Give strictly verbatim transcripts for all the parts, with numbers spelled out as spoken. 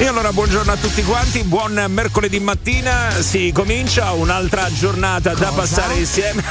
E allora buongiorno a tutti quanti, buon mercoledì mattina, si comincia un'altra giornata Cosa? da passare insieme.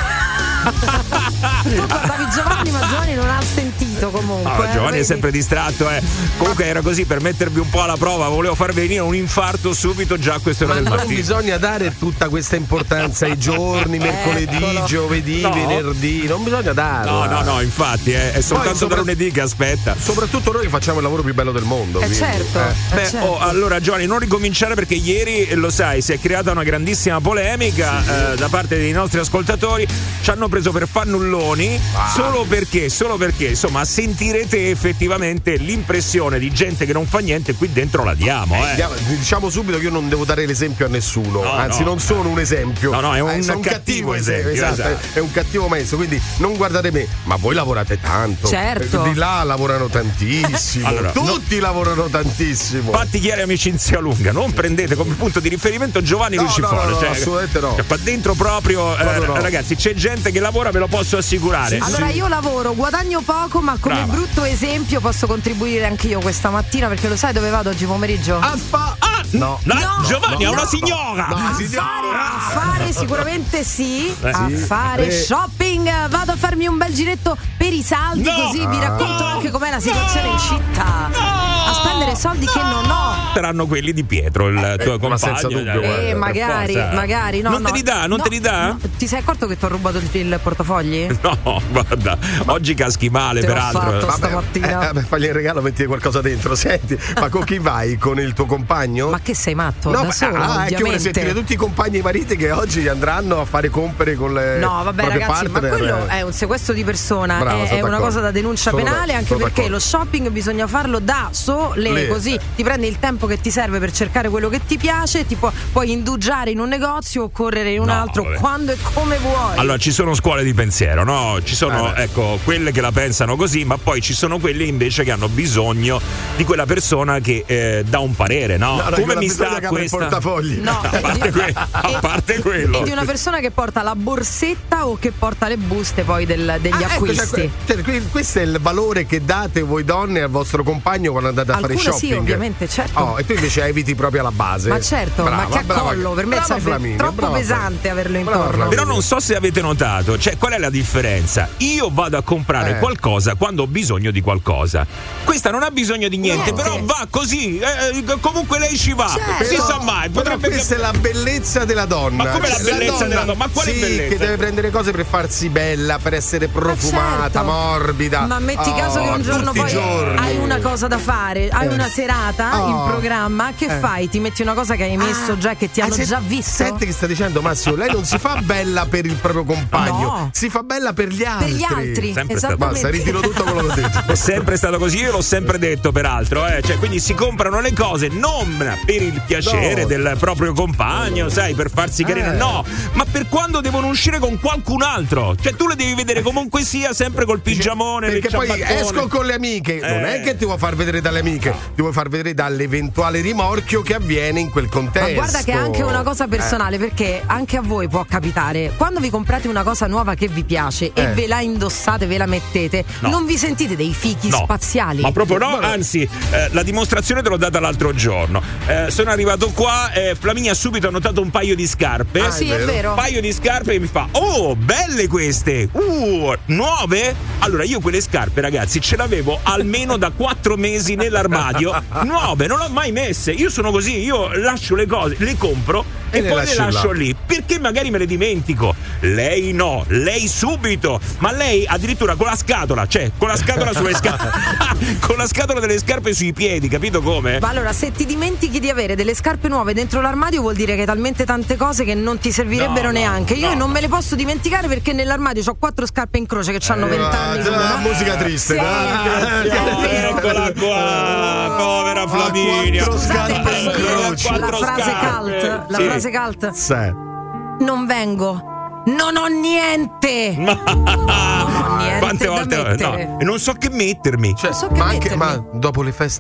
Tu guardavi Giovanni, ma Giovanni non ha sentito comunque. No, eh, Giovanni vedi? è sempre distratto, eh. Comunque era così per mettervi un po' alla prova, volevo far venire un infarto subito già a quest'ora ma del non mattino. bisogna dare tutta questa importanza ai giorni, mercoledì, Eccolo. giovedì, No. venerdì, non bisogna darla. No, no, no, infatti eh, è soltanto sopra- da lunedì che aspetta. Soprattutto noi che facciamo il lavoro più bello del mondo. Eh quindi, certo, eh. eh Beh, certo. oh, allora Giovanni, non ricominciare perché ieri, lo sai, si è creata una grandissima polemica Sì. eh, da parte dei nostri ascoltatori. Ci hanno preso per fannulloni Ah. solo perché, solo perché, insomma, sentirete effettivamente l'impressione di gente che non fa niente qui dentro la diamo, eh. Diamo- Diciamo subito che io non devo dare l'esempio a nessuno, No, anzi no. non sono un esempio. No, no, è un Eh, sono cattivo esempio, esatto, esatto. è un cattivo maestro, quindi non guardate me, ma voi lavorate tanto. Certo. Di là lavorano tantissimo, Allora, tutti lavorano tantissimo. Fatti chiari, amicizia lunga, non prendete come punto di riferimento Giovanni No, Luciforo. no, no, no, cioè, assolutamente no. Qua dentro proprio, eh, Proprio no. ragazzi, c'è gente che lavora, ve lo posso assicurare. Allora io lavoro, guadagno poco, ma come Brava. brutto esempio posso contribuire anche io questa mattina, perché lo sai dove vado oggi pomeriggio? A fa- Ah, No. no, No, Giovanni, no, è una no, signora. no, A signora. fare, a fare sicuramente sì, Eh, a sì. fare Eh. shopping, vado a farmi un bel giretto per i saldi, No. così vi racconto No. anche com'è la situazione in città. A spendere soldi che non ho. Saranno quelli di Pietro, il tuo ma compagno. senza dubbio, dai, guarda, Eh, per magari, forza. magari, no. Non no. te li dà, non No, te li dà? no. Ti sei accorto che ti ho rubato il, il portafogli? No, guarda, oggi caschi male, Te l'ho peraltro. fatto. Vabbè, stamattina. eh, vabbè, fagli il regalo, metti qualcosa dentro. Senti, ma con chi vai? Con il tuo compagno? Ma che sei matto? No, da ma- solo, ah, è che ovviamente. vuole sentire tutti i compagni e i mariti che oggi andranno a fare compere con le No, vabbè, proprie ragazzi, partner. ma quello è un sequestro di persona, Bravo, è, sono è una d'accordo. cosa da denuncia Sono penale, da- anche sono perché d'accordo. lo shopping bisogna farlo da sole, Lì, così eh. ti prendi il tempo che ti serve per cercare quello che ti piace, ti pu- puoi indugiare in un negozio o correre in un No, altro vabbè. quando e come vuoi. Allora, ci sono scuole di pensiero, no? Ci sono, Eh, ecco, quelle che la pensano così, ma poi ci sono quelle invece che hanno bisogno di quella persona che eh, dà un parere, no? No, no, Come quella mi bisogna sta che apre il questa? portafogli. No, A parte, e- que- a e- parte quello. E di una persona che porta la borsetta o che porta le buste poi del- degli Ah, ecco, acquisti. cioè, cioè, que- questo è il valore che date voi donne al vostro compagno quando andate a Alcune fare shopping. sì, ovviamente, certo. Oh, e tu invece eviti proprio la base. Ma certo, Brava, ma che brava. accollo, per me Brava sarebbe Flaminia, troppo brava pesante Flaminia. averlo Brava intorno. Flaminia. Però non so se avete notato, cioè qual è la differenza? Io vado a comprare Eh. qualcosa quando ho bisogno di qualcosa. Questa non ha bisogno di niente, Niente. però va così, eh, comunque lei ci va. Certo. Si sa mai, Però potrebbe questa è la bellezza della donna. Ma come la bellezza della donna? Ma quale sì, bellezza? che deve prendere cose per farsi bella, per essere profumata, certo. morbida. Ma metti Oh, caso che un giorno tutti i poi giorni. hai una cosa da fare, hai Eh. una serata Oh. in programma, che Eh. fai? Ti metti una cosa che hai messo Ah. già, che ti Ah, hanno se- già visto? Senti che sta dicendo Massimo, lei non si fa bella per il proprio compagno, No. si fa bella per gli altri. Per gli altri, Sempre esattamente. Basta, ritiro tutto quello che ho detto. È sempre stato così, io l'ho sempre detto peraltro, eh. Cioè, quindi si comprano le cose non per il piacere No. del proprio compagno, sai, per farsi carina, Eh. no, ma per quando devono uscire con qualcun altro. Cioè tu le devi vedere comunque sia sempre col pigiamone, Perché il poi ciabattone. esco con le amiche, non Eh. è che ti vuoi far vedere dalle amiche, ti vuoi far vedere dall'eventuale rimorchio che avviene in quel contesto. Ma guarda che è anche una cosa personale, perché anche a voi può capitare, quando vi comprate una cosa nuova che vi piace e Eh. ve la indossate, ve la mettete, No. non vi sentite dei fichi No, spaziali? ma proprio no, Guarda. anzi, eh, la dimostrazione te l'ho data l'altro giorno. Eh, sono arrivato qua, eh, Flaminia subito ha notato un paio di scarpe. Ah, sì, è vero. vero. Un paio di scarpe e mi fa: oh, belle queste! Uh, nuove? Allora, io quelle scarpe, ragazzi, ce l'avevo almeno da quattro mesi nell'armadio. Nuove, non le ho mai messe. Io sono così, io lascio le cose, le compro e, E le poi le lasci lascio là. lì. Perché magari me le dimentico. Lei no, lei subito. Ma lei addirittura con la scatola, cioè, con la scatola sulle scarpe. Con la scatola delle scarpe sui piedi, capito come? Ma allora, se ti dimentichi di avere delle scarpe nuove dentro l'armadio, vuol dire che hai talmente tante cose che non ti servirebbero No, no, neanche. Io no. non me le posso dimenticare perché nell'armadio ho quattro scarpe in croce che hanno vent'anni. Ah, già, musica triste. Sì, Ah, è vero. Eccola qua, povera Ah, Flaminia. quattro Scusate, scarpe posso in dire croce. la Quattro frase scarpe. cult? La Sì. frase cult? Sì. Non vengo. Non ho niente. Ma ho niente quante da volte mettere. no, e non so che mettermi. Cioè, Non so che ma, anche, mettermi. ma dopo le feste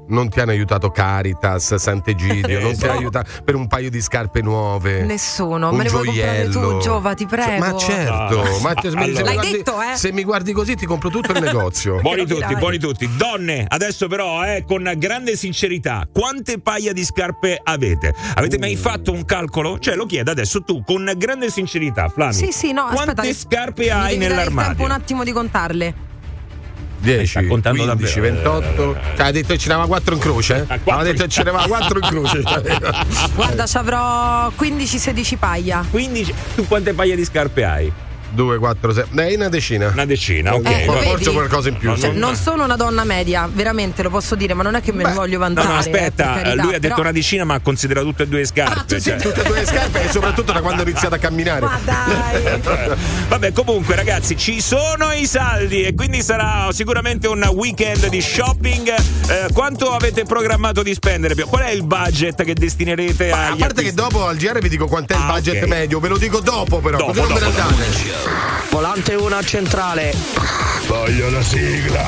non ti hanno aiutato Caritas, Sant'Egidio, non ti so. ha aiutato per un paio di scarpe nuove? Nessuno, un me le vuoi comprare tu, gioiello? Giova, ti prego. Ma certo, Ah. ma te- se, mi- Allora. se mi L'hai guardi, detto, eh? se mi guardi così ti compro tutto il negozio. Buoni tutti, Capirai. buoni tutti. Donne, adesso però, eh, con grande sincerità, quante paia di scarpe avete? Avete mai fatto un calcolo? Cioè, lo chiedo adesso tu, con grande sincerità, Flami. Sì, sì, no, Quante aspetta, scarpe mi hai devi dare il nell'armadio? tempo un attimo di contarle. dieci, Sta contando quindici, davvero. ventotto. Cioè, ha detto che ce n'aveva quattro in croce? Ah, Eh? quattro Aveva detto in- che ce n'aveva quattro in croce. Guarda, ci avrò quindici sedici paia. quindici. Tu quante paia di scarpe hai? due, quattro, sei. Dai, una decina. Una decina, ok. Eh, lo va- vedi? Forse qualcosa in più. Cioè, sì. non sono una donna media, veramente lo posso dire, ma non è che me ne Beh, voglio No, vantare. no, eh, aspetta, per carità, lui ha detto però- una decina, ma ha considerato tutte e due le scarpe. Ah, tu sei cioè. Tutte e due le scarpe e soprattutto da quando ho iniziato a camminare. Ma dai! Vabbè, comunque, ragazzi, ci sono i saldi e quindi sarà sicuramente un weekend di shopping. Eh, quanto avete programmato di spendere? Qual è il budget che destinerete Ma a agli parte che artisti? dopo al G R vi dico quant'è il Ah, budget ok. medio, ve lo dico dopo però, Dopo, così non me ne dopo, andate. Volante uno a centrale. Voglio la sigla.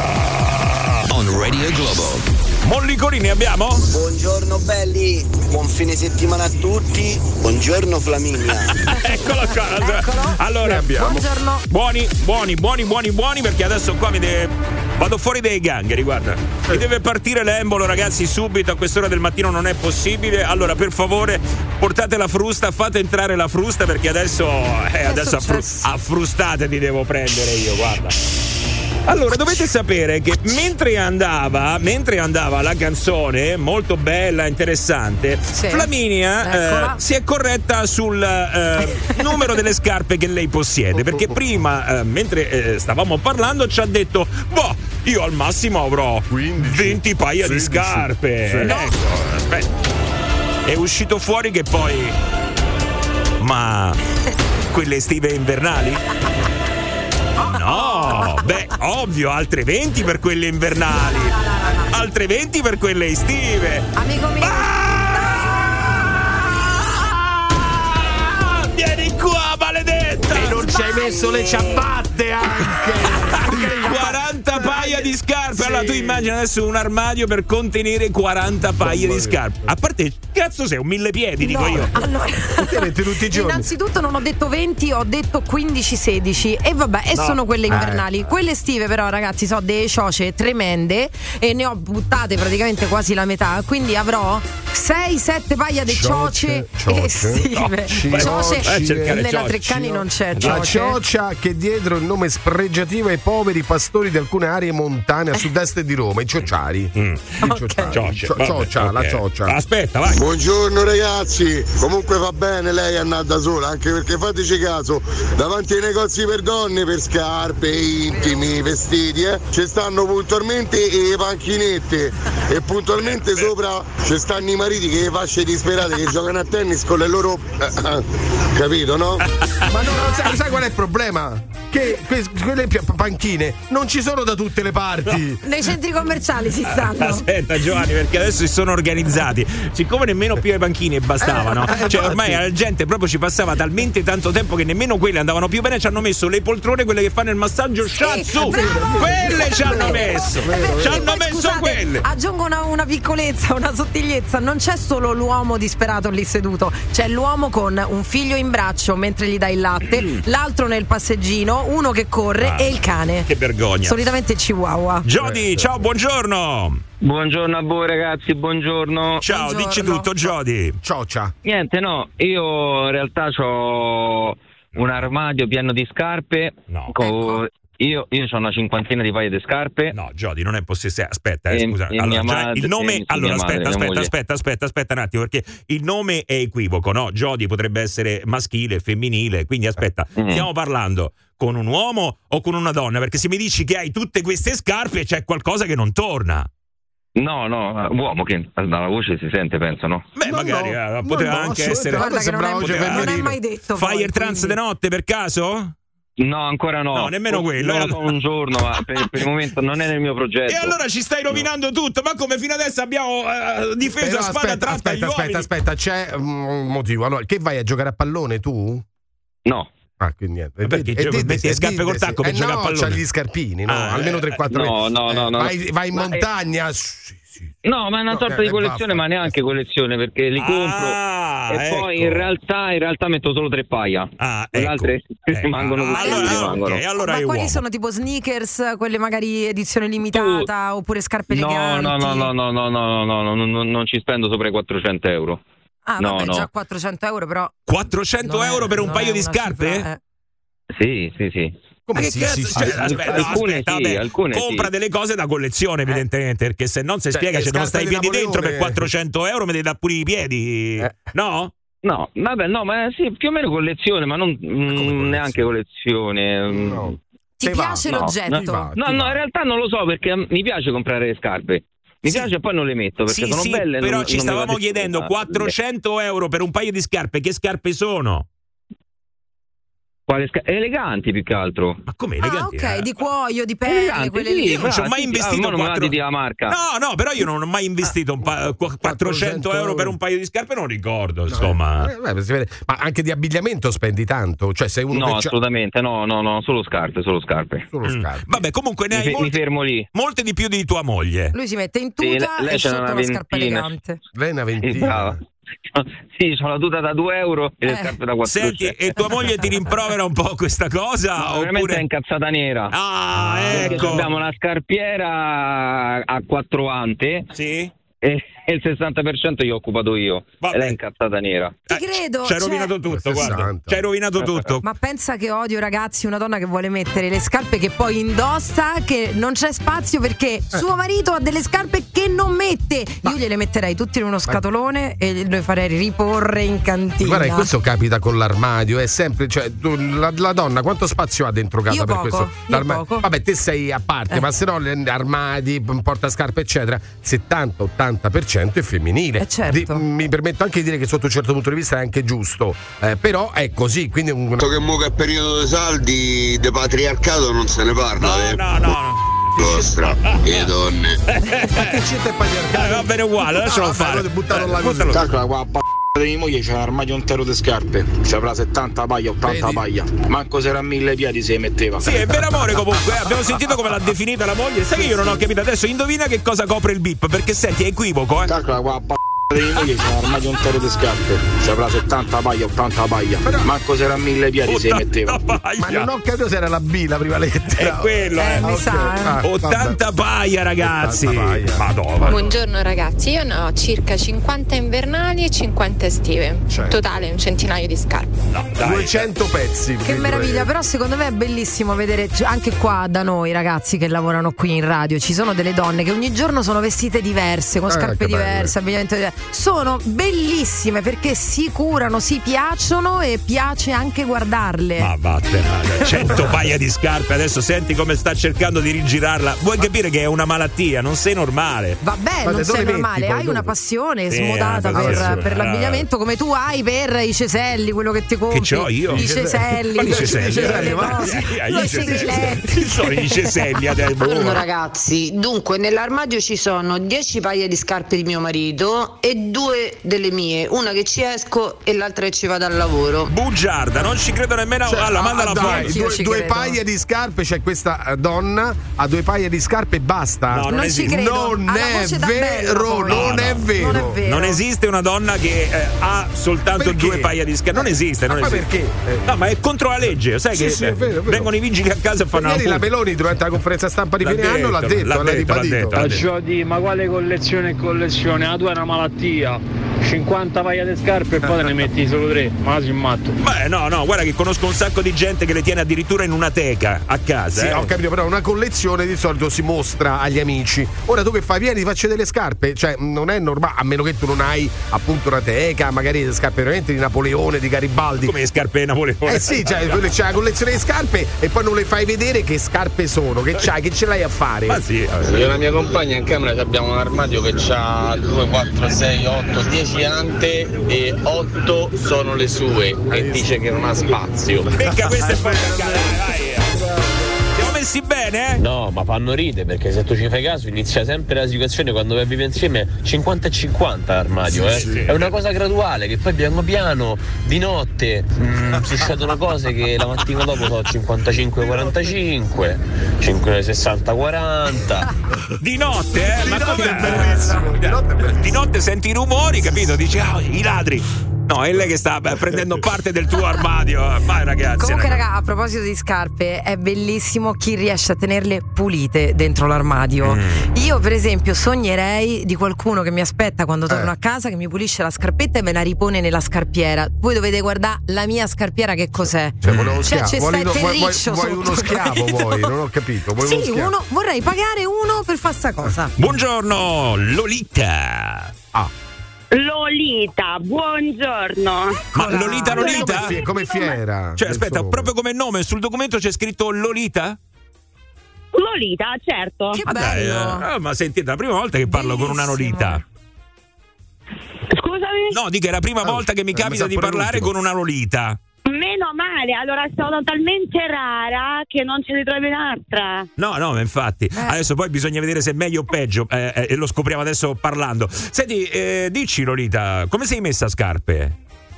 On Radio Globo. Mollicorini abbiamo? Buongiorno belli, buon fine settimana a tutti. Buongiorno Flaminia. Eccolo qua. Eccolo. Allora, abbiamo. Buongiorno. buoni, buoni, buoni, buoni, buoni, perché adesso qua mi deve. Vado fuori dai gangheri, guarda. Mi deve partire l'embolo, ragazzi, subito. A quest'ora del mattino non è possibile. Allora, per favore, portate la frusta, fate entrare la frusta, perché adesso. Eh, adesso a, fru- successo? a frustate ti devo prendere io, guarda. Allora, dovete sapere che mentre andava, mentre andava la canzone, molto bella, interessante, Sì. Flaminia Eccola. eh, si è corretta sul eh, numero delle scarpe che lei possiede, perché prima, eh, mentre eh, stavamo parlando, ci ha detto, boh, io al massimo avrò quindici, venti paia di sedici. scarpe. Sì. Ecco, aspetta. È uscito fuori che poi... Ma quelle estive invernali? No, beh, ovvio, altre venti per quelle invernali, altre venti per quelle estive. Amico mio. Ah, vieni qua, maledetta! E non ci hai messo le ciabatte anche. quaranta paia di scarpe. Allora tu immagina adesso un armadio per contenere quaranta paia di scarpe. A parte, cazzo sei un mille piedi, dico No, io. allora, Te metti tutti i giorni. innanzitutto non ho detto venti, ho detto quindici sedici e vabbè, e sono quelle invernali. Quelle estive però, ragazzi, so delle cioce tremende e ne ho buttate praticamente quasi la metà, quindi avrò sei sette paia di cioce, Cioce, estive. cioce, Cioce, vai a cercare nella cioce. Treccani non c'è La cioce. cioccia che dietro il nome spregiativo ai poveri pastori di alcune aree montane a sud-est di Roma, i ciociari. I ciociari. Cioce, Cio- vabbè, cioccia, la ok. cioccia. Aspetta, vai. Buongiorno ragazzi, comunque va bene lei andare da sola, anche perché fateci caso, davanti ai negozi per donne, per scarpe, intimi, vestiti, eh, ci stanno puntualmente le panchinette e puntualmente sopra ci stanno i mariti che le fasce disperate che giocano a tennis con le loro capito, no? Ma no, non sai, sai qual è il problema? Che que- quelle pi- panchine non ci sono da tutte le parti. Nei centri commerciali si stanno. Aspetta Giovanni, perché adesso si sono organizzati. Siccome nemmeno più le panchine bastavano, Eh, cioè infatti. ormai la gente proprio ci passava talmente tanto tempo che nemmeno quelle andavano più bene, ci hanno messo le poltrone, quelle che fanno il massaggio shiatsu. bravo! Quelle ci hanno messo. Ci hanno Poi, messo scusate, quelle. aggiungo una, una piccolezza, una sottigliezza. Non c'è solo l'uomo disperato lì seduto, c'è l'uomo con un figlio in braccio mentre gli dà il latte, l'altro nel passeggino, uno che corre Ah, e il cane. Che vergogna. Solitamente chihuahua. Jody, ciao, buongiorno. Buongiorno a voi ragazzi, buongiorno. Ciao, Buongiorno. dici tutto, Jody. Cioccia. Niente, no, io in realtà ho un armadio pieno di scarpe. No. co- Io, io ho una cinquantina di paia di scarpe. No, Jody, non è possibile. Aspetta, eh, E- scusa. e Allora, mia già madre- il nome. e sì, Allora, mia aspetta, madre, mia aspetta, moglie. aspetta, aspetta, aspetta un attimo, perché il nome è equivoco, no? Jody potrebbe essere maschile, femminile. Quindi aspetta, Mm. stiamo parlando con un uomo o con una donna? Perché se mi dici che hai tutte queste scarpe, c'è qualcosa che non torna. No, no, uomo che dalla voce si sente, penso, no? Beh, No, magari no. eh, No, poteva no, anche assolutamente. essere. Guarda che non è, sembrava voce non è femminile. mai detto. Fire poi, trance quindi. de notte per caso? No, ancora no. No, nemmeno quello. Non E lo so allora- un giorno, ma per, per il momento non è nel mio progetto. E allora ci stai rovinando tutto, ma come fino adesso abbiamo eh, difeso Però a spada aspetta, tratta gli aspetta, aspetta, uomini. aspetta, c'è un motivo. Allora, che vai a giocare a pallone tu? No. Ah, quindi niente. Ma perché E gioco- dite- metti le e scarpe dite- col tacco per eh giocare no, a pallone? c'ha gli scarpini, no? Ah, Almeno eh, tre quattro no, no, no, no. Vai, vai in Ma è- montagna. Sì, sì, sì. No, ma è una No, sorta eh, di collezione, baffa. ma neanche collezione, perché li compro Ah, e ecco. poi in realtà, in realtà metto solo tre paia. Ah, Le ecco. altre Ecco. rimangono Ah, così, allora, rimangono. ok, allora Ma è quali uomo. sono tipo sneakers, quelle magari edizione limitata, oppure scarpe No, eleganti? no, no, no, no, no, no, no, no, no, no, non ci spendo sopra i quattrocento euro. Ah, No, vabbè, no. già quattrocento euro, però. quattrocento non è- euro per un non paio è di una scarpe? cifra, eh. Sì, sì, sì. Come Ma che sì, cazzo? sì, sì, Cioè, sì. aspetta, Alcune aspetta, sì, vabbè, alcune compra sì. delle cose da collezione, evidentemente, perché se non si Cioè, spiega le se non scarpe stai i di piedi dentro per Napoleone- quattrocento euro mi devi dare pure i piedi. Eh. No? No, vabbè, no, ma sì, più o meno collezione, ma non mm, neanche collezione. mm. No. Ti Te va, piace no, l'oggetto? ti va. No, no, in realtà non lo so perché mi piace comprare le scarpe. Mi Sì. piace e poi non le metto perché Sì, sono sì, belle. però non- ci non mi va stavamo di- chiedendo ah, quattrocento euro per un paio di scarpe, che scarpe sono? Quale sca- eleganti più che altro. Ma come Ah, eleganti? ok, eh? di cuoio, di perle, Eleganti, quelle sì, lì. Io non ci ho brava, mai sì, investito ah, ma non me la quattro- diti la marca. No, no, però io non ho mai investito un pa- qu- quattrocento euro per un paio di scarpe, non ricordo, insomma. Eh, beh, si vede. Ma anche di abbigliamento spendi tanto? Cioè, sei uno No, che c'ha assolutamente, no, no, no, solo scarpe, solo scarpe. solo Mm. scarpe. Vabbè, comunque ne Mi, hai fe- mi molte, fermo lì. molte di più di tua moglie. Lui si mette in Sì, tuta lei e ce n'ha sotto una la scarpa ventina. elegante. Lei è una Sì, ventina. brava. Sì, c'ho la tuta da due euro e le Eh. scarpe da quattro. Senti, e tua moglie ti rimprovera un po' questa cosa? No, veramente è oppure... incazzata nera. Ah, Perché ecco. abbiamo una scarpiera a quattro ante Sì? e e il sessanta per cento io ho occupato io. Vabbè. E lei è incazzata nera. Ti Eh, credo. Ci hai cioè- rovinato tutto, guarda. sessanta. Ci hai rovinato tutto. Ma pensa che odio, ragazzi, una donna che vuole mettere le scarpe che poi indossa, che non c'è spazio perché suo marito ha delle scarpe che non mette. Io gliele metterei tutte in uno scatolone e le farei riporre in cantina. Guarda, che questo capita con l'armadio, è sempre, cioè, tu- la, la donna quanto spazio ha dentro casa Io per poco, questo? io L'arma- poco. Vabbè, te sei a parte, Eh. ma se no gli armadi, portascarpe, eccetera, settanta ottanta per cento è femminile. Eh, certo. Di- mi permetto anche di dire che sotto un certo punto di vista è anche giusto, eh, però è così, quindi un, Visto che mo che è periodo di saldi, di patriarcato non se ne parla, No, eh. no, no. Vostra, le donne. ma che c'entra il patriarcato? Eh, va bene uguale, lascialo Ah, vabbè, fare. allora buttalo là così. buttalo. Calcola qua, p***a di mia moglie c'è un armadio intero di scarpe, ci avrà settanta paia, ottanta Vedi? paia, manco se era a mille piedi se metteva. Sì, è vero amore comunque, eh. Abbiamo sentito come l'ha definita la moglie. Sai che io non ho capito adesso, indovina che cosa copre il bip, perché senti, è equivoco, eh. Calcola qua, p***a di mia moglie c'è un armadio intero di scarpe, ci avrà settanta paia, ottanta paia, manco se era a mille piedi se metteva. ottanta Ma paia. non ho capito se era la B la prima lettera. È quello, eh. Eh, mi Ok. sa, eh. Ah, ottanta paia, ragazzi. ottanta paia. Madonna. Buongiorno ragazzi, io ne ho circa cinquanta invernali e cinquanta estive, Cioè. totale un centinaio di scarpe. No, dai. duecento pezzi. Che quindi meraviglia, vorrei- però secondo me è bellissimo vedere cioè, anche qua da noi ragazzi che lavorano qui in radio, ci sono delle donne che ogni giorno sono vestite diverse, con Eh, scarpe che belle. diverse, abbigliamento diverso. Sono bellissime perché si curano, si piacciono e piace anche guardarle. Ma vattene, cento paia di scarpe, adesso senti come sta cercando di rigirarla. Vuoi capire che è una malattia, non sei normale. Vabbè, Ma non dove sei metti normale, poi hai dopo? una passione Sì, smodata una per, passione. per l'abbigliamento come tu hai per i ceselli, quello che ti compri. Che ce l'ho io? I ceselli, Quali ceselli? i ceselli, Eh, no, eh, eh, i i ceselli. cicletti. Chi sono i ceselli adesso? Buongiorno ragazzi, dunque nell'armadio ci sono dieci paia di scarpe di mio marito e due delle mie, una che ci esco e l'altra che ci vado al lavoro. Bugiarda, non ci credo nemmeno. Cioè, allora, ah, manda la dai, foto. Io due, ci due credo. paia di scarpe, c'è questa eh, donna ha due paia di scarpe e basta. No, non Non ci esiste. credo. Non Ha la è voce da vero, bello, poi. non No, è no. vero. Non è vero. Non esiste una donna che eh, ha soltanto Perché? due paia di scarpe. Non esiste, non Ma poi esiste. perché? Eh. No, ma è contro la legge. Sai Sì, che sì, è vero, è vero. vengono i vigili a casa e fanno Ieri una la Meloni durante la conferenza stampa di L'ha fine anno l'ha detto, detto, l'ha l'ha detto, l'ha ribadito. detto, l'ha detto. Faccio di, ma quale collezione e collezione? La tua è una malattia. cinquanta paia di scarpe e poi te ne metti solo tre. Ma si matto. Beh, no, no, guarda che conosco un sacco di gente che le tiene addirittura in una teca a casa. Sì, eh. ho capito, però una collezione di solito si mostra agli amici. Ora tu che fai? Vieni, ti faccio delle scarpe. Cioè, non è normale, a meno che tu non hai appunto una teca, magari delle scarpe veramente di Napoleone, di Garibaldi. Come le scarpe di Napoleone. Eh sì, cioè, tu c'hai la collezione di scarpe e poi non le fai vedere che scarpe sono, che c'hai, che ce l'hai a fare. Ma sì, Io e la mia compagna in camera abbiamo un armadio che ha due, quattro, sei, otto, dieci ante e otto sono le sue e dice che non ha spazio. becca questa e fai a casa. Dai, dai. Siamo messi messi bene? No, ma fanno ride, perché se tu ci fai caso inizia sempre la situazione quando vivi insieme cinquanta e cinquanta l'armadio, Sì, eh. sì. È una cosa graduale che poi piano piano di notte mh, succedono cose che la mattina dopo sono cinquantacinque quarantacinque, sessanta quaranta. Di notte, eh? Di Ma notte com'è? è bellissimo, di notte è bellissimo. Di notte senti i rumori, capito? Dici, ah, i ladri. No, è lei che sta beh, prendendo parte del tuo armadio. Vai ragazzi. Comunque, ragazzi. raga, a proposito di scarpe, è bellissimo chi riesce a tenerle pulite dentro l'armadio. Mm. Io, per esempio, sognerei di qualcuno che mi aspetta quando torno Eh. a casa, che mi pulisce la scarpetta e me la ripone nella scarpiera. Voi dovete guardare la mia scarpiera, che cos'è? Cioè, volevo Cioè, schiavo. c'è Vuoi, sta il vuoi- vuoi- terriccio vuoi sotto, uno schiavo, capito? vuoi? Non ho capito. Vuoi uno Sì, schiavo? uno, vorrei pagare uno per fare sta cosa. Buongiorno, Lolita. Ah. Lolita, buongiorno. Ma Lolita, Lolita? Come, fie- come fiera. Cioè, aspetta, Insomma. proprio come nome sul documento c'è scritto Lolita? Lolita, certo. Che Ma dai, bello. eh, ah, ma sentite, è la prima volta che parlo con una Bellissimo. Lolita. Scusami? No, dico, è la prima Ah, volta che mi eh, mi capita sa di pure parlare l'ultimo. con una Lolita. Meno male, allora sono talmente rara che non ce ne trovi un'altra. No, no, ma infatti. Adesso poi bisogna vedere se è meglio o peggio, eh, eh, e lo scopriamo adesso parlando. Senti, eh, dici Lolita, come sei messa a scarpe?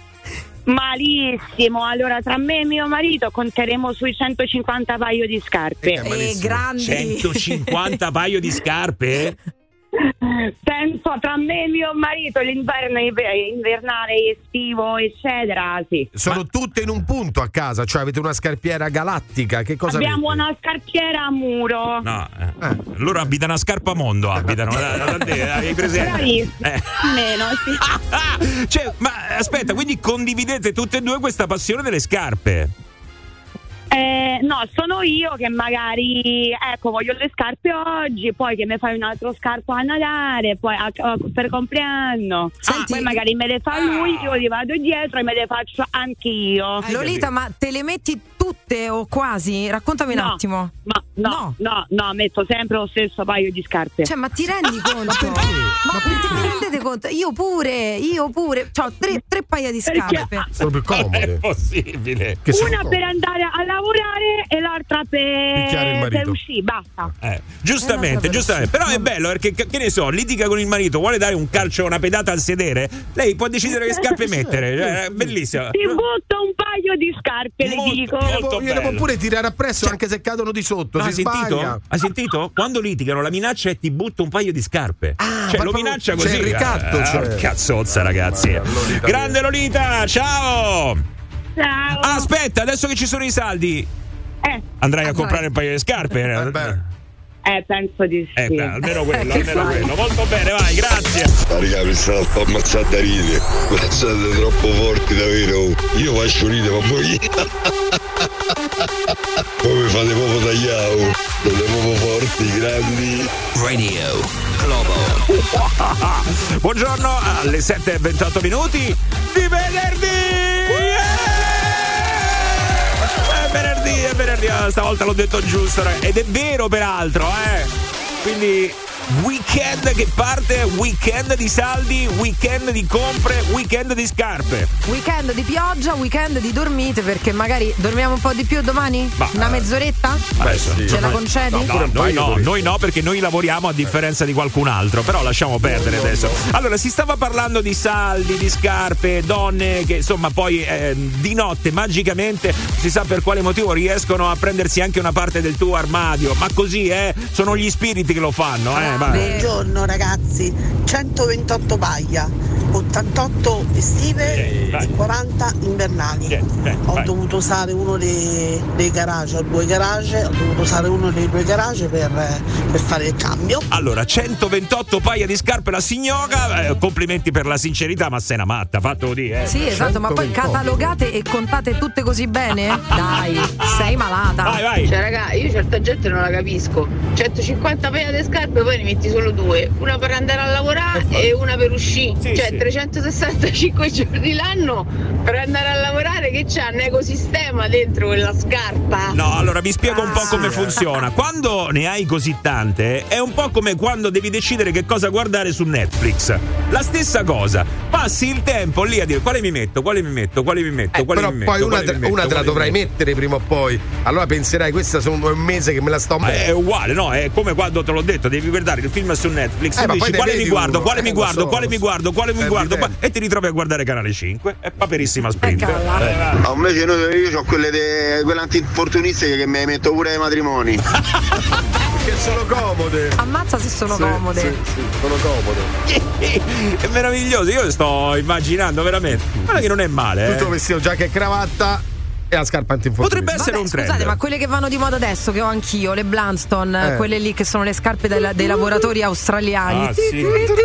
Malissimo, allora tra me e mio marito conteremo sui centocinquanta paio di scarpe. Eh, E malissimo. grandi. centocinquanta paio di scarpe? Penso tra me e mio marito l'inverno, invernale, estivo, eccetera, sì. Sono tutte in un punto a casa, cioè avete una scarpiera galattica. Che cosa Abbiamo avete? una scarpiera a muro. No, eh. loro abitano a Scarpa Mondo, abitano. da- da- da te, Hai presente? Bravissimo. Eh. Meno, sì. Cioè, ma aspetta, quindi condividete tutte e due questa passione delle scarpe? Eh, no, sono io che magari, ecco, voglio le scarpe oggi, poi che mi fai un altro scarpo a Natale, poi a- a- per compleanno. Senti- Poi magari me le fa lui, io li vado dietro e me le faccio anch'io. Lolita, ma te le metti tutte o quasi? Raccontami un No. attimo. Ma no, no, no, metto sempre lo stesso paio di scarpe. Cioè, ma ti rendi conto? Ma perché? Ma Ma perché perché? vi rendete conto? Io pure, io pure. C'ho tre, tre paia di Perché- scarpe. Sono più Non è comode. possibile. Che sono Una comode. per andare a lavorare e l'altra Picchiare il per, marito. per uscire, basta. Eh, giustamente, Eh, no, giustamente. Però è bello perché, che che ne so, litiga con il marito, vuole dare un calcio, una pedata al sedere, lei può decidere che scarpe mettere. Cioè, è bellissimo. Ti butto un paio di scarpe, le Molto, dico. molto Gliele può bello. pure tirare appresso anche se cadono di sotto. No, si hai sentito? sbaglia. Hai sentito? Quando litigano la minaccia è ti butto un paio di scarpe. Ah, cioè ma lo proprio- minaccia c'è così. il ricatto, Ah, cioè. cazzozza, ragazzi. Mamma mia, Lolita Grande mia. Lolita, ciao! Ciao. Aspetta, adesso che ci sono i saldi, Eh, andrai a Ah, comprare vai. un paio di scarpe. Eh, beh. eh, penso di sì. Eh, beh, almeno quello, Che almeno fai? quello. Molto bene, vai, grazie. Ma raga, mi stanno a ammazzare da ride. Siete troppo forti davvero. Io faccio ride, ma voi. Voi mi fate proprio tagliare. Siete proprio forti, grandi. Radio Globo. Buongiorno, alle sette e ventotto minuti di venerdì. Yeah! È venerdì, è venerdì, ah, stavolta l'ho detto giusto, ragazzi. Ed è vero peraltro, eh. Quindi weekend che parte, weekend di saldi, weekend di compre, weekend di scarpe. Weekend di pioggia, weekend di dormite, perché magari dormiamo un po' di più domani? Ma- Una mezz'oretta? Beh, sì. Ce la concedi? No, No, Pure un noi paio no, pure. noi no, perché noi lavoriamo a differenza di qualcun altro, però lasciamo perdere adesso. Allora, si stava parlando di saldi, di scarpe, donne che insomma poi eh, di notte magicamente, si sa per quale motivo, riescono a prendersi anche una parte del tuo armadio, ma così, eh, sono gli spiriti che lo fanno, eh, vai. Buongiorno ragazzi, centoventotto paia, ottantotto estive Eh, vai. e quaranta invernali. Eh, eh, Ho vai. dovuto usare uno dei, dei garage, ho due garage, ho dovuto usare uno dei due garage per, per fare il cambio. Allora, centoventotto paia di scarpe la signora, eh, complimenti per la sincerità, ma sei una matta, fatelo dire, eh. Sì, esatto, ma poi centoventotto. catalogate e contate tutte così bene? Dai, sei malata. Vai, vai. Cioè raga, io certa gente non la capisco. centocinquanta paia di scarpe, poi ne metti solo due, una per andare a lavorare e una per uscire. Sì, Cioè sì. trecentosessantacinque giorni l'anno per andare a lavorare, che c'è un ecosistema dentro quella scarpa. No, allora vi spiego ah, un po' come sì. funziona. Quando ne hai così tante, è un po' come quando devi decidere che cosa guardare su Netflix. La stessa cosa. Passi il tempo lì a dire quale mi metto, quale mi metto, quale mi metto, eh, quale però mi metto. Poi una, quale te, mi metto, una te la dovrai metto. mettere prima o poi. Allora penserai, questa sono un mese che me la sto Ma è uguale, no? È come quando te l'ho detto, devi guardare il film su Netflix eh, e dici quale mi guardo, uno. quale eh, mi guardo, so, quale mi guardo, quale mi guardo, qua, e ti ritrovi a guardare Canale cinque. È paperissima sprint. Eh. Ah, invece noi, io ho quelle, de, quelle antinfortunistiche che mi metto pure ai matrimoni. Che sono comode. Ammazza se sono sì, comode. Sì, sì, sono comode. È meraviglioso, io sto immaginando veramente. Guarda che non è male. Tutto eh. vestito, giacca e cravatta. E la scarpa antinfortunistica. Potrebbe essere Vabbè, un trend. scusate, ma quelle che vanno di moda adesso, che ho anch'io, le Blundstone, Eh. quelle lì che sono le scarpe dei, dei lavoratori australiani, Ah, sì.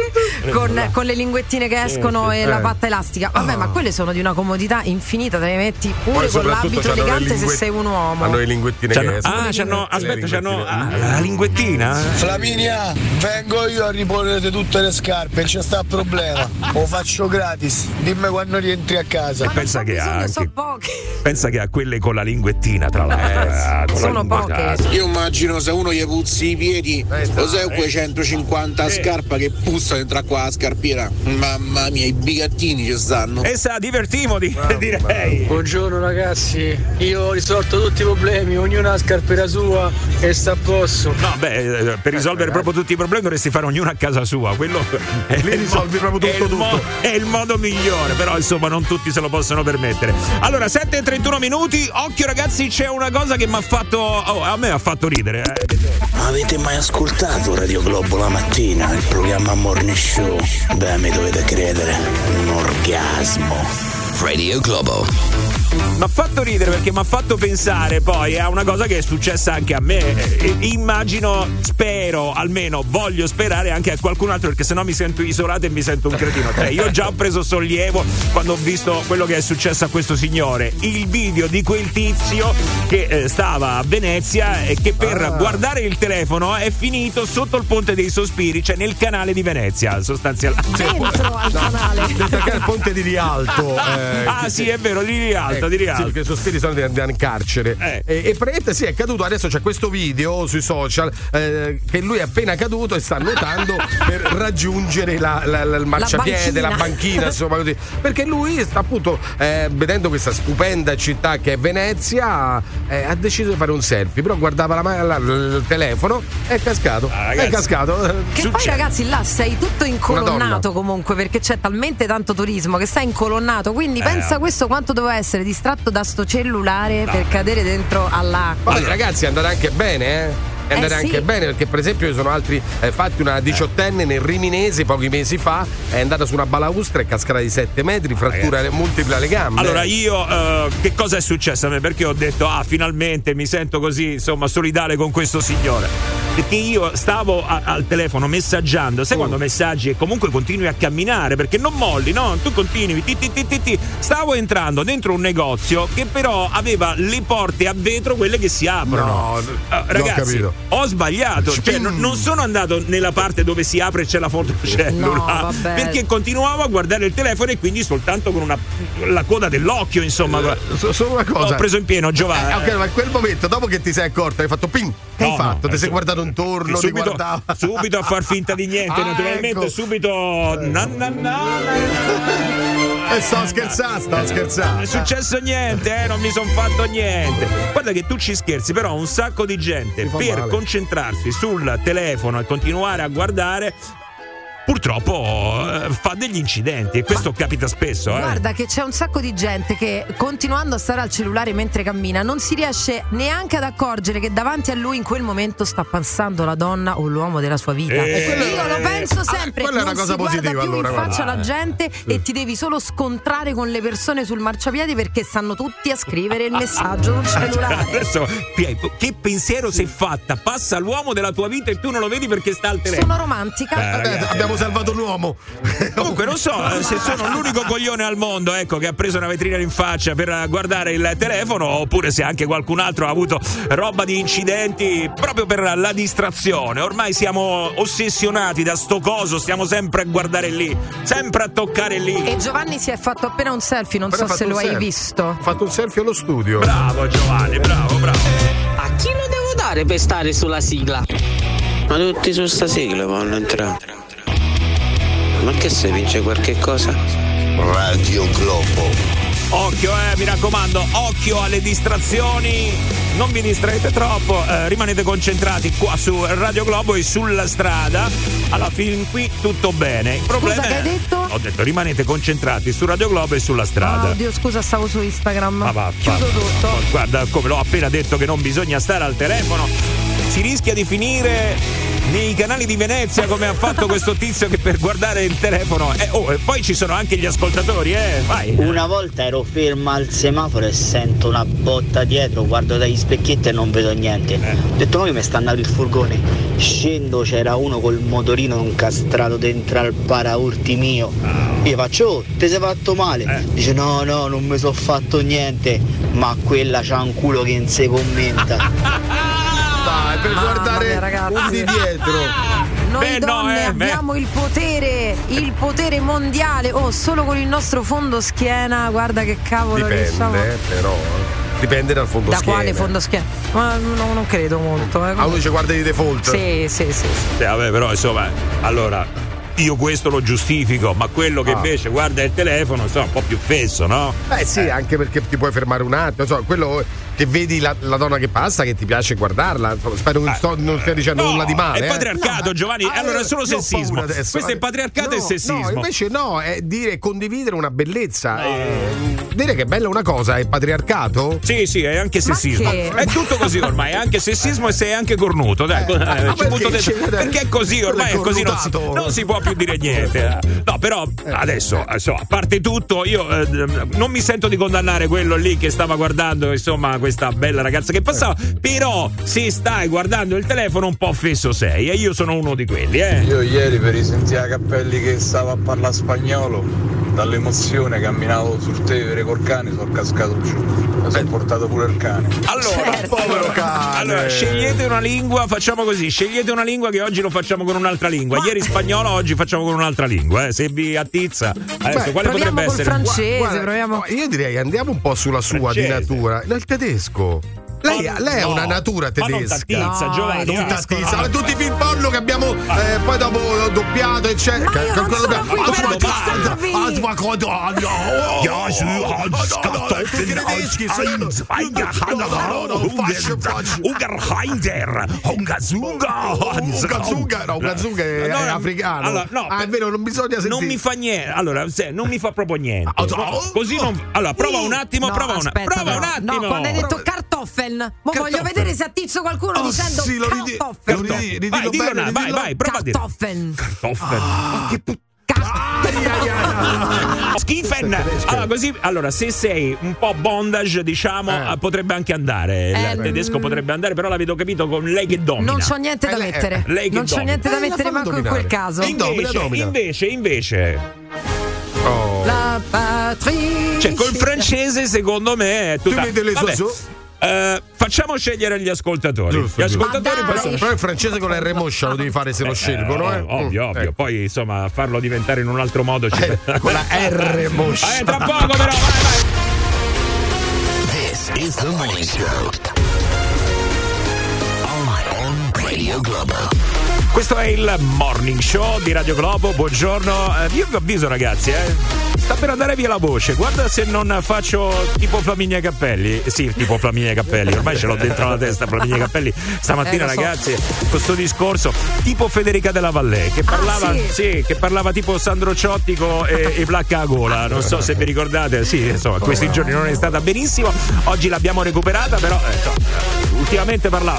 con, con le linguettine che escono sì. e Eh. la patta elastica. Vabbè, Oh. ma quelle sono di una comodità infinita, te le metti pure Poi con soprattutto l'abito c'hanno le elegante se lingue- sei un uomo. Hanno le linguettine C'hanno- che ah, c'hanno, aspetta, c'hanno ah, la linguettina? Flaminia, vengo io a riporre tutte le scarpe, non c'è sta problema. Lo faccio gratis. Dimmi quando rientri a casa. E pensa che, ha anche, sono poche. pensa che ha quelle con la linguettina, tra l'altro. Ah, con la Sono linguettina. poche. Io immagino se uno gli puzzi i piedi, lo sai quei centocinquanta scarpa che puzzano dentro qua la scarpiera. Mamma mia, i bigattini ci stanno. E sa, divertimoli, direi. Buongiorno ragazzi, io ho risolto tutti i problemi, ognuno ha la scarpera sua e sta a posto. No, beh, eh, per risolvere proprio tutti i problemi dovresti fare ognuno a casa sua. Quello è Lì il risolvi mo- proprio è tutto, il mo- tutto. È il modo migliore, però insomma non tutti se lo possono permettere. Allora, sette e trentuno minuti. Occhio ragazzi, c'è una cosa che mi ha fatto. Oh, a me ha fatto ridere. Eh. Avete mai ascoltato Radio Globo la mattina, il programma Morning Show? Beh, mi dovete credere, un orgasmo. Radio Globo. Mi ha fatto ridere perché mi ha fatto pensare poi a una cosa che è successa anche a me. E immagino, spero, almeno voglio sperare anche a qualcun altro, perché sennò mi sento isolato e mi sento un cretino. Cioè, io già ho preso sollievo quando ho visto quello che è successo a questo signore. Il video di quel tizio che eh, stava a Venezia e che per Ah. guardare il telefono è finito sotto il Ponte dei Sospiri, cioè nel canale di Venezia, sostanzialmente. Dentro al canale. Detto che è il ponte di Rialto. eh, Ah, che- sì, è vero, di Rialto, Eh, di Rialto. Sì, perché i sospiri sono andati in carcere. Eh. E, e praticamente sì, è caduto. Adesso c'è questo video sui social eh, che lui è appena caduto e sta nuotando per raggiungere la, la, la- il marciapiede, la banchina. banchina, insomma così. Perché lui sta appunto eh, vedendo questa stupenda città che è Venezia, eh, ha deciso di fare un selfie, però guardava la, ma- la- il telefono e è cascato. Ah, è ragazzi. cascato. Che Succede. poi ragazzi là sei tutto Una incolonnato donna. comunque, perché c'è talmente tanto turismo che stai incolonnato, quindi Eh, pensa vabbè. questo quanto doveva essere distratto da sto cellulare per cadere dentro all'acqua. Poi ragazzi è andata anche bene, eh? È andata Eh, sì. anche bene, perché per esempio ci sono altri eh, fatti. Una diciottenne nel Riminese pochi mesi fa è andata su una balaustra e cascata di sette metri, frattura Ragazzi. multipla alle gambe. Allora io eh, che cosa è successo a me? Perché ho detto ah finalmente mi sento così insomma solidale con questo signore, perché io stavo a- al telefono messaggiando, sai Mm. quando messaggi e comunque continui a camminare perché non molli, no? Tu continui, ti, ti, ti, ti, ti. Stavo entrando dentro un negozio che però aveva le porte a vetro, quelle che si aprono. No, Eh, non ho ragazzi, capito. ho sbagliato, cioè non, non sono andato nella parte dove si apre e c'è la fotocellula, No, vabbè. perché continuavo a guardare il telefono e quindi soltanto con una la coda dell'occhio, insomma. So- solo una cosa. Ho preso in pieno Giovanni. Eh, ok, ma in quel momento, dopo che ti sei accorto, hai fatto ping. Che No, hai fatto? no, ti sei su- guardato intorno, ti subito, guardava. subito a far finta di niente, Ah, naturalmente, ecco. subito. Na, na, na, na, Eh, sto scherzando, sto scherzando. Non è successo niente, eh, non mi son fatto niente. Guarda che tu ci scherzi, però un sacco di gente Mi fa per male. concentrarsi sul telefono e continuare a guardare purtroppo eh, fa degli incidenti e questo capita spesso. Eh. Guarda che c'è un sacco di gente che continuando a stare al cellulare mentre cammina non si riesce neanche ad accorgere che davanti a lui in quel momento sta passando la donna o l'uomo della sua vita. Eh, Io lo penso ah, sempre. quella è non una cosa si guarda positiva, più allora, in faccia guarda. la gente e ti devi solo scontrare con le persone sul marciapiede perché stanno tutti a scrivere il messaggio sul cellulare. Adesso che pensiero sei fatta? Passa l'uomo della tua vita e tu non lo vedi perché sta al telefono. Sono romantica. Eh, ragazzi, Abbiamo usato salvato un uomo. Comunque non so eh, se sono l'unico coglione al mondo, ecco, che ha preso una vetrina in faccia per guardare il telefono, oppure se anche qualcun altro ha avuto roba di incidenti proprio per la distrazione. Ormai siamo ossessionati da sto coso, stiamo sempre a guardare lì, sempre a toccare lì. E Giovanni si è fatto appena un selfie, non Appena so se lo hai selfie. visto. Ha fatto un selfie allo studio. Bravo Giovanni, bravo, bravo. A chi lo devo dare per stare sulla sigla? Ma tutti su sta sigla vanno entrare. Ma che se vince qualche cosa? Radio Globo. Occhio, eh, mi raccomando, occhio alle distrazioni, non vi distraete troppo, eh, rimanete concentrati qua su Radio Globo e sulla strada. Alla fin qui tutto bene. Il problema Scusa, che è, hai detto? ho detto rimanete concentrati su Radio Globo e sulla strada. Ah, oddio, scusa, stavo su Instagram. Ma va, Chiudo va, tutto. guarda, come l'ho appena detto che non bisogna stare al telefono, si rischia di finire nei canali di Venezia come ha fatto questo tizio che per guardare il telefono eh, oh, e poi ci sono anche gli ascoltatori, eh, vai. Una volta ero ferma al semaforo e sento una botta dietro, guardo dagli specchietti e non vedo niente. Eh. Ho detto ma mi sta andando il furgone. Scendo, c'era uno col motorino incastrato dentro al paraurti mio. Io faccio, oh, ti sei fatto male? Eh. Dice no no, non mi sono fatto niente. Ma quella c'ha un culo che non si commenta. Dai, per Mamma guardare mia, ragazzi. un di dietro. Noi Beh, no, donne eh, abbiamo il potere, il potere mondiale. Oh, solo con il nostro fondo schiena, guarda che cavolo riusciamo. Dipende, però. eh. Dipende dal fondo Da schiena. quale fondo schiena? Ma no, non credo molto. Eh. Ah, uno dice guarda di default. Sì, sì, sì, sì. Eh, vabbè, però insomma, allora io questo lo giustifico, ma quello che Ah. invece guarda il telefono, insomma, un po' più fesso, no? Beh sì, anche perché ti puoi fermare un attimo, insomma, quello che vedi la, la donna che passa, che ti piace guardarla, insomma, spero che sto- non stia dicendo No, nulla di male. è eh. patriarcato, Giovanni. Ah, Allora è solo io ho sessismo. paura adesso. Questo è patriarcato e No, sessismo. No, invece no, è dire condividere una bellezza. eh, dire che è bella una cosa è patriarcato? Sì, sì, è anche sessismo. che? È tutto così ormai, è anche sessismo e sei anche cornuto. Dai, Eh, eh, ma c'è un perché punto detto- c'è- perché è così, ormai è così, non si, cornutato. non si può più dire niente. No, però adesso, insomma, a parte tutto, io eh, non mi sento di condannare quello lì che stava guardando, insomma, questa bella ragazza che passava. Però se stai guardando il telefono un po' fesso sei, e io sono uno di quelli, eh. Io ieri per risentire a Cappelli che stava a parlare spagnolo, dall'emozione camminavo sul Tevere col cane, sono cascato giù. Mi sono portato pure il cane. Allora, Certo. Povero cane. allora, scegliete una lingua, facciamo così, scegliete una lingua che oggi lo facciamo con un'altra lingua. Ieri spagnolo, oggi facciamo con un'altra lingua, eh. Se vi attizza. Adesso Beh, quale proviamo potrebbe col essere? francese, Guarda, proviamo. no, io direi andiamo un po' sulla sua Francese. di natura. No, il tedesco. Lei, Ma lei ha no, una natura ma non tedesca. t'attizza, No, Giovanni. il Non tedesco t'attizza, no. tutti i film porno che abbiamo eh, poi dopo doppiato eccetera. Ma io non sono qui per attissarvi. Ungazunga, no, Ungazunga è Allora, africano. allora, no, ah, è vero, non bisogna sentire. Non mi fa niente, allora, se, non mi fa proprio niente. Ah, No, no. così non. Allora, prova un attimo, No, prova, una, aspetta, prova però. un attimo. No, quando hai detto Kartoffeln, mo voglio Kartoffeln. vedere se attizzo qualcuno Oh, dicendo sì, lo ridi- Kartoffeln. lo ridi- ridillo Vai, dillo, bene, na- vai, ridillo. vai, prova a dire. Kartoffeln. Kartoffeln. Ah. Che puttana. Schifen. Allora, così, allora, se sei un po' bondage, diciamo, Eh. eh, potrebbe anche andare. Eh, Il tedesco mm. potrebbe andare, però l'avete capito con lei che domina. Non c'ho niente da Eh, lei- mettere. eh, lei che non c'ho domina. niente da Eh, la mettere fammi manco in dominare. quel caso. E domina, Invece, domina. invece, invece, Oh. La patria. cioè, col francese, secondo me, è tutta. Tu vedi le Vabbè, so- eh, facciamo scegliere gli ascoltatori. Giusto, gli giusto. ascoltatori Ma dai. possono. Però il francese con la R moscia lo devi fare se lo scelgono, eh. Ovvio, Mm, ovvio. ecco. Poi, insomma, farlo diventare in un altro modo. Ci... Eh, con la R moscia. Eh, tra poco, però, vai, vai. This is the morning show. On, on Radio Globo. Questo è il Morning Show di Radio Globo. Buongiorno. Eh, io vi avviso, ragazzi, eh. Sta per andare via la voce. Guarda se non faccio tipo Flaminia Cappelli. Sì, tipo Flaminia Cappelli. Ormai ce l'ho dentro la testa, Flaminia Cappelli. Stamattina, Eh, lo so. ragazzi, questo discorso tipo Federica Della Vallée, che parlava, sì. sì, che parlava tipo Sandro Ciottico e, e Placca a gola. Non so se vi ricordate. Sì, insomma, questi giorni non è stata benissimo. Oggi l'abbiamo recuperata, però eh, insomma, ultimamente parlava.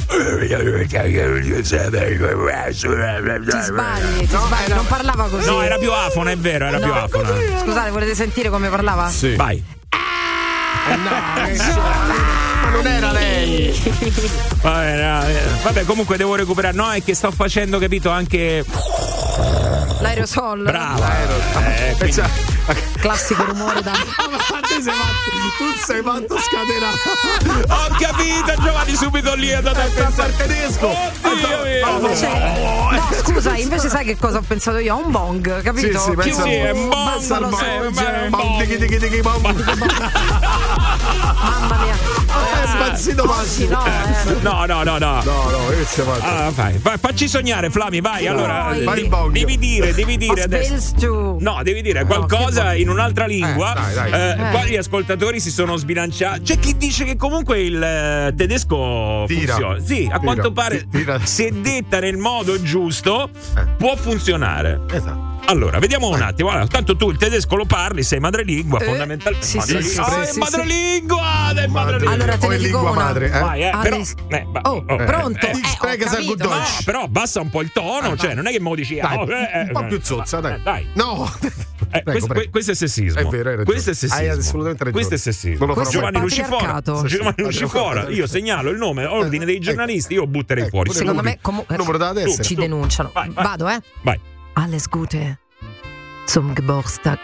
Ti sbagli, ti sbagli, non parlava così. No, era più afona, è vero, era No. più afona. Scusate, volete sentire come parlava? Sì. Vai. Eh, no, eh, ma non era lei. Vabbè, no, eh, vabbè, comunque devo recuperare. No, è che sto facendo, capito, anche L'aerosol. Brava. Eh, quindi... Classico rumore da. Tu sei fatto, tu sei fatto scatenare. Ho capito, Giovanni, subito lì è andato a pensare tedesco. Oddio, cioè, no, scusa, invece sai che cosa ho pensato io? A un bong, capito? Sì, sì, pensa sì, è un bambalo bong. Mamma mia. È spazzito Massimo. No, no, no, no, no. No, no, io ci vado. Allora, fai, fai, facci sognare, Flami, vai. Allora, vai. di, devi dire, devi dire adesso. No, devi dire qualcosa in un'altra lingua. Eh, dai, dai. Eh, Eh. Qua gli ascoltatori si sono sbilanciati. C'è chi dice che comunque il eh, tedesco Tira. funziona. Sì, a Tira. quanto pare, Tira. se detta nel modo giusto, può funzionare. Esatto. Allora, vediamo un attimo. Allora, tanto tu il tedesco lo parli, sei madrelingua, Eh, fondamentalmente. sì, sì, madrelingua. sì, Oh, sì, è sì, madrelingua! È madrelingua. Allora te O ne in dico lingua una. madre, eh? Vai, eh, però, Alles- eh, va- Oh, oh, pronto? eh, Eh, Ti ho sprega capito, Good ma- No, però abbassa un po' il tono, cioè non è che mo dici Dai, ah, eh, un po' eh, più zozza, dai. eh, dai. No. Eh, Prego, questo, prego. questo è sessismo. È vero, hai ragione. Questo è sessismo. Hai assolutamente ragione. Questo è sessismo. Non lo farò Giovanni mai. Lucifora. Patriarcato. Giovanni Sì, Lucifora. patriarcato. Io segnalo il nome, ordine dei Ecco. giornalisti, io butterei Ecco, fuori. pure Secondo lui. me comunque Numero da tessera. ci denunciano. Vai, vai. Vado, eh? Vai. Alles Gute zum Geburtstag.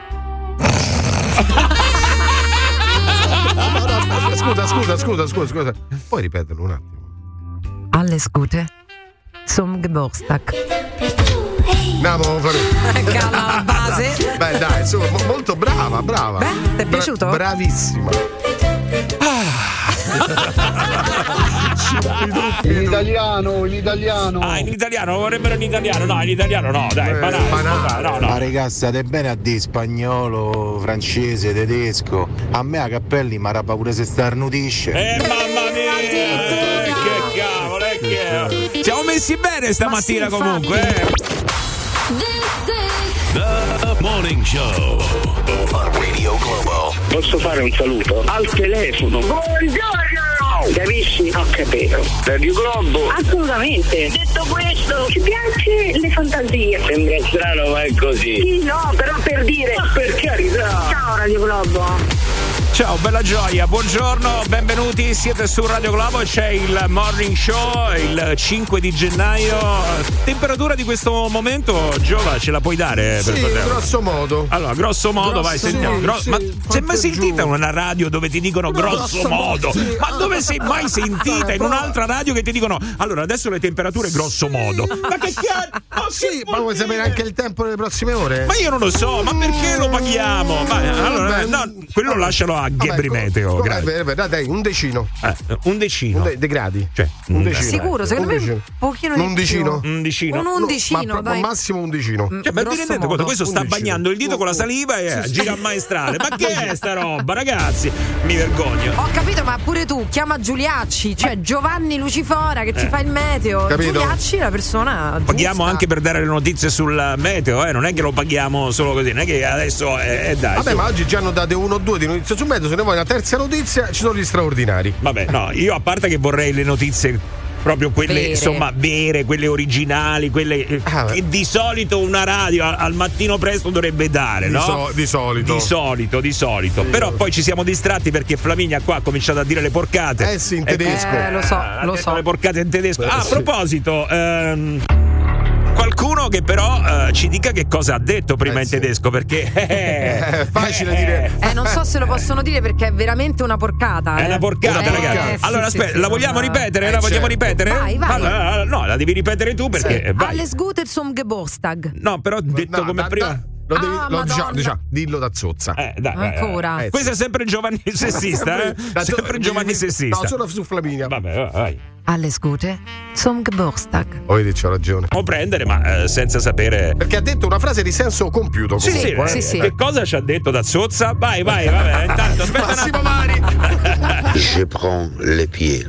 No, no, aspetta, scusa, scusa, scusa, scusa, scusa. Puoi ripeterlo un attimo? Alles Gute zum Geburtstag. Andiamo a fare. Cala la base. Beh, dai, insomma, mo- molto brava, brava. Beh, ti è piaciuto? Bravissima. In italiano, in italiano. Ah, in italiano, lo vorrebbero in italiano. No, in italiano no, dai, Eh, banale. banale. No, no. Ma ragazzi, state bene a dire spagnolo, francese, tedesco. A me a Cappelli mi arrabba pure se starnutisce. Eh, mamma mia! Eh, che cavolo, è che. Siamo messi bene stamattina sì, comunque, eh. The Morning Show on Radio Globo. Posso fare un saluto? Al telefono. Buongiorno! Capisci? Ho capito. Radio Globo. Assolutamente. Detto questo, Ci piace le fantasie. sembra strano ma è così. Sì, no, però per dire. Ma per carità. Ciao Radio Globo. Ciao, bella gioia, buongiorno, benvenuti, siete su Radio Globo, c'è il Morning Show, il cinque di gennaio. Temperatura di questo momento, Giova, ce la puoi dare? Per Sì, poter- grosso modo. Allora, grosso modo, vai, Grosso- sentiamo. sì, Gro- sì, ma sei mai quanto è sentita giù? una radio dove ti dicono grosso, grosso modo? modo, sì. Ma dove sei mai sentita in Però- un'altra radio che ti dicono allora adesso le temperature grosso modo? Ma che cazzo? Ma Sì, ma vuoi sapere anche il tempo delle prossime ore? Ma io non lo so, ma perché lo paghiamo? Ma, allora, Vabbè, no, quello lascialo a Vabbè, Gebri co- Meteo. co- grazie. è vero, è vero, dai, un decino. Eh, un decino. Un de- dei gradi. Cioè, un mm, decino. Sicuro, secondo me Un un decino. pochino di Un decino? più. Un decino. Un undicino, ma, dai. ma massimo un decino. Mm. Cioè, ma vi grosso rendete conto? modo. Questo sta undici. bagnando il dito con la saliva e gira a maestrale. Ma che è sta roba, ragazzi? Mi vergogno. Ho capito, ma pure tu chiama Giuliacci, cioè Giovanni Lucifora che ci Eh. fa il meteo. Capito? Giuliacci è la persona Paghiamo giusta. anche per dare le notizie sul meteo, eh? Non è che lo paghiamo solo così, non è che adesso eh, eh, dai. Vabbè, su. ma oggi già hanno date uno o due di notizie sul meteo. Se ne vuoi una terza notizia, ci sono gli straordinari. Vabbè, no, io a parte che vorrei le notizie proprio quelle Vere. insomma vere, quelle originali, quelle eh, Ah, che di solito una radio al, al mattino presto dovrebbe dare, Di no? so- di solito. Di solito, di solito. Sì. Però poi ci siamo distratti perché Flaminia qua ha cominciato a dire le porcate. Eh sì, in tedesco. Eh, lo so, ha lo detto so. le porcate in tedesco. Beh, ah, a sì. proposito, ehm, qualcuno che però eh, ci dica che cosa ha detto prima Eh, in sì. tedesco, perché È facile dire. Eh, non so se lo possono dire perché è veramente una porcata. È eh. una porcata, Eh, ragazzi. sì, allora, sì, aspetta, sì, la vogliamo non- ripetere? Eh, la vogliamo certo. ripetere? Vai, vai. Allora, no, la devi ripetere tu perché. eh, vai. Alles Gute zum Geburtstag. No, però detto No, come da- prima. da- lo devi, Ah, lo diciamo, Madonna. diciamo, dillo da zozza. Eh, dai, dai, Ancora. dai. Eh, Questo sì. è sempre Giovanni sessista, eh? Da- Sempre Giovanni No, sessista. solo su Flaminia. Vabbè, vai, vai. Alles Gute zum Geburtstag. Oh, vedi, c'ho ragione. Può prendere, ma eh, senza sapere. Perché ha detto una frase di senso compiuto. Sì, comunque, sì, eh. sì, sì. Che cosa ci ha detto da Zozza? Vai, vai, vabbè. Intanto aspetta un Massimo attimo. Mari. Je prends les pieds.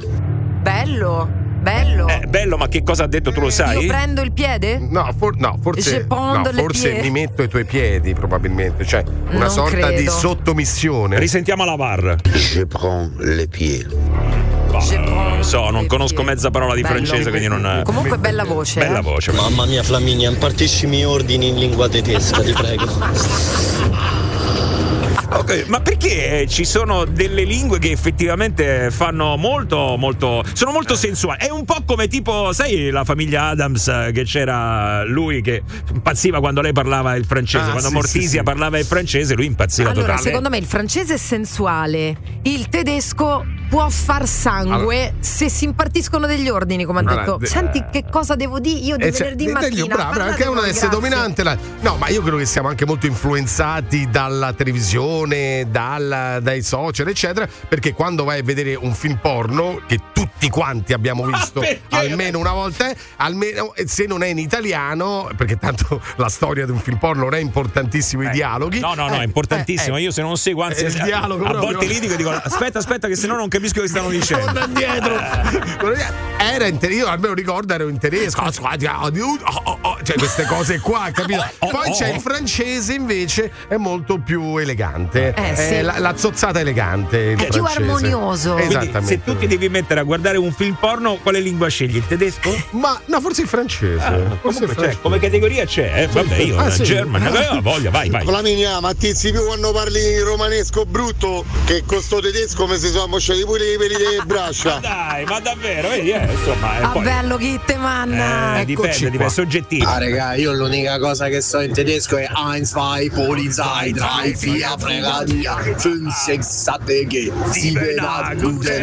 Bello, bello. Eh, bello, ma che cosa ha detto? Tu lo sai? Io prendo il piede? No, for- no, Je forse, prends no, le forse pieds. mi metto ai tuoi piedi, probabilmente. Cioè, una Non sorta credo. di sottomissione. Risentiamo la V A R. Je prends les pieds. Bah, Je non prends so, non le conosco pieds. mezza parola di Bello. francese, quindi non. Comunque bella voce. Bella eh. voce. Mamma mia, Flaminia, impartiscimi ordini in lingua tedesca, ti prego. Okay, ma perché ci sono delle lingue che effettivamente fanno molto, molto. sono molto sensuali? È un po' come tipo, sai, la famiglia Adams, che c'era lui che impazziva quando lei parlava il francese, ah, quando sì, Mortisia sì, sì. parlava il francese, lui impazziva allora, totale. Secondo me il francese è sensuale, il tedesco può far sangue allora, se si impartiscono degli ordini, come ha allora, detto. De- Senti che cosa devo dire io di venerdì mattina. Bravo, anche una deve essere dominante. La... No, ma io credo che siamo anche molto influenzati dalla televisione, dal, dai social, eccetera, perché quando vai a vedere un film porno, che tutti quanti abbiamo visto ah, almeno una volta, almeno se non è in italiano, perché tanto la storia di un film porno non è importantissimo, eh, i dialoghi. No, no, no, eh, è importantissimo. Eh, io se non seguo, anzi, il a, dialogo a proprio. volte litigo e dico aspetta, aspetta, che se no non capisco che stanno dicendo. Torna indietro. Era in io almeno ricordo ero in tedesco, cioè queste cose qua, capito? Poi c'è il francese invece, è molto più elegante, eh, è sì. la, la zozzata elegante, il è più francese. armonioso. Quindi, se tu ti devi mettere a guardare un film porno, quale lingua scegli? Il tedesco? Ma no, forse il francese. Ah, forse il francese. C'è, come categoria c'è, eh? Vabbè, io ah, la sì. German, aveva voglia, vai, vai. Flaminia, ma ti si più quando parli romanesco brutto che con sto tedesco mi si sono mosciati pure i peli delle braccia. Ma dai, ma davvero, vedi, eh, insomma, ah, poi... bello Gitteman. Eh, dipende, dipende, soggettivo. Ah, raga, io l'unica cosa che so in tedesco è eins, zwei, Polizei, drei, vier, Fregadia, fünf, sechs, sette, G, sieben, acht, gute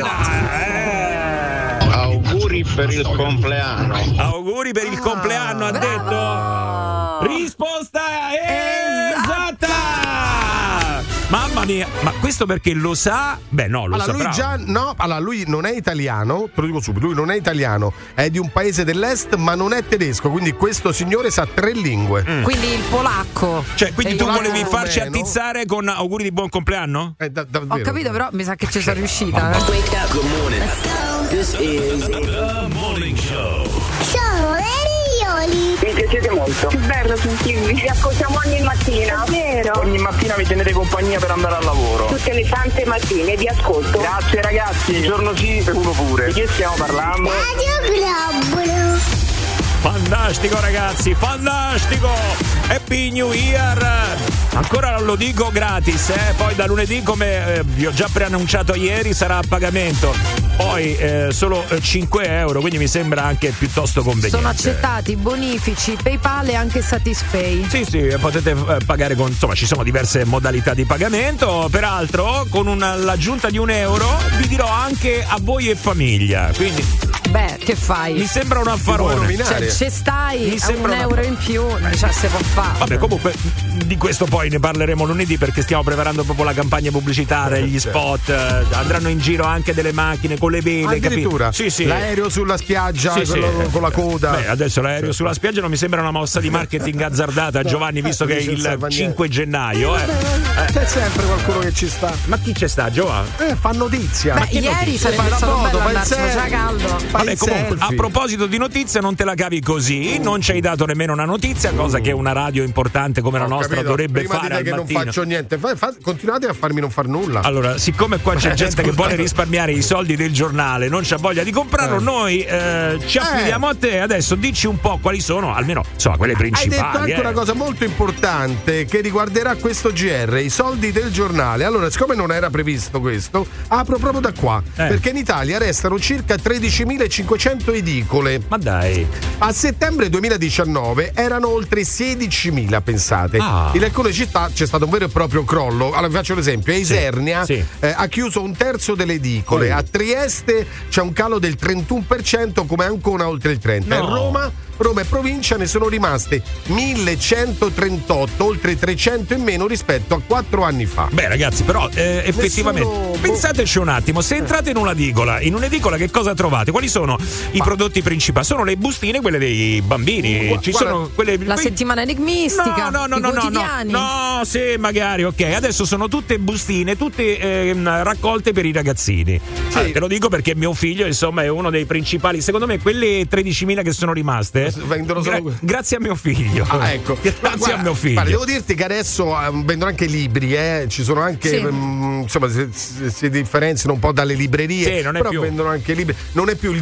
Nacht. Auguri per il compleanno. Auguri per il compleanno, ha detto. Risposta esatta. Mamma mia, ma questo perché lo sa? Beh, no, lo allora, saprà. Lui già, no, allora lui non è italiano, te lo dico subito, lui non è italiano, è di un paese dell'est, ma non è tedesco, quindi questo signore sa tre lingue. Mm. Quindi il polacco. Cioè, quindi tu volevi rumeno. farci attizzare con auguri di buon compleanno? Eh, da, Ho capito, però mi sa che ci sono riuscita. Wake up. Good morning. This is the morning show. Sono Verioli. Mi piacete molto. Che bello sentirvi. Vi ascoltiamo ogni mattina. È vero. Ogni mattina mi tenete compagnia per andare al lavoro. Tutte le sante mattine vi ascolto. Grazie ragazzi. Un giorno sì e uno pure. Di che stiamo parlando? Radio Globo. Fantastico ragazzi, fantastico! Happy New Year! Ancora lo dico gratis, eh? Poi da lunedì, come eh, vi ho già preannunciato ieri, sarà a pagamento. Poi eh, solo cinque euro, quindi mi sembra anche piuttosto conveniente. Sono accettati bonifici, PayPal e anche Satispay. Sì, sì, potete eh, pagare con, insomma, ci sono diverse modalità di pagamento. Peraltro, con una, l'aggiunta di un euro vi dirò anche a voi e famiglia. Quindi beh, che fai? Mi sembra un affarone. Cioè, ci stai Mi a sembra un una... euro in più, cioè se può fare. Vabbè, comunque di questo poi ne parleremo lunedì, perché stiamo preparando proprio la campagna pubblicitaria, gli spot, eh, andranno in giro anche delle macchine con le vele, addirittura. Capito? Sì, sì. L'aereo sulla spiaggia, sì, quello sì. con la coda. Beh, adesso l'aereo sì. sulla spiaggia non mi sembra una mossa di marketing azzardata, Giovanni, visto che è il cinque gennaio. Eh. Eh. C'è sempre qualcuno che ci sta. Ma chi c'è sta, Giovanni? Eh, fa notizia. Beh, Ma ieri sarebbe fa stato foto, bello fa il andarci, faceva caldo. Vabbè, comunque, a proposito di notizia, non te la cavi così, non ci hai dato nemmeno una notizia, cosa che una radio importante come la Ho nostra capito. dovrebbe Prima fare di te al che mattino. non faccio niente, fa, fa, continuate a farmi non far nulla. Allora, siccome qua c'è Eh, gente scusate. che vuole risparmiare i soldi del giornale, non c'ha voglia di comprarlo, Eh. noi eh, ci affidiamo a te. Adesso dici un po' quali sono, almeno insomma, quelle Hai principali. detto anche eh. una cosa molto importante che riguarderà questo G R, i soldi del giornale. Allora, siccome non era previsto questo, apro proprio da qua, Eh. perché in Italia restano circa tredicimilacinquecento edicole. Ma dai. A settembre duemiladiciannove erano oltre sedicimila, pensate. Ah. In alcune città c'è stato un vero e proprio crollo. Allora vi faccio l'esempio: a Isernia sì. eh, ha chiuso un terzo delle edicole, Oh. a Trieste c'è un calo del trentuno per cento, come Ancona oltre il trenta per cento. No. A Roma Roma e provincia ne sono rimaste millecentotrentotto, oltre trecento in meno rispetto a quattro anni fa. Beh ragazzi, però eh, effettivamente Nessuno- pensateci un attimo, se entrate in un'edicola, in un'edicola che cosa trovate? Quali sono i Ma- prodotti principali? Sono le bustine, quelle dei bambini, Gu- ci guarda, sono quelle La settimana enigmistica, No, no, no, i no, no, no, quotidiani. no, sì, magari, ok. Adesso sono tutte bustine, tutte ehm, raccolte per i ragazzini. Sì. Ah, te lo dico perché mio figlio, insomma, è uno dei principali. Secondo me, quelle tredicimila che sono rimaste, Vendono solo- grazie a mio figlio. Ah, ecco. Grazie Guarda, a mio figlio. guarda, devo dirti che adesso eh, vendono anche libri, eh. Ci sono anche, Sì. mm, insomma, si, si- si differenziano un po' dalle librerie. Sì, non è però più. vendono anche libri. Non è più il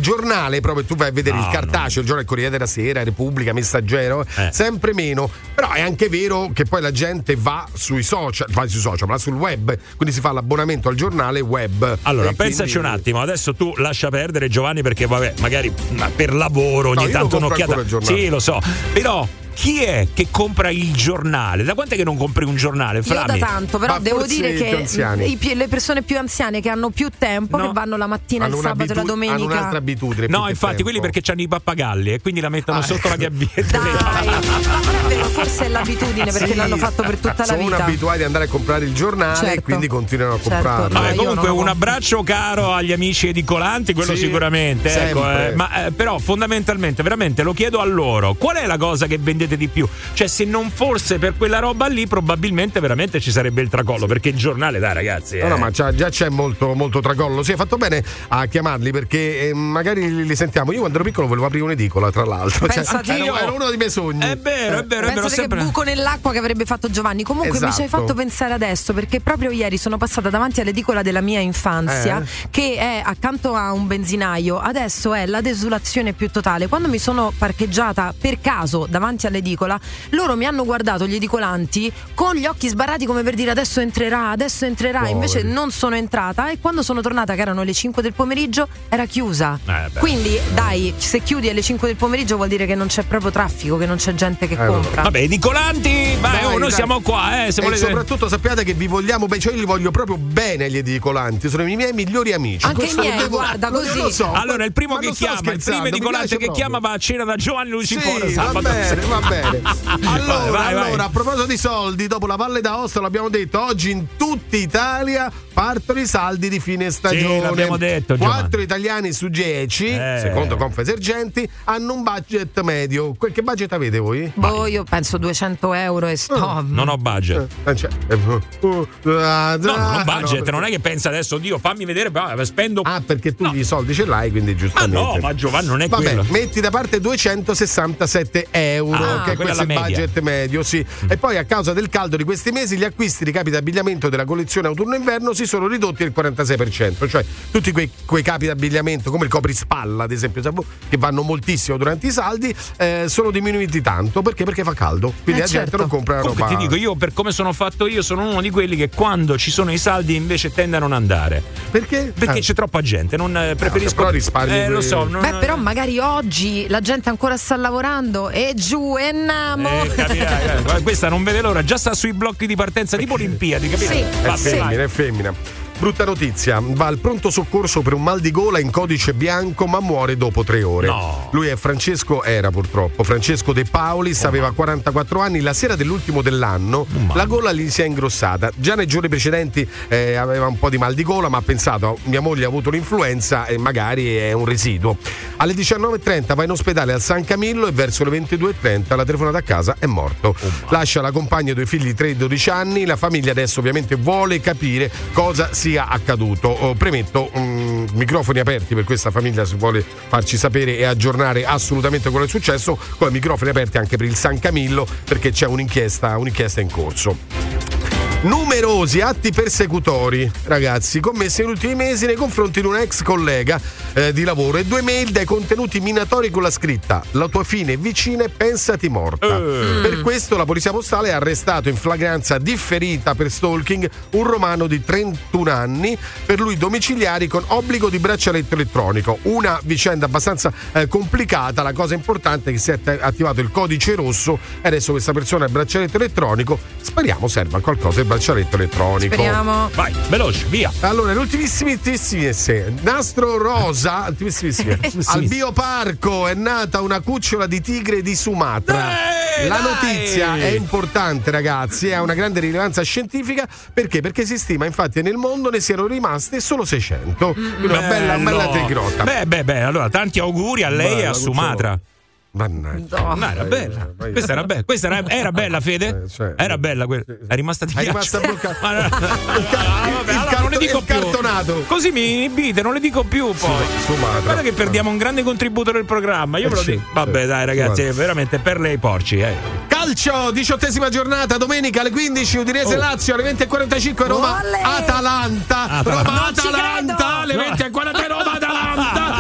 giornale proprio, tu vai a vedere No, il cartaceo, il giornale, il Corriere della Sera, Repubblica, Messaggero, Eh. sempre meno. Però è anche vero che poi la gente va sui social, va sui social, ma sul web, quindi si fa l'abbonamento al giornale web. Allora, E pensaci quindi- un attimo, adesso tu lascia perdere Giovanni perché vabbè, magari ma per lavoro ogni No, io tanto lo compro un'occhiata. ancora il giornale. Sì, lo so. Però chi è che compra il giornale? Da quant'è che non compri un giornale, Io da Flami? tanto, però Ma devo forse dire i più che anziani. i pi- le persone più anziane che hanno più tempo, No. che vanno la mattina, il Hanno sabato e la un'abitu- hanno domenica. un'altra abitudine. più No, che infatti, tempo. quelli perché hanno i pappagalli e quindi la mettono Ah, sotto la gabbietta. Dai, non è vero, forse è l'abitudine perché Sì, l'hanno fatto per tutta la sono vita. abituati ad andare a comprare il giornale Certo. e quindi continuano a Certo. comprarlo. No, Vabbè, io comunque non lo un compro. abbraccio caro agli amici edicolanti, quello Sì, sicuramente, ecco, sempre. eh. Ma eh, però fondamentalmente, veramente lo chiedo a loro, qual è la cosa che vendete di più? Cioè, se non fosse per quella roba lì, probabilmente veramente ci sarebbe il tracollo, perché il giornale, dai ragazzi, eh. No, no, ma già, già c'è molto, molto tracollo. Si è fatto bene a chiamarli perché eh, magari li, li sentiamo. Io quando ero piccolo volevo aprire un'edicola, tra l'altro. Pensate era, io. era uno dei miei sogni. È vero, è vero, è vero, Pensate sempre. che buco nell'acqua che avrebbe fatto Giovanni. Comunque mi ci hai Esatto. fatto pensare adesso, perché proprio ieri sono passata davanti all'edicola della mia infanzia, Eh? che è accanto a un benzinaio. Adesso è la desolazione più totale. Quando mi sono parcheggiata per caso davanti all'edicola, loro mi hanno guardato, gli edicolanti, con gli occhi sbarrati come per dire adesso entrerà, adesso entrerà. Poveri. Invece non sono entrata, e quando sono tornata, che erano le cinque del pomeriggio, era chiusa. Eh, beh. Quindi dai, se chiudi alle cinque del pomeriggio vuol dire che non c'è proprio traffico, che non c'è gente che Eh, compra. Vabbè, edicolanti, vai, Dai, oh, noi dai. siamo qua, eh, se e volete. soprattutto sappiate che vi vogliamo bene, cioè io li voglio proprio bene gli edicolanti, sono i miei migliori amici. Anche Questo i miei, lo devo- guarda, lo- così. lo so, Allora, il primo ma che non sto chiama, il primo scherzando, mi edicolante piace che proprio. chiama va a cena da Giovanni Luciforo Sì, sabato. va bene, va bene. Allora, Vai, vai. allora, a proposito di soldi, dopo la Valle d'Aosta l'abbiamo detto, oggi in tutta Italia partono i saldi di fine stagione. l'abbiamo detto, Giovanni. Quattro italiani su dieci, Eh. secondo Confesergenti, hanno un budget medio. Que- Che budget avete voi? Boh, io penso duecento euro e sto. Non ho budget. Eh, cioè, eh, uh, uh, ah, No, non ho ah, budget, no, perché- non è che pensa adesso, Dio, fammi vedere, però spendo. Ah, perché tu i soldi ce l'hai, quindi Ma giustamente. no, ma Giovanni non è Vabbè, quello. metti da parte duecentosessantasette euro, Ah, che è quella questo è il la media. budget medio, sì. E poi a causa del caldo di questi mesi gli acquisti di capi d'abbigliamento della collezione autunno-inverno si sono ridotti del quarantasei per cento, cioè tutti quei, quei capi d'abbigliamento come il coprispalla, ad esempio, che vanno moltissimo durante i saldi, eh, sono diminuiti tanto perché perché fa caldo, quindi Eh, la gente certo. non compra la Comunque roba. ti dico, io per come sono fatto io sono uno di quelli che quando ci sono i saldi invece tende a non andare. Perché? Perché Ah. c'è troppa gente, non eh, preferisco. però risparmi Eh, lo quei- so, non, Beh, però magari oggi la gente ancora sta lavorando e giù e namo. Eh, capirai, eh, questa non vede l'ora, già sta sui blocchi di partenza tipo Olimpiadi, capirai? Sì. È Vabbè, femmina, vai. è femmina. Brutta notizia, va al pronto soccorso per un mal di gola in codice bianco ma muore dopo tre ore. No. Lui è Francesco, era purtroppo, Francesco De Paulis, aveva quarantaquattro anni, la sera dell'ultimo dell'anno mamma. la gola gli si è ingrossata. Già nei giorni precedenti eh, aveva un po' di mal di gola, ma ha pensato, mia moglie ha avuto l'influenza e magari è un residuo. Alle diciannove e trenta va in ospedale al San Camillo e verso le ventidue e trenta la telefonata a casa, è morto. Lascia la compagna e due figli tre e dodici anni, la famiglia adesso ovviamente vuole capire cosa sia accaduto. Oh, premetto, mm, microfoni aperti per questa famiglia se vuole farci sapere e aggiornare assolutamente quello che è successo, come microfoni aperti anche per il San Camillo perché c'è un'inchiesta, un'inchiesta in corso. Numerosi atti persecutori, ragazzi, commessi negli ultimi mesi nei confronti di una ex collega eh, di lavoro e due mail dai contenuti minatori con la scritta "La tua fine è vicina e pensati morta". Eh. Per questo la polizia postale ha arrestato in flagranza differita per stalking un romano di trentuno anni, per lui domiciliari con obbligo di braccialetto elettronico. Una vicenda abbastanza eh, complicata, la cosa importante è che si è att- attivato il codice rosso e adesso questa persona ha il braccialetto elettronico, speriamo serva a qualcosa il braccialetto elettronico. Speriamo. Vai, veloce, via. Allora, le ultimissimissime nastro rosa, ultimissimissime. Al bioparco è nata una cucciola di tigre di Sumatra. Dai, La dai. notizia è importante, ragazzi, e ha una grande rilevanza scientifica perché? Perché si stima infatti che nel mondo ne siano rimaste solo seicento. Quindi una bella, Bello. bella tigrotta. Beh, beh, beh, allora tanti auguri a lei e Bella a Sumatra. Mannaggia. No, era bella. vai. Questa era bella. Questa era, era bella, Fede? Eh, cioè, Era bella quella. È rimasta di È ghiaccio. rimasta bloccata. Ma no. Il ca- Ah, vabbè, il allora carto- non le dico il più. cartonato. Così mi inibite, non le dico più poi. Sumatra. Guarda che perdiamo un grande contributo del programma. Io Eh ve lo sì, dico. Vabbè, sì. dai, ragazzi, Sumatra. è veramente per lei porci, eh. Calcio, diciottesima giornata, domenica alle quindici, Udinese Oh. Lazio, alle venti e quarantacinque Roma Olè. Atalanta. Atalanta. Roma Non ci Atalanta, credo. alle venti e quaranta Roma Atalanta. Si inizia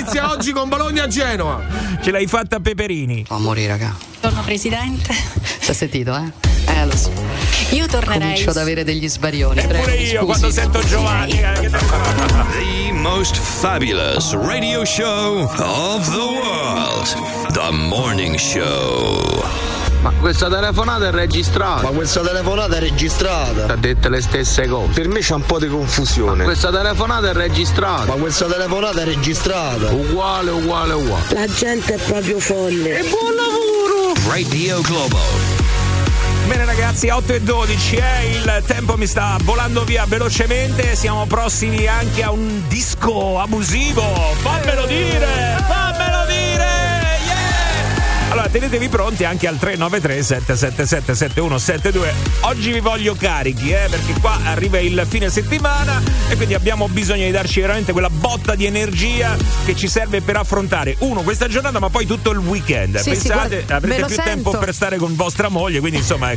Inizia oggi con Bologna-Genoa. Ce l'hai fatta a Peperini. Fa morire, raga. Buongiorno Presidente. Si è sentito, eh? Eh, lo so. Io tornerei. Comincio ad avere degli sbarioni. Pure io, scusi. quando sento Giovanni. The most fabulous radio show of the world. The Morning Show. Ma questa telefonata è registrata. Ma questa telefonata è registrata. Ha detto le stesse cose. Per me c'è un po' di confusione. Ma questa telefonata è registrata. Ma questa telefonata è registrata. Uguale, uguale, uguale. La gente è proprio folle. E buon lavoro! Radio Globo. Bene ragazzi, otto e dodici, eh, il tempo mi sta volando via velocemente, siamo prossimi anche a un disco abusivo, fammelo dire, fammelo dire, yeah! Allora tenetevi pronti anche al tre nove tre sette sette sette sette uno sette due, oggi vi voglio carichi, eh, perché qua arriva il fine settimana e quindi abbiamo bisogno di darci veramente quella botta di energia che ci serve per affrontare, uno, questa giornata ma poi tutto il weekend, sì, pensate, sì, guarda, avrete più sento. tempo per stare con vostra moglie, quindi insomma ecco.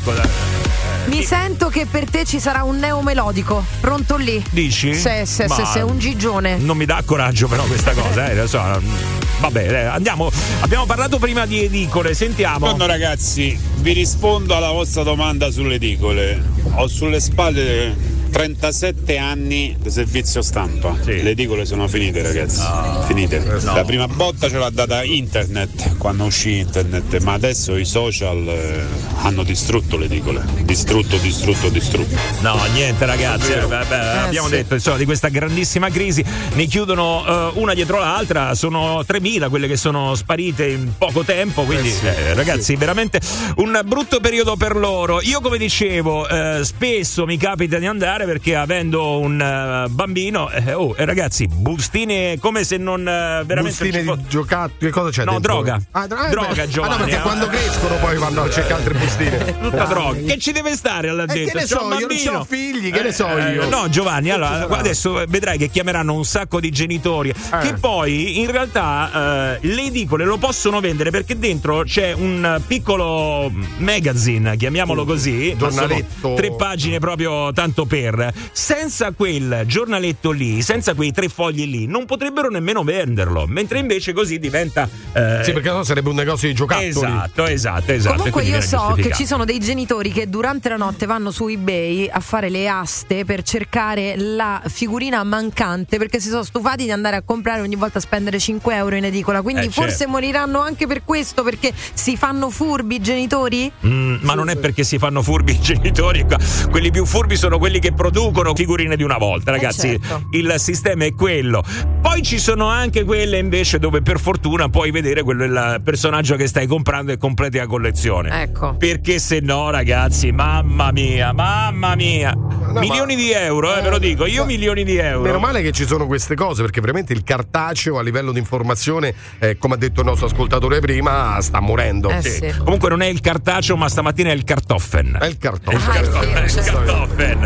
Mi sento che per te ci sarà un neomelodico pronto lì. Dici? Sì, sì, Ma sì, sì, un gigione. Non mi dà coraggio però questa cosa, eh, lo so. Vabbè, eh, andiamo. Abbiamo parlato prima di edicole, sentiamo. Buongiorno ragazzi, vi rispondo alla vostra domanda sulle edicole. Ho sulle spalle trentasette anni di servizio stampa. Sì. Le edicole sono finite, ragazzi. No. Finite. No. La prima botta ce l'ha data internet quando uscì internet, ma adesso i social eh, hanno distrutto le edicole. Distrutto, distrutto, distrutto. No, niente, ragazzi. Eh, vabbè, eh, abbiamo sì. detto insomma, di questa grandissima crisi. Ne chiudono eh, una dietro l'altra. Sono tremila quelle che sono sparite in poco tempo. Quindi, eh sì, eh, ragazzi, sì. veramente un brutto periodo per loro. Io, come dicevo, eh, spesso mi capita di andare perché avendo un uh, bambino eh, oh eh, ragazzi bustine come se non uh, veramente bustine fo- di giocattoli, che cosa c'è no dentro? droga ah, dro- droga eh, Giovanni ah, no, perché eh. quando crescono poi vanno a cercare altre bustine tutta droga che ci deve stare alla eh, dentro che ne so, io non ho figli che eh, ne so io eh, no Giovanni allora adesso vedrai che chiameranno un sacco di genitori eh. che poi in realtà uh, le edicole lo possono vendere perché dentro c'è un piccolo magazine, chiamiamolo così, giornaletto, tre pagine proprio tanto per, senza quel giornaletto lì, senza quei tre fogli lì, non potrebbero nemmeno venderlo, mentre invece così diventa eh... sì, perché no sarebbe un negozio di giocattoli. Esatto, esatto, esatto. Comunque io so che ci sono dei genitori che durante la notte vanno su eBay a fare le aste per cercare la figurina mancante, perché si sono stufati di andare a comprare ogni volta a spendere cinque euro in edicola, quindi eh, forse certo. moriranno anche per questo, perché si fanno furbi i genitori? Mm, ma non è perché si fanno furbi i genitori, quelli più furbi sono quelli che producono figurine di una volta, ragazzi, eh certo. Il sistema è quello. Poi ci sono anche quelle invece dove per fortuna puoi vedere quello il personaggio che stai comprando e completi la collezione. Ecco. Perché se no, ragazzi, mamma mia, mamma mia. No, milioni ma... di euro, eh, ve lo dico, io ma... milioni di euro. Meno male che ci sono queste cose, perché veramente il cartaceo a livello di informazione, eh, come ha detto il nostro ascoltatore prima, sta morendo. Eh, sì. Sì. Comunque non è il cartaceo, ma stamattina è il cartoffen. È il cartoffen. È il cartoffen. È il cartoffen.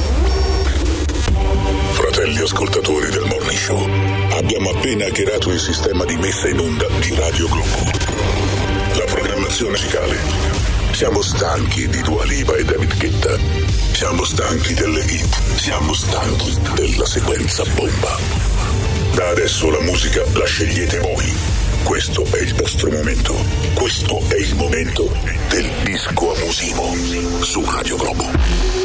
Fratelli ascoltatori del Morning Show, abbiamo appena hackerato il sistema di messa in onda di Radio Globo. La programmazione musicale. Siamo stanchi di Dua Lipa e David Guetta. Siamo stanchi delle hit. Siamo stanchi della sequenza bomba. Da adesso la musica la scegliete voi. Questo è il vostro momento. Questo è il momento del disco abusivo su Radio Globo.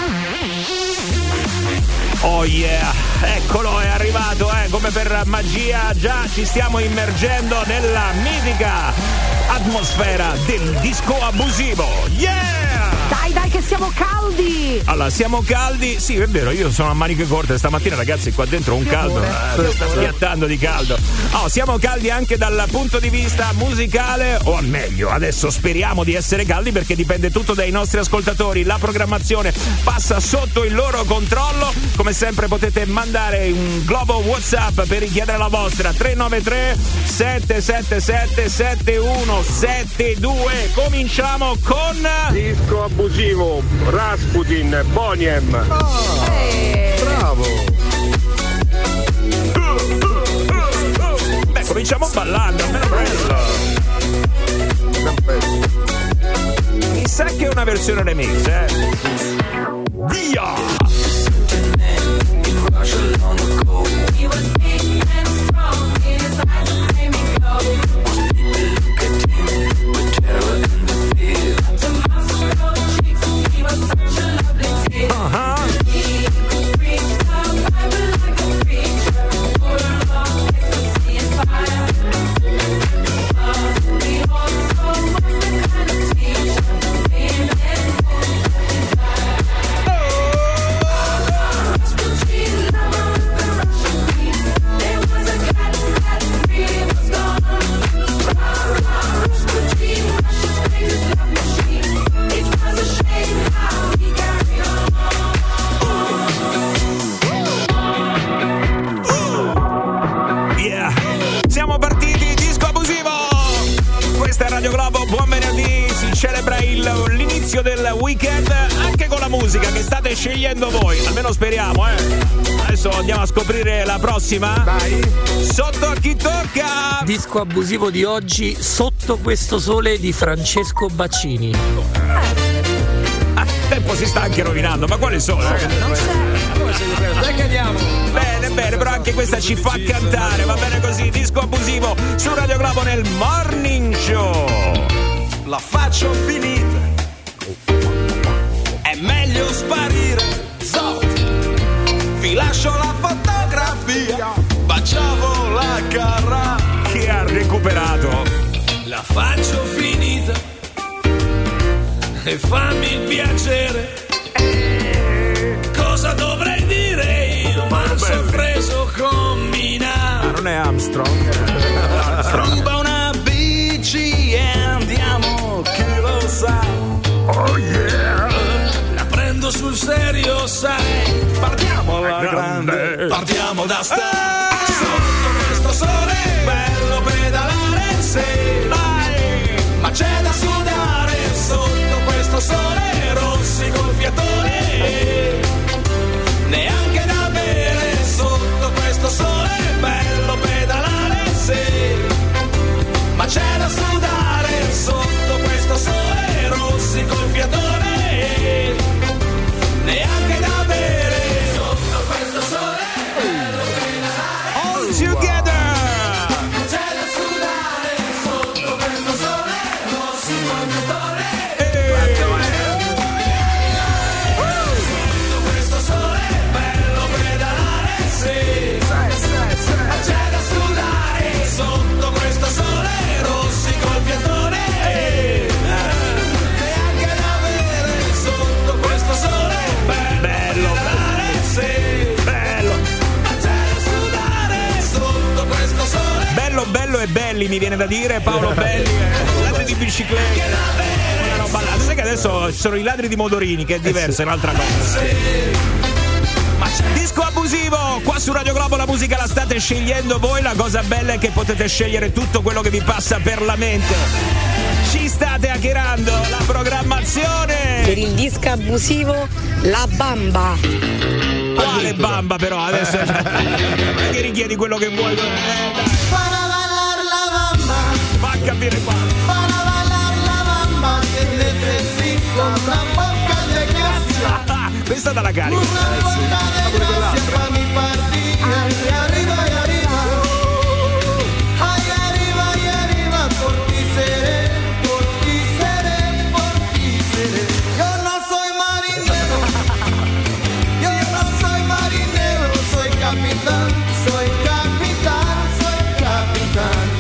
Oh yeah, eccolo, è arrivato, eh, come per magia, già ci stiamo immergendo nella mitica atmosfera del disco abusivo. Yeah! Dai, dai, che siamo caldi! Allora, siamo caldi, sì, è vero, io sono a maniche corte stamattina, ragazzi, qua dentro un caldo, eh, sta schiattando di caldo. Oh, siamo caldi anche dal punto di vista musicale, o al meglio, adesso speriamo di essere caldi perché dipende tutto dai nostri ascoltatori. La programmazione passa sotto il loro controllo. Come sempre potete mandare un globo WhatsApp per richiedere la vostra tre nove tre sette sette sette sette uno sette due. Cominciamo con disco abusivo Rasputin Boniem. Oh, hey. Bravo. Beh, cominciamo ballando, almeno quello. Mi sa che è una versione remix, eh. Via! all'inizio del weekend, anche con la musica che state scegliendo voi, almeno speriamo, eh. Adesso andiamo a scoprire la prossima. Dai. Sotto a chi tocca. Disco abusivo di oggi, Sotto questo sole di Francesco Baccini. Ah, il tempo si sta anche rovinando, ma quale sono? Non c'è. Dai che andiamo. Bene, bene, però anche questa ci fa cantare, va bene così, disco abusivo su Radio Globo nel Morning Show. La faccio finita, è meglio sparire, so. Vi lascio la fotografia, baciavo la carra. Che ha recuperato. La faccio finita e fammi il piacere. Cosa dovrei dire io? Ma sorpreso combina. Ah, non è Armstrong. Ruba una bici e andiamo, chi lo sa. Oh yeah. La prendo sul serio, sai. Partiamo alla grande, partiamo da sta. Ah! Sotto questo sole, bello pedalare, sì. Dai. Ma c'è da sudare, sotto questo sole, rossi col fiatone. Neanche da bere, sotto questo sole, bello pedalare, sì. Ma c'è da sudare, sotto questo sole, rossi col fiatone. Neanche da bere, sotto questo sole, bello pedalare. All together. C'è da sudare, sotto questo sole, rossi col fiatone. Sotto questo sole, bello pedalare, sì. Ma c'è da sudare, sotto questo sole, rossi col fiatone. Neanche da bere, sotto questo sole, bello pedalare, sì. Bello. Ma c'è da sudare, sotto questo sole. Bello, bello e belli mi viene da dire, Paolo Belli, eh. Ladri di biciclette. Una roba là. Sai che adesso ci sono i ladri di motorini, che è diverso, è un'altra cosa. Disco abusivo, qua su Radio Globo la musica la state scegliendo voi, la cosa bella è che potete scegliere tutto quello che vi passa per la mente. Ci state hackerando la programmazione. Per il disco abusivo, La Bamba. Quale bamba però? Adesso che richiedi quello che vuoi. Eh, dai. Para bailar la bamba, Va a capire qua. para bailar la bamba, que necesito una poca de gracia. Questa dalla carica. Una poca de gracia pa' mi partida. Y arriba y arriba, ay arriba y arriba, por ti seré, por ti seré, por ti seré. Yo no soy marinero, yo no soy marinero, soy capitán, soy capitán, soy capitán.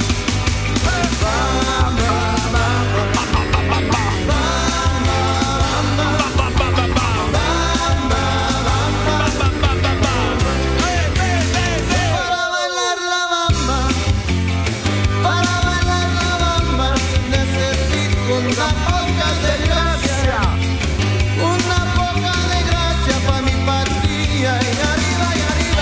Para bailar la bamba, para bailar la bamba, necesito una poca de gracia, una poca de gracia pa' mi partida. Y arriba y arriba.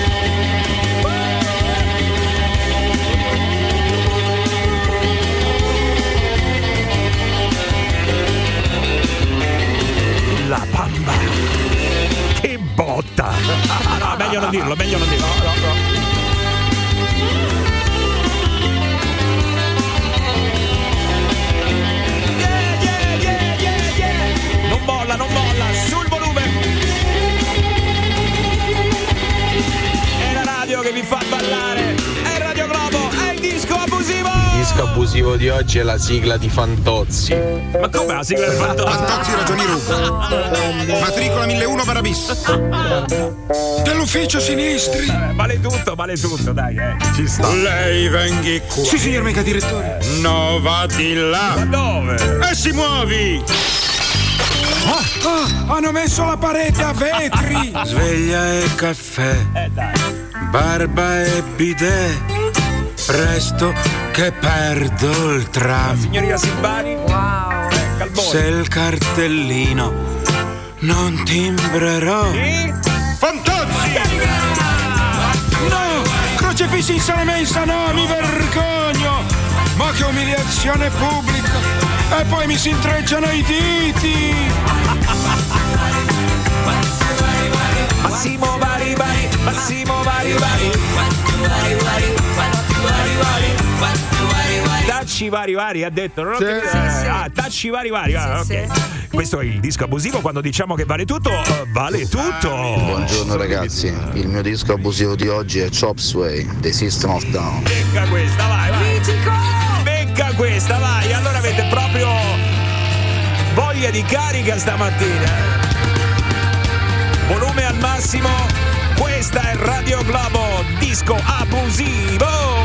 La bamba. Che botta. No, meglio non dirlo, meglio non dirlo. No, no, no. Yeah, yeah, yeah, yeah, yeah. Non molla, non molla, sul volume. È la radio che vi fa ballare. È Radio Globo, è il disco abusivo. Il disco abusivo di oggi è la sigla di Fantozzi. Ma come la sigla di Fantozzi? Fantozzi ragioni Rubo. Matricola mille uno Barabis. Dell'ufficio sinistri. Eh, vale tutto, vale tutto, dai, eh. Ci sta. Lei venghi qua. Sì, signor mega direttore. No, va di là. Ma dove? E si muovi. Ah, ah, hanno messo la parete a vetri. Sveglia e caffè. Eh, dai. Barba e bidet. Presto che perdo il tram. Signorina Silvani. Wow. Eh, Calboni. Se il cartellino non timbrerò. Sì? Fantozzi! No! Crocefissi in sala mensa, no, mi vergogno! Ma che umiliazione pubblica! E poi mi si intrecciano i diti. Massimo vari vari, Massimo vari vari. Tacci vari vari ha detto, non ho Sì, capito. sì, sì. Ah, tacci vari vari. Ah, Sì, ok. Questo è il disco abusivo, quando diciamo che vale tutto, uh, vale tutto. Buongiorno ragazzi, il mio disco abusivo di oggi è Chop Suey dei System of Down. Becca questa, vai, vai. Becca questa, vai. Allora avete proprio voglia di carica stamattina. Volume al massimo. Questa è Radio Globo, disco abusivo.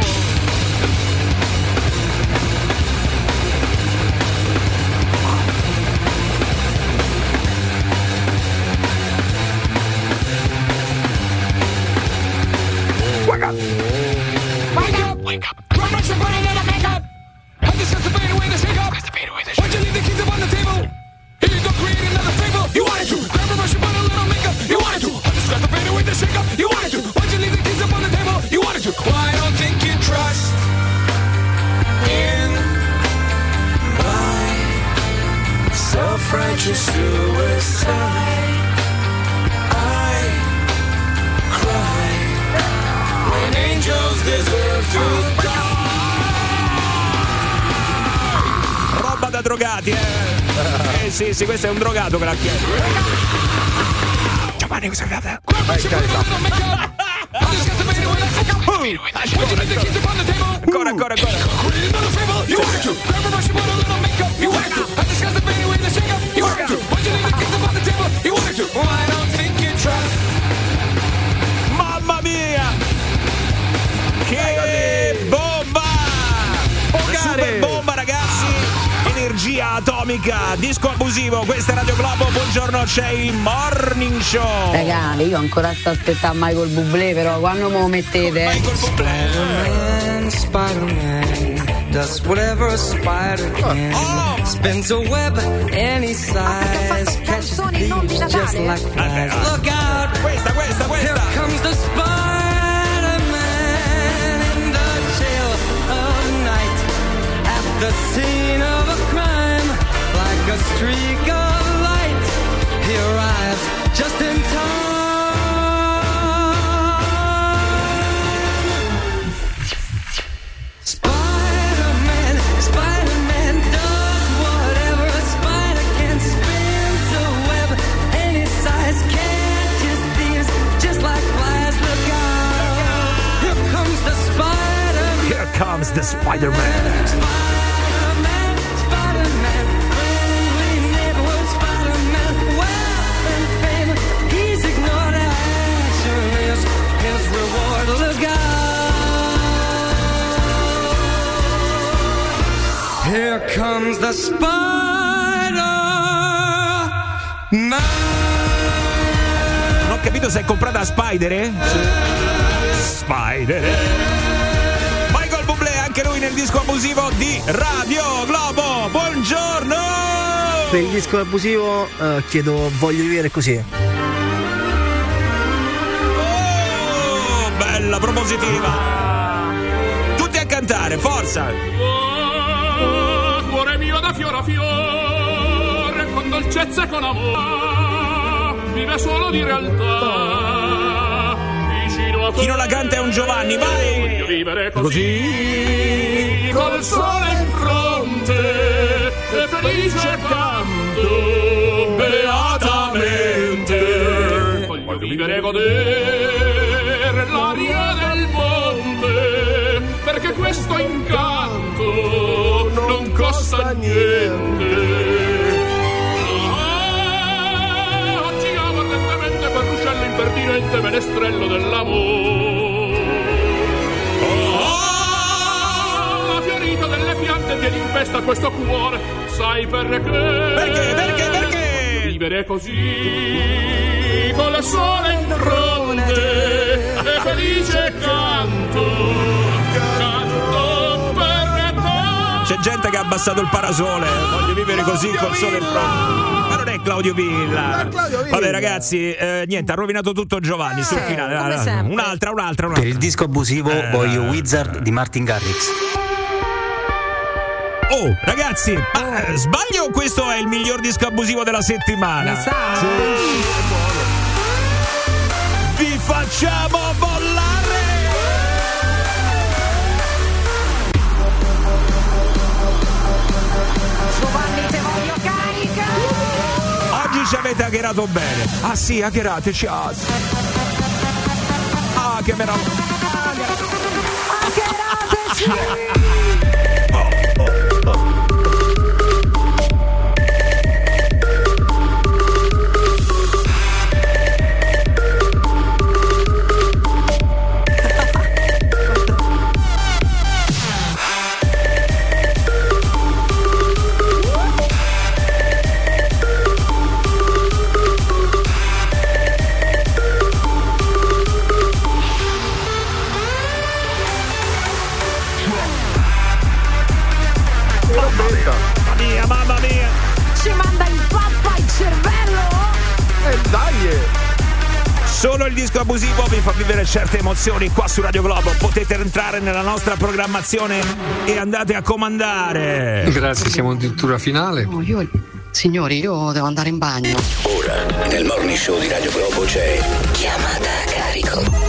Wake up! Wake up! Wake up! Run, rush, and put it in the makeup! I discuss the pain away the shake up! Why'd you leave the keys up on the table? Here you go, create another fable! You wanted to! Grab a brush and put a little makeup! You wanted to! I discuss the pain away the shake up! You wanted to! Why'd you leave the keys up on the table? You wanted to! Well, I don't think you trust in my self-righteous suicide. I cry when angels deserve to die. Roba da drogati, eh. Eh sì, sì, questo è un drogato che l'ha chiesto. Giovanni, cosa fate? Ancora, ancora, ancora. Mamma mia! Che bomba! Super bomba, ragazzi! Energia atomica, disco abusivo, questa è Radio Globo, buongiorno, c'è il Morning Show. Raga, io ancora sto aspettando Michael Bublé, però quando me lo mettete? Spider-Man, Spider-Man does whatever a spider can. Oh. Spins a web any size, catches thieves just like flies. Look out! Questa, questa, questa! Here comes the Spider-Man in the chill of night, at the scene of a crime, like a streak of light. He arrives just in time. Comes the Spider-Man. Spider-Man, Spider-Man, friendly neighborhood Spider-Man, wealth and fame, he's ignored action is his reward. Look out! Here comes the Spider-Man. Non ho capito se è comprata Spider? Spider. Anche lui nel disco abusivo di Radio Globo. Buongiorno! Per il disco abusivo uh, chiedo Voglio vivere così. Oh, bella propositiva. Tutti a cantare, forza! Oh, cuore mio da fiore a fiore, con dolcezza e con amore, vive solo di realtà. Vicino a Chi non la canta è un Giovanni, vai! Voglio vivere così, col sole in fronte e felice canto beatamente. Voglio vivere godere l'aria del monte, perché questo incanto non costa niente. Ah, oggi amo ardentemente per ruscello impertinente menestrello dell'amore. Delle piante tiene in festa questo cuore, sai perché? Perché, perché, perché? Vivere così, con il sole in fronte, e felice canto, canto per te. C'è gente che ha abbassato il parasole, voglio vivere così col sole in fronte. Ma non è Claudio Villa. Claudio Villa. Vabbè ragazzi, eh, niente, ha rovinato tutto Giovanni sul finale. come sempre. Un'altra, un'altra, un'altra. Per il disco abusivo Eh. voglio Wizard di Martin Garrix. Oh, ragazzi, ma eh, sbaglio o questo è il miglior disco abusivo della settimana? Mi sa. Sì, è buono. Vi facciamo bollare! Giovanni, te voglio carica! Oggi ci avete hackerato bene. Ah sì, hackerateci. Ah, sì. Ah, che meraviglia. Hackerateci! Mamma mia, mamma mia! Ci manda in pappa il cervello! E eh, dai! Solo il disco abusivo vi fa vivere certe emozioni qua su Radio Globo. Potete entrare nella nostra programmazione e andate a comandare. Grazie, siamo addirittura finale. No, io, signori, io devo andare in bagno. Ora, nel Morning Show di Radio Globo c'è Chiamata a carico.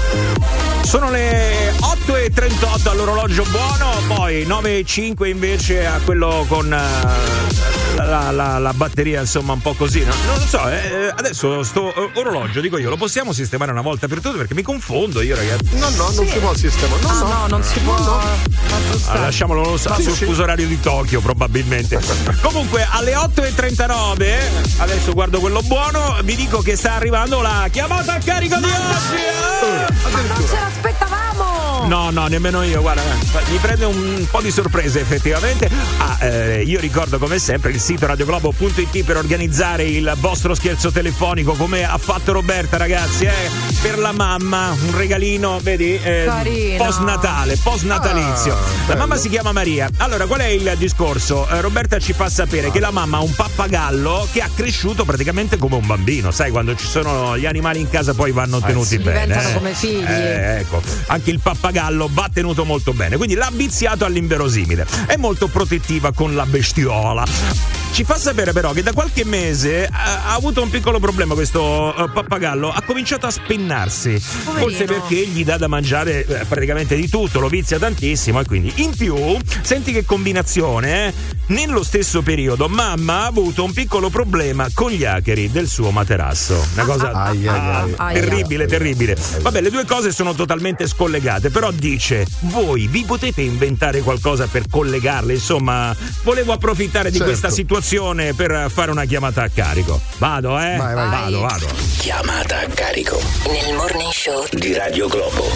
Sono le otto e trentotto all'orologio buono, poi nove e cinque invece a quello con uh, la, la, la batteria, insomma, un po' così, no? Non lo so, eh, adesso sto uh, orologio, dico io, lo possiamo sistemare una volta per tutte perché mi confondo io, ragazzi. No, no, non Sì. si può sistemare. No, Ah, no, no, non si può. no. Ah, lasciamolo, non lo so, Sì, sul sì. fuso orario di Tokyo probabilmente. Comunque alle otto e trentanove, adesso guardo quello buono, vi dico che sta arrivando la chiamata a carico di oggi. eh! Non ce l'aspettavamo! No, no, nemmeno io, guarda, mi prende un po' di sorpresa effettivamente. Ah, eh, io ricordo come sempre il sito radioglobo punto it per organizzare il vostro scherzo telefonico come ha fatto Roberta, ragazzi, eh, per la mamma, un regalino, vedi, eh, Carino. post Natale, post natalizio. Ah, la bello. mamma si chiama Maria. Allora, qual è il discorso? Eh, Roberta ci fa sapere che la mamma ha un pappagallo che ha cresciuto praticamente come un bambino, sai, quando ci sono gli animali in casa poi vanno tenuti sì, bene. diventano eh. come figli. Eh, ecco, anche il pappagallo va tenuto molto bene, quindi l'ha viziato all'inverosimile. È molto protettiva con la bestiola. Ci fa sapere però che da qualche mese ha, ha avuto un piccolo problema questo uh, pappagallo, ha cominciato a spennarsi. Poverino. Forse perché gli dà da mangiare eh, praticamente di tutto, lo vizia tantissimo e quindi in più, senti che combinazione, eh? Nello stesso periodo mamma ha avuto un piccolo problema con gli acari del suo materasso. Una cosa Ai, ai, ai. Ai, terribile, terribile. Vabbè, le due cose sono totalmente scollegate, però dice, voi vi potete inventare qualcosa per collegarle, insomma, volevo approfittare di Certo. questa situazione per fare una chiamata a carico. Vado, eh? Vai, vai. Vado, vado. Chiamata a carico Nel Morning Show di Radio Globo.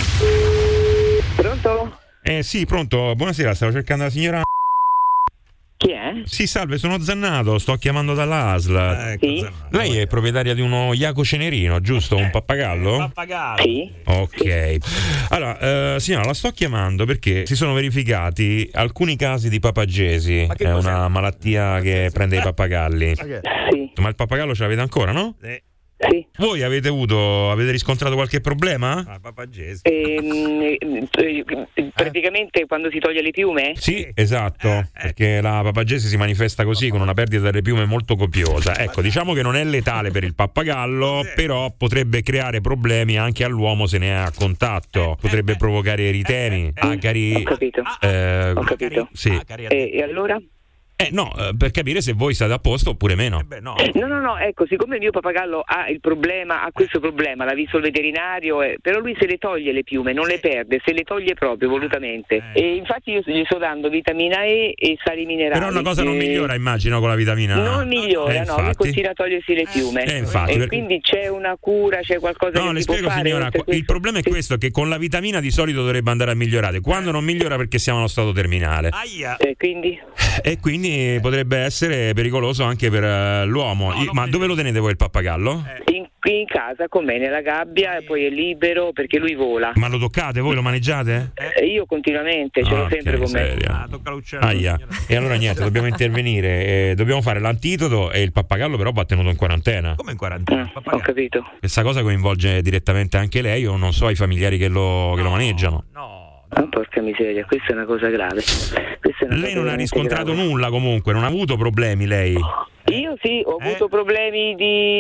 Pronto? Eh sì, pronto, buonasera, stavo cercando la signora. Chi è? Sì, salve, sono Zannato, sto chiamando dall'A S L. Sì. Lei è proprietaria di uno Iaco Cenerino, giusto? Un pappagallo? Pappagallo. Sì. Ok. Allora, eh, signora, la sto chiamando perché si sono verificati alcuni casi di papagesi. È una malattia che prende i pappagalli. Sì. Ma il pappagallo ce l'avete ancora, no? Sì. Voi avete avuto, avete riscontrato qualche problema? Ah, papagesi. Ehm, eh, praticamente quando si toglie le piume? Sì, esatto, perché la papagesi si manifesta così, con una perdita delle piume molto copiosa. Ecco, diciamo che non è letale per il pappagallo, però potrebbe creare problemi anche all'uomo se ne è a contatto. Potrebbe provocare eritemi, acari. Ho capito. Eh, Ho capito. Sì. E, e allora? Eh no, eh, per capire se voi state a posto oppure meno. No, no, no, ecco, siccome il mio pappagallo ha il problema, ha questo problema, l'ha visto il veterinario, eh, però lui se le toglie le piume, non le perde, se le toglie proprio volutamente. E infatti io gli sto dando vitamina E e sali minerali. Però una cosa non eh, migliora, immagino, con la vitamina. Non migliora, Eh, no, lui infatti. continua a togliersi le piume. Eh, infatti, e per- quindi c'è una cura, c'è qualcosa No, che le si può spiego, fare. signora. oltre Il questo? problema è questo: che con la vitamina di solito dovrebbe andare a migliorare. Quando non migliora perché siamo allo stato terminale. E quindi? E quindi potrebbe essere pericoloso anche per eh, l'uomo. I- Ma dove lo tenete voi il pappagallo? In, qui in casa con me, nella gabbia, e poi è libero perché lui vola. Ma lo toccate voi? Lo maneggiate? E io continuamente, ce l'ho Ah, sempre ok, con me. serio. Aia. E allora niente, dobbiamo intervenire. eh, dobbiamo fare l'antitodo e il pappagallo però va tenuto in quarantena. Come in quarantena? Ho capito. Questa cosa coinvolge direttamente anche lei o non so i familiari che lo, che lo maneggiano? No, Ah, porca miseria, questa è una cosa grave. Questa è una Lei cosa non ha riscontrato grave. nulla comunque, non ha avuto problemi lei? Io sì, ho avuto eh? problemi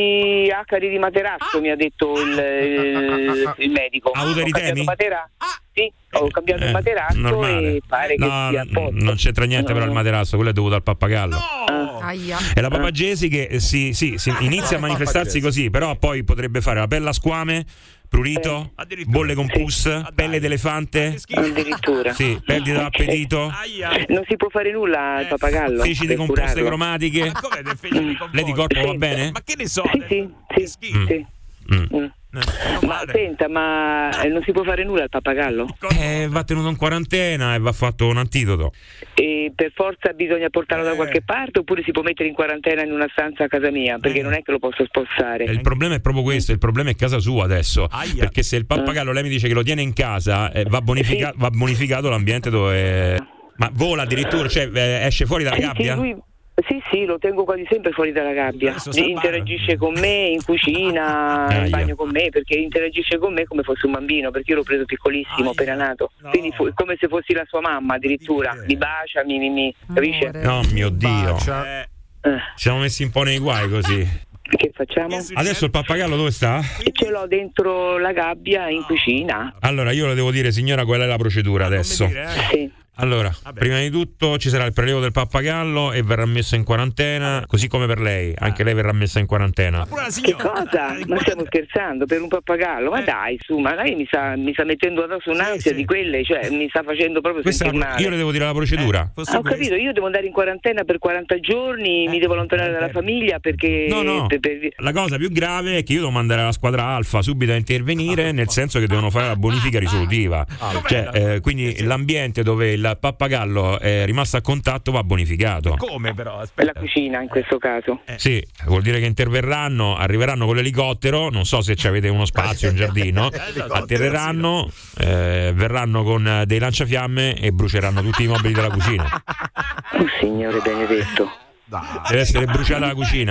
di acari di materasso, mi ha detto il, il, il medico. Ha avuto eritemi? Matera- sì, ho cambiato eh, il materasso normale. e pare no, che sia a posto. Non c'entra niente no. però il materasso, quello è dovuto al pappagallo. No! Ah. È la papagesi che si, sì, si inizia a manifestarsi così, però poi potrebbe fare la pelle a squame, prurito, eh, bolle con pus, sì. pelle d'elefante, addirittura sì, perdita d'appetito. Non si può fare nulla al pappagallo. Feci decomposte cromatiche. Mm. Lei di corpo va bene? Ma che ne so? Sì, sì, sì. Mm. sì. Mm. Mm. Ma senta, ma non si può fare nulla al pappagallo? Eh, va tenuto in quarantena e va fatto un antidoto. E per forza bisogna portarlo da qualche parte oppure si può mettere in quarantena in una stanza a casa mia? Perché non è che lo posso spostare. Il problema è proprio questo, il problema è casa sua adesso. Aia. Perché se il pappagallo lei mi dice che lo tiene in casa, eh, va, bonifica- sì. va bonificato l'ambiente dove... Ma vola addirittura, cioè eh, esce fuori dalla sì, gabbia? Sì, lui... Sì, sì, lo tengo quasi sempre fuori dalla gabbia. Interagisce con me in cucina, ah, in bagno con me, perché interagisce con me come fosse un bambino, perché io l'ho preso piccolissimo, ah, appena nato. No. Quindi fu- come se fossi la sua mamma addirittura. Mi bacia, mi, mi, mi capisce? No, mio Dio. Eh. Ci siamo messi un po' nei guai così. Che facciamo? Adesso il pappagallo dove sta? Ce l'ho dentro la gabbia in cucina. Allora, io le devo dire, signora, qual è la procedura adesso? Dire, eh. Sì. Allora, Vabbè. prima di tutto ci sarà il prelievo del pappagallo e verrà messo in quarantena, così come per lei, anche lei verrà messa in quarantena. Che cosa? Ma stiamo scherzando per un pappagallo? Ma eh. dai, su, ma lei mi sta, mi sta mettendo addosso un'ansia sì, sì. di quelle, cioè mi sta facendo proprio Questa sentire male. Io le devo dire la procedura. Eh, ho capito, io devo andare in quarantena per quaranta giorni, eh. mi devo allontanare dalla famiglia perché... No, no, per, per... la cosa più grave è che io devo mandare la squadra Alfa subito a intervenire, ah, nel senso che devono fare la bonifica risolutiva. Ah, cioè, eh, quindi sì, sì. l'ambiente dove il pappagallo è rimasto a contatto va bonificato. Come però? Aspetta. La cucina in questo caso. Eh. Sì, vuol dire che interverranno, arriveranno con l'elicottero, non so se ci avete uno spazio, un giardino, atterreranno, eh, verranno con dei lanciafiamme e bruceranno tutti i mobili della cucina. Oh Signore benedetto. Dai. Deve essere bruciata la cucina.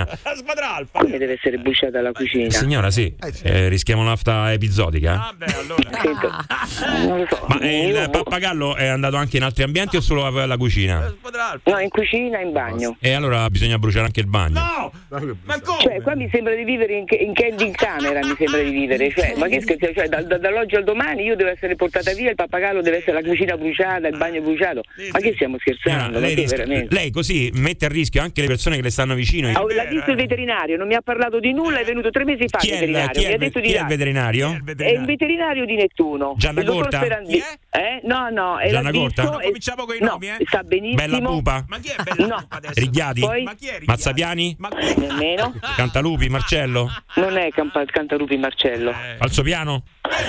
Come deve essere bruciata la cucina? Signora, sì. Eh, rischiamo un'afta episodica. Ah, beh, allora. Sento, non lo so. Ma eh, il pappagallo è andato anche in altri ambienti o solo alla cucina? No, in cucina e in bagno. E allora bisogna bruciare anche il bagno. No! Ma come? Cioè, qua mi sembra di vivere in, in candy camera, mi sembra di vivere. Cioè, ma che scherzo? Cioè, da, da, dall'oggi al domani io devo essere portata via, il pappagallo deve essere la cucina bruciata, il bagno bruciato. Ma che stiamo scherzando? Signora, lei, ris- veramente? Lei così mette a rischio anche le persone che le stanno vicino. Oh, l'ha visto il veterinario, non mi ha parlato di nulla, è venuto tre mesi fa chi il è veterinario. Chi è, mi ha detto chi di è il veterinario? È il veterinario? È il veterinario di Nettuno. Gianna Corta? Sperandi- eh? No, no, è Gianna Corta? visto, e... Cominciamo con i no, nomi, eh? Sta benissimo. Bella Pupa? Ma chi è Bella no. Pupa adesso? Righiati? Poi? Ma chi è Righiati? Mazzapiani? Ma nemmeno. Cantalupi? Marcello? Non è Campa- Cantalupi Marcello. Eh. Falsopiano?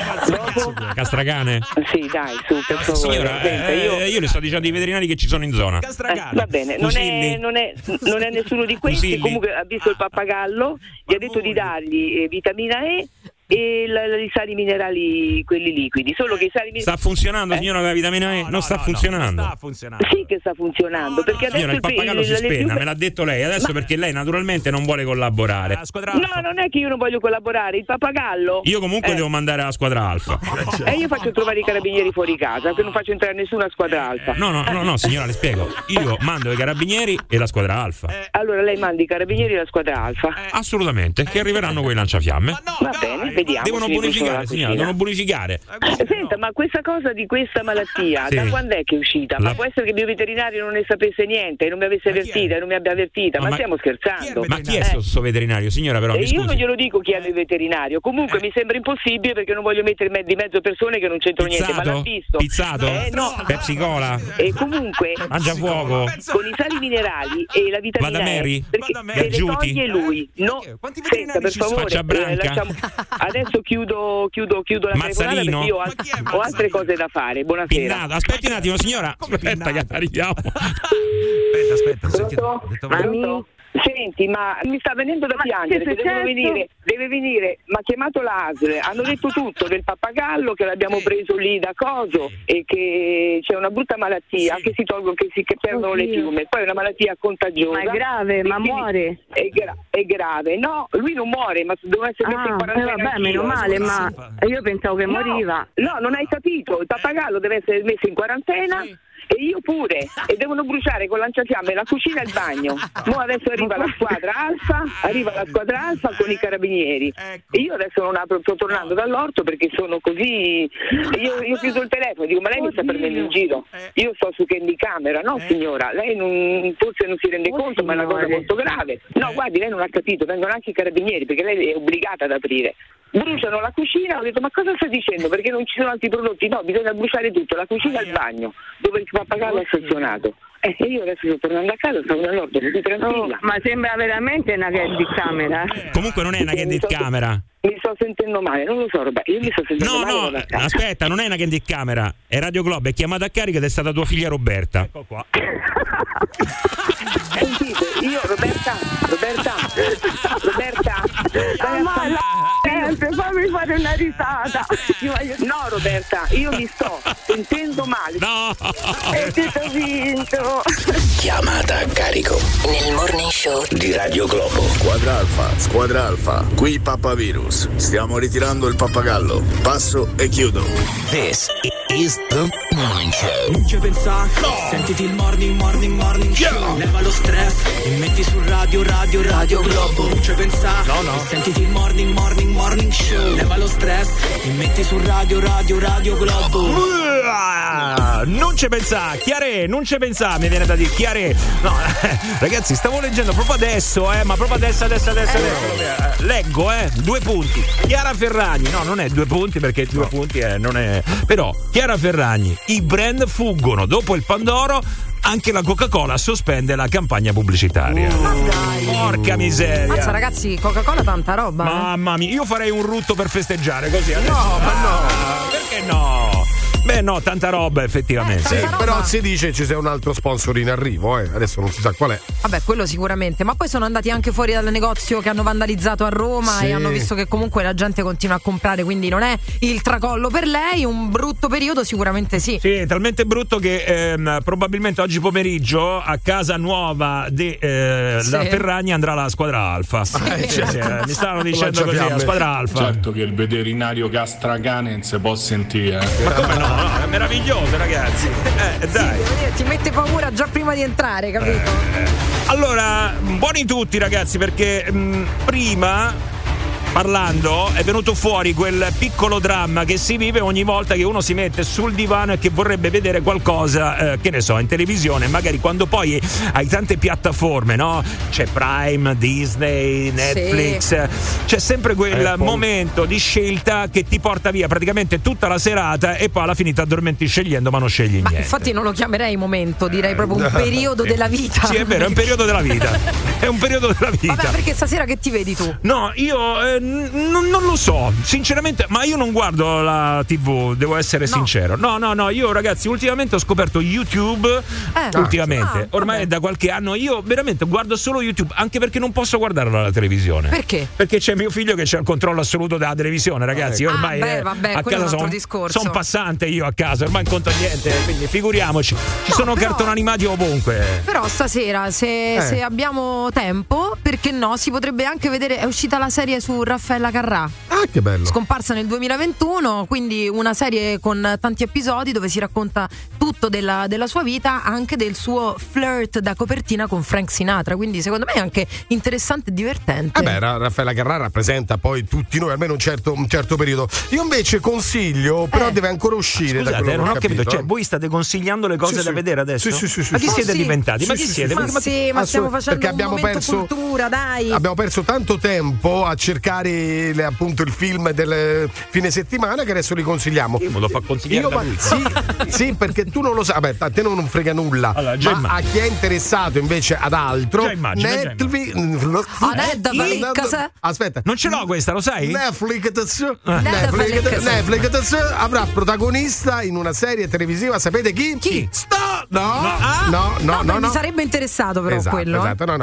Dopo? Castracane? Sì, dai, su, per favore. Signora, Senta, eh, io... io le sto dicendo i veterinari che ci sono in zona. Eh, va bene, non è, non, è, non è nessuno di questi. Fusilli. Comunque ha visto il pappagallo, gli ha detto di dargli eh, vitamina E e la, la, i sali minerali, quelli liquidi. Solo che i sali minerali. Sta funzionando, eh? signora, la vitamina E? No, non no, sta no, funzionando. No, sta funzionando. Sì che sta funzionando, no, perché no, adesso signora, il pappagallo si spenna, me l'ha detto lei, adesso Ma... perché lei naturalmente non vuole collaborare. No, non è che io non voglio collaborare, il pappagallo. Io comunque eh. devo mandare la squadra Alfa. E io faccio trovare i carabinieri fuori casa, che non faccio entrare nessuna squadra Alfa. No, no, no, no, signora, le spiego. Io mando i carabinieri e la squadra Alfa. Allora lei manda i carabinieri e la squadra Alfa. Assolutamente, che arriveranno con i lanciafiamme. Va bene, vediamo. Devono bonificare, signora, devono bonificare. Senta, ma questa cosa di questa malattia, sì. da quando è che è uscita? La... Ma può essere che il mio veterinario non ne sapesse niente, e non mi avesse avvertita, e non mi abbia avvertita, ma, ma stiamo scherzando. Ma chi è questo eh? veterinario, signora, però? E mi io scusi. non glielo dico chi è il veterinario, comunque eh. mi sembra impossibile perché non voglio mettere di mezzo persone che non c'entrano niente, ma l'ha visto. Pizzato? Eh, no. Pepsi Cola? E comunque Mangia fuoco? con i sali minerali e la vitamina Vada Mary? E, perché se le toglie lui. No, senta per favore, eh, lasciamo... adesso chiudo, chiudo, chiudo la telefonata perché io ho, alt- ho altre cose da fare. Buonasera. Pinnato. Aspetti un attimo, signora. Aspetta che arriviamo. Aspetta, aspetta, ho sentito, ho detto, Mami? Senti, ma mi sta venendo da Ma piangere, che è che devono successo? venire, deve venire, mi ha chiamato l'A S L, hanno detto tutto del pappagallo che l'abbiamo preso lì da coso e che c'è una brutta malattia, che si tolgono, che si che perdono le piume, poi è una malattia contagiosa. Ma è grave, ma quindi muore? È, gra- è grave, no, lui non muore, ma devono essere messi Ah, in quarantena. eh, vabbè, anch'io. meno male, ma io pensavo che No, moriva. No, non hai capito, il pappagallo deve essere messo in quarantena. E io pure, e devono bruciare con lanciafiamme la cucina e il bagno. Mo adesso arriva la squadra Alfa, arriva la squadra Alfa con i carabinieri. E io adesso non apro, sto tornando dall'orto perché sono così. Io, io chiudo il telefono, dico, ma lei mi sta prendendo in giro? Io sto su Candy Camera, no signora? Lei non, forse non si rende conto, ma è una cosa molto grave. No, guardi, lei non ha capito, vengono anche i carabinieri perché lei è obbligata ad aprire. Bruciano la cucina, ho detto ma cosa stai dicendo? Perché non ci sono altri prodotti? No, bisogna bruciare tutto, la cucina e il bagno, dove il pappagallo è stazionato. Eh, e io adesso sto tornando a casa, stavo nell'orto così tranquilla. Ma sembra veramente una candy camera. Comunque non è una candid camera. Mi sto sentendo male, non lo so, Roberto, io mi sto sentendo No, male. no, vado a casa. aspetta, non è una candid camera, è Radio Globo, è chiamata a carica ed è stata tua figlia Roberta. Ecco qua. Sentite, io Roberta, Roberta, Roberta, Ah, ma la sempre, fammi fare una risata. Io voglio- no Roberta, io mi sto sentendo male. No! E tutto vinto. Chiamata a carico nel Morning Show di Radio Globo. Squadra Alfa, Squadra Alfa, qui Pappavirus. Stiamo ritirando il pappagallo. Passo e chiudo. This is the Morning Show. Non ci pensa, sentiti il morning, morning, morning show. Leva lo stress e metti su radio, radio, radio Globo. Non ci pensa, No, no. sentiti il morning, morning, morning show. Leva lo stress e metti su radio, radio, radio Globo. Ah, non ci pensà, Chiare, non ci pensà, mi viene da dire, Chiare. No, ragazzi, stavo leggendo proprio adesso, eh, ma proprio adesso, adesso, adesso, adesso. Eh, leggo, eh, due punti. Chiara Ferragni, no, non è due punti perché due punti eh, non è. Però, Chiara Ferragni, i brand fuggono dopo il Pandoro. Anche la Coca-Cola sospende la campagna pubblicitaria. Ma dai. Porca miseria. Mazza ragazzi, Coca-Cola tanta roba. eh. Mamma mia, io farei un rutto per festeggiare così adesso. No, ma no. Perché no? Beh, no, tanta roba effettivamente. Sì, roba. però si dice ci sia un altro sponsor in arrivo, eh. Adesso non si sa qual è. Vabbè, quello sicuramente. Ma poi sono andati anche fuori dal negozio che hanno vandalizzato a Roma Sì. e hanno visto che comunque la gente continua a comprare, quindi non è il tracollo per lei, un brutto periodo sicuramente sì. Sì, è talmente brutto che ehm, probabilmente oggi pomeriggio a casa nuova di eh, Sì. la Ferragni andrà la squadra Alfa. Sì, sì, eh, mi stavano dicendo così, la Lanciafiamme. squadra Alfa. Certo che il veterinario castracane non si può sentire. eh. Ma come no? No, è meraviglioso, ragazzi. Eh, dai. Devo dire, ti mette paura già prima di entrare, capito? Allora, buoni tutti ragazzi, perché mh, prima parlando è venuto fuori quel piccolo dramma che si vive ogni volta che uno si mette sul divano e che vorrebbe vedere qualcosa, eh, che ne so, in televisione, magari quando poi hai tante piattaforme, no? C'è Prime, Disney, Netflix, c'è sempre quel Apple. momento di scelta che ti porta via praticamente tutta la serata e poi alla fine ti addormenti scegliendo ma non scegli Ma niente. infatti non lo chiamerei momento, direi proprio un periodo della vita. Sì, è vero, è un periodo della vita. È un periodo della vita. Vabbè, perché stasera che ti vedi tu? No, io eh, n- non lo so, sinceramente, ma io non guardo la tivù, devo essere No. sincero. No, no, no, io ragazzi, ultimamente ho scoperto YouTube. Eh, ultimamente, ah, ormai vabbè. è da qualche anno, io veramente guardo solo YouTube, anche perché non posso guardarlo alla televisione. Perché? Perché c'è mio figlio che c'ha il controllo assoluto della televisione, ragazzi. Io ormai Ah, beh, eh, vabbè, a quello è casa un altro sono discorso. son passante io a casa, ormai non conto niente, quindi figuriamoci. Ci No, sono però- cartoni animati ovunque. Però stasera, se, Eh. se abbiamo tempo, perché no? Si potrebbe anche vedere. È uscita la serie su Raffaella Carrà, Ah, che bello. scomparsa nel duemilaventuno, quindi una serie con tanti episodi dove si racconta tutto della, della sua vita, anche del suo flirt da copertina con Frank Sinatra. Quindi secondo me è anche interessante e divertente. Eh beh, Ra- Raffaella Carrà rappresenta poi tutti noi, almeno un certo, un certo periodo. Io invece consiglio, però Eh. deve ancora uscire. da Scusate, quello che non ho capito, cioè eh. voi state consigliando le cose Sì, da sì. vedere adesso? Sì, sì, sì, sì, Ma chi sì. siete Oh, sì. diventati? Ma Sì, chi sì, siete? Ma Ma- sì, ma stiamo Assolut- facendo perché un abbiamo momento perso- cultura, dai. Abbiamo perso tanto tempo a cercare le- appunto il film del fine settimana che adesso li consigliamo. Io me lo fa consigliare Io, da ma- lui. sì, sì, perché tu non lo sai. Vabbè, a te non frega nulla. Allora, già ma a immagino. chi è interessato invece ad altro, Già immagino, già Netflix. Ah, Netflix? Aspetta. Non ce l'ho questa, lo sai? Netflix, Netflix. Netflix, Netflix avrà protagonista in una serie televisiva, sapete chi? Chi? Sto! No, Ah. no, no, No, no, beh, no. mi sarebbe interessato però esatto, quello. eh. esatto, no, no.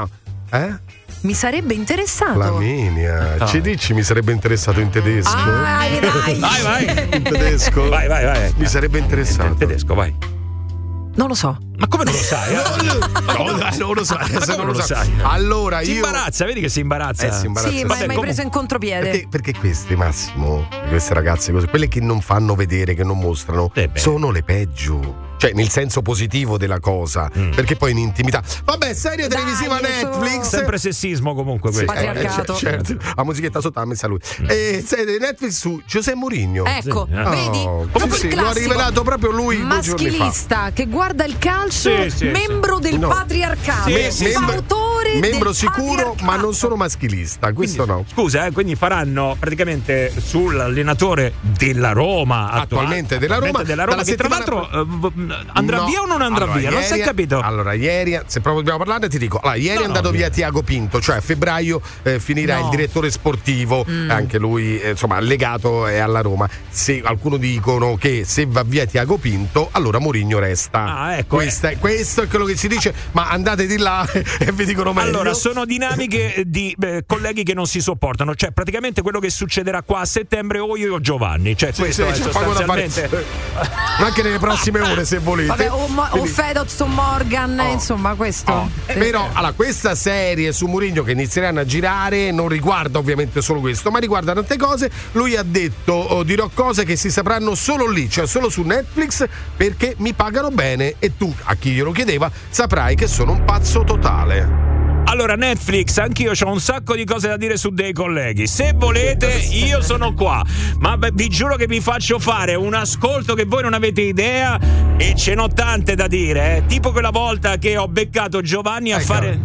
Eh? Mi sarebbe interessato. Flaminia, No. ci dici mi sarebbe interessato in tedesco? Ah, dai. Vai, vai. In tedesco? Vai, vai, vai. Mi sarebbe interessato. In tedesco, vai. Non lo so. Ma come non lo sai? Eh? No, dai, non lo sai. Ma se come non lo lo sai? Allora Si io. imbarazza, vedi che si imbarazza. Eh, si imbarazza. Sì, ma Vabbè, mi hai comunque- preso in contropiede. Perché, perché queste, Massimo, queste ragazze così, quelle che non fanno vedere, che non mostrano, Eh beh. sono le peggio. Cioè, nel senso positivo della cosa. Mm. Perché poi in intimità. Vabbè, serie Dai, televisiva io so- Netflix. Sempre sessismo comunque Sì, questo. Patriarcato. eh, certo, la musichetta sotto la messa lui. Mm. E serie Netflix su Giuseppe Mourinho. Ecco, Sì, eh. vedi? Oh, Proprio sì, il sì, lo ha classico. rivelato proprio lui due giorni fa. Maschilista che guarda il calcio, Sì, sì, membro del No. patriarcato, Sì, sì, membro- fautore Membro del sicuro, patriarcato. ma non sono maschilista. Questo no. Scusa, eh, quindi faranno praticamente sull'allenatore della Roma Attualmente della Roma, della Roma dalla che tra settimana- l'altro eh, andrà No. via o non andrà Allora, via? Non si è ieri- capito. Allora, ieri, se proprio dobbiamo parlare, ti dico: allora, ieri No, è andato no, via via. Tiago Pinto, cioè a febbraio eh, finirà No. il direttore sportivo, anche lui, eh, insomma, legato è alla Roma. Se alcuno dicono che se va via Tiago Pinto, allora Mourinho resta. Ah, ecco, Questa è- questo è quello che si dice, ma andate di là e vi dicono meglio. Allora, sono dinamiche di eh, colleghi che non si sopportano, cioè praticamente quello che succederà qua a settembre o io o Giovanni, cioè Sì, questo sì, è c'è poco da fare. sostanzialmente. Anche nelle prossime ore, se volete. Vabbè, o, Mo- o Quindi- Fedot o Morgan, Oh. insomma, questo. Oh, però allora, questa serie su Mourinho che inizieranno a girare non riguarda ovviamente solo questo, ma riguarda tante cose. Lui ha detto: oh, dirò cose che si sapranno solo lì, cioè solo su Netflix, perché mi pagano bene e tu, a chi glielo chiedeva, saprai che sono un pazzo totale. Allora, Netflix, anch'io ho un sacco di cose da dire su dei colleghi. Se volete, io sono qua. Ma beh, vi giuro che vi faccio fare un ascolto che voi non avete idea e ce n'ho tante da dire. Eh. Tipo quella volta che ho beccato Giovanni a Ecco. fare.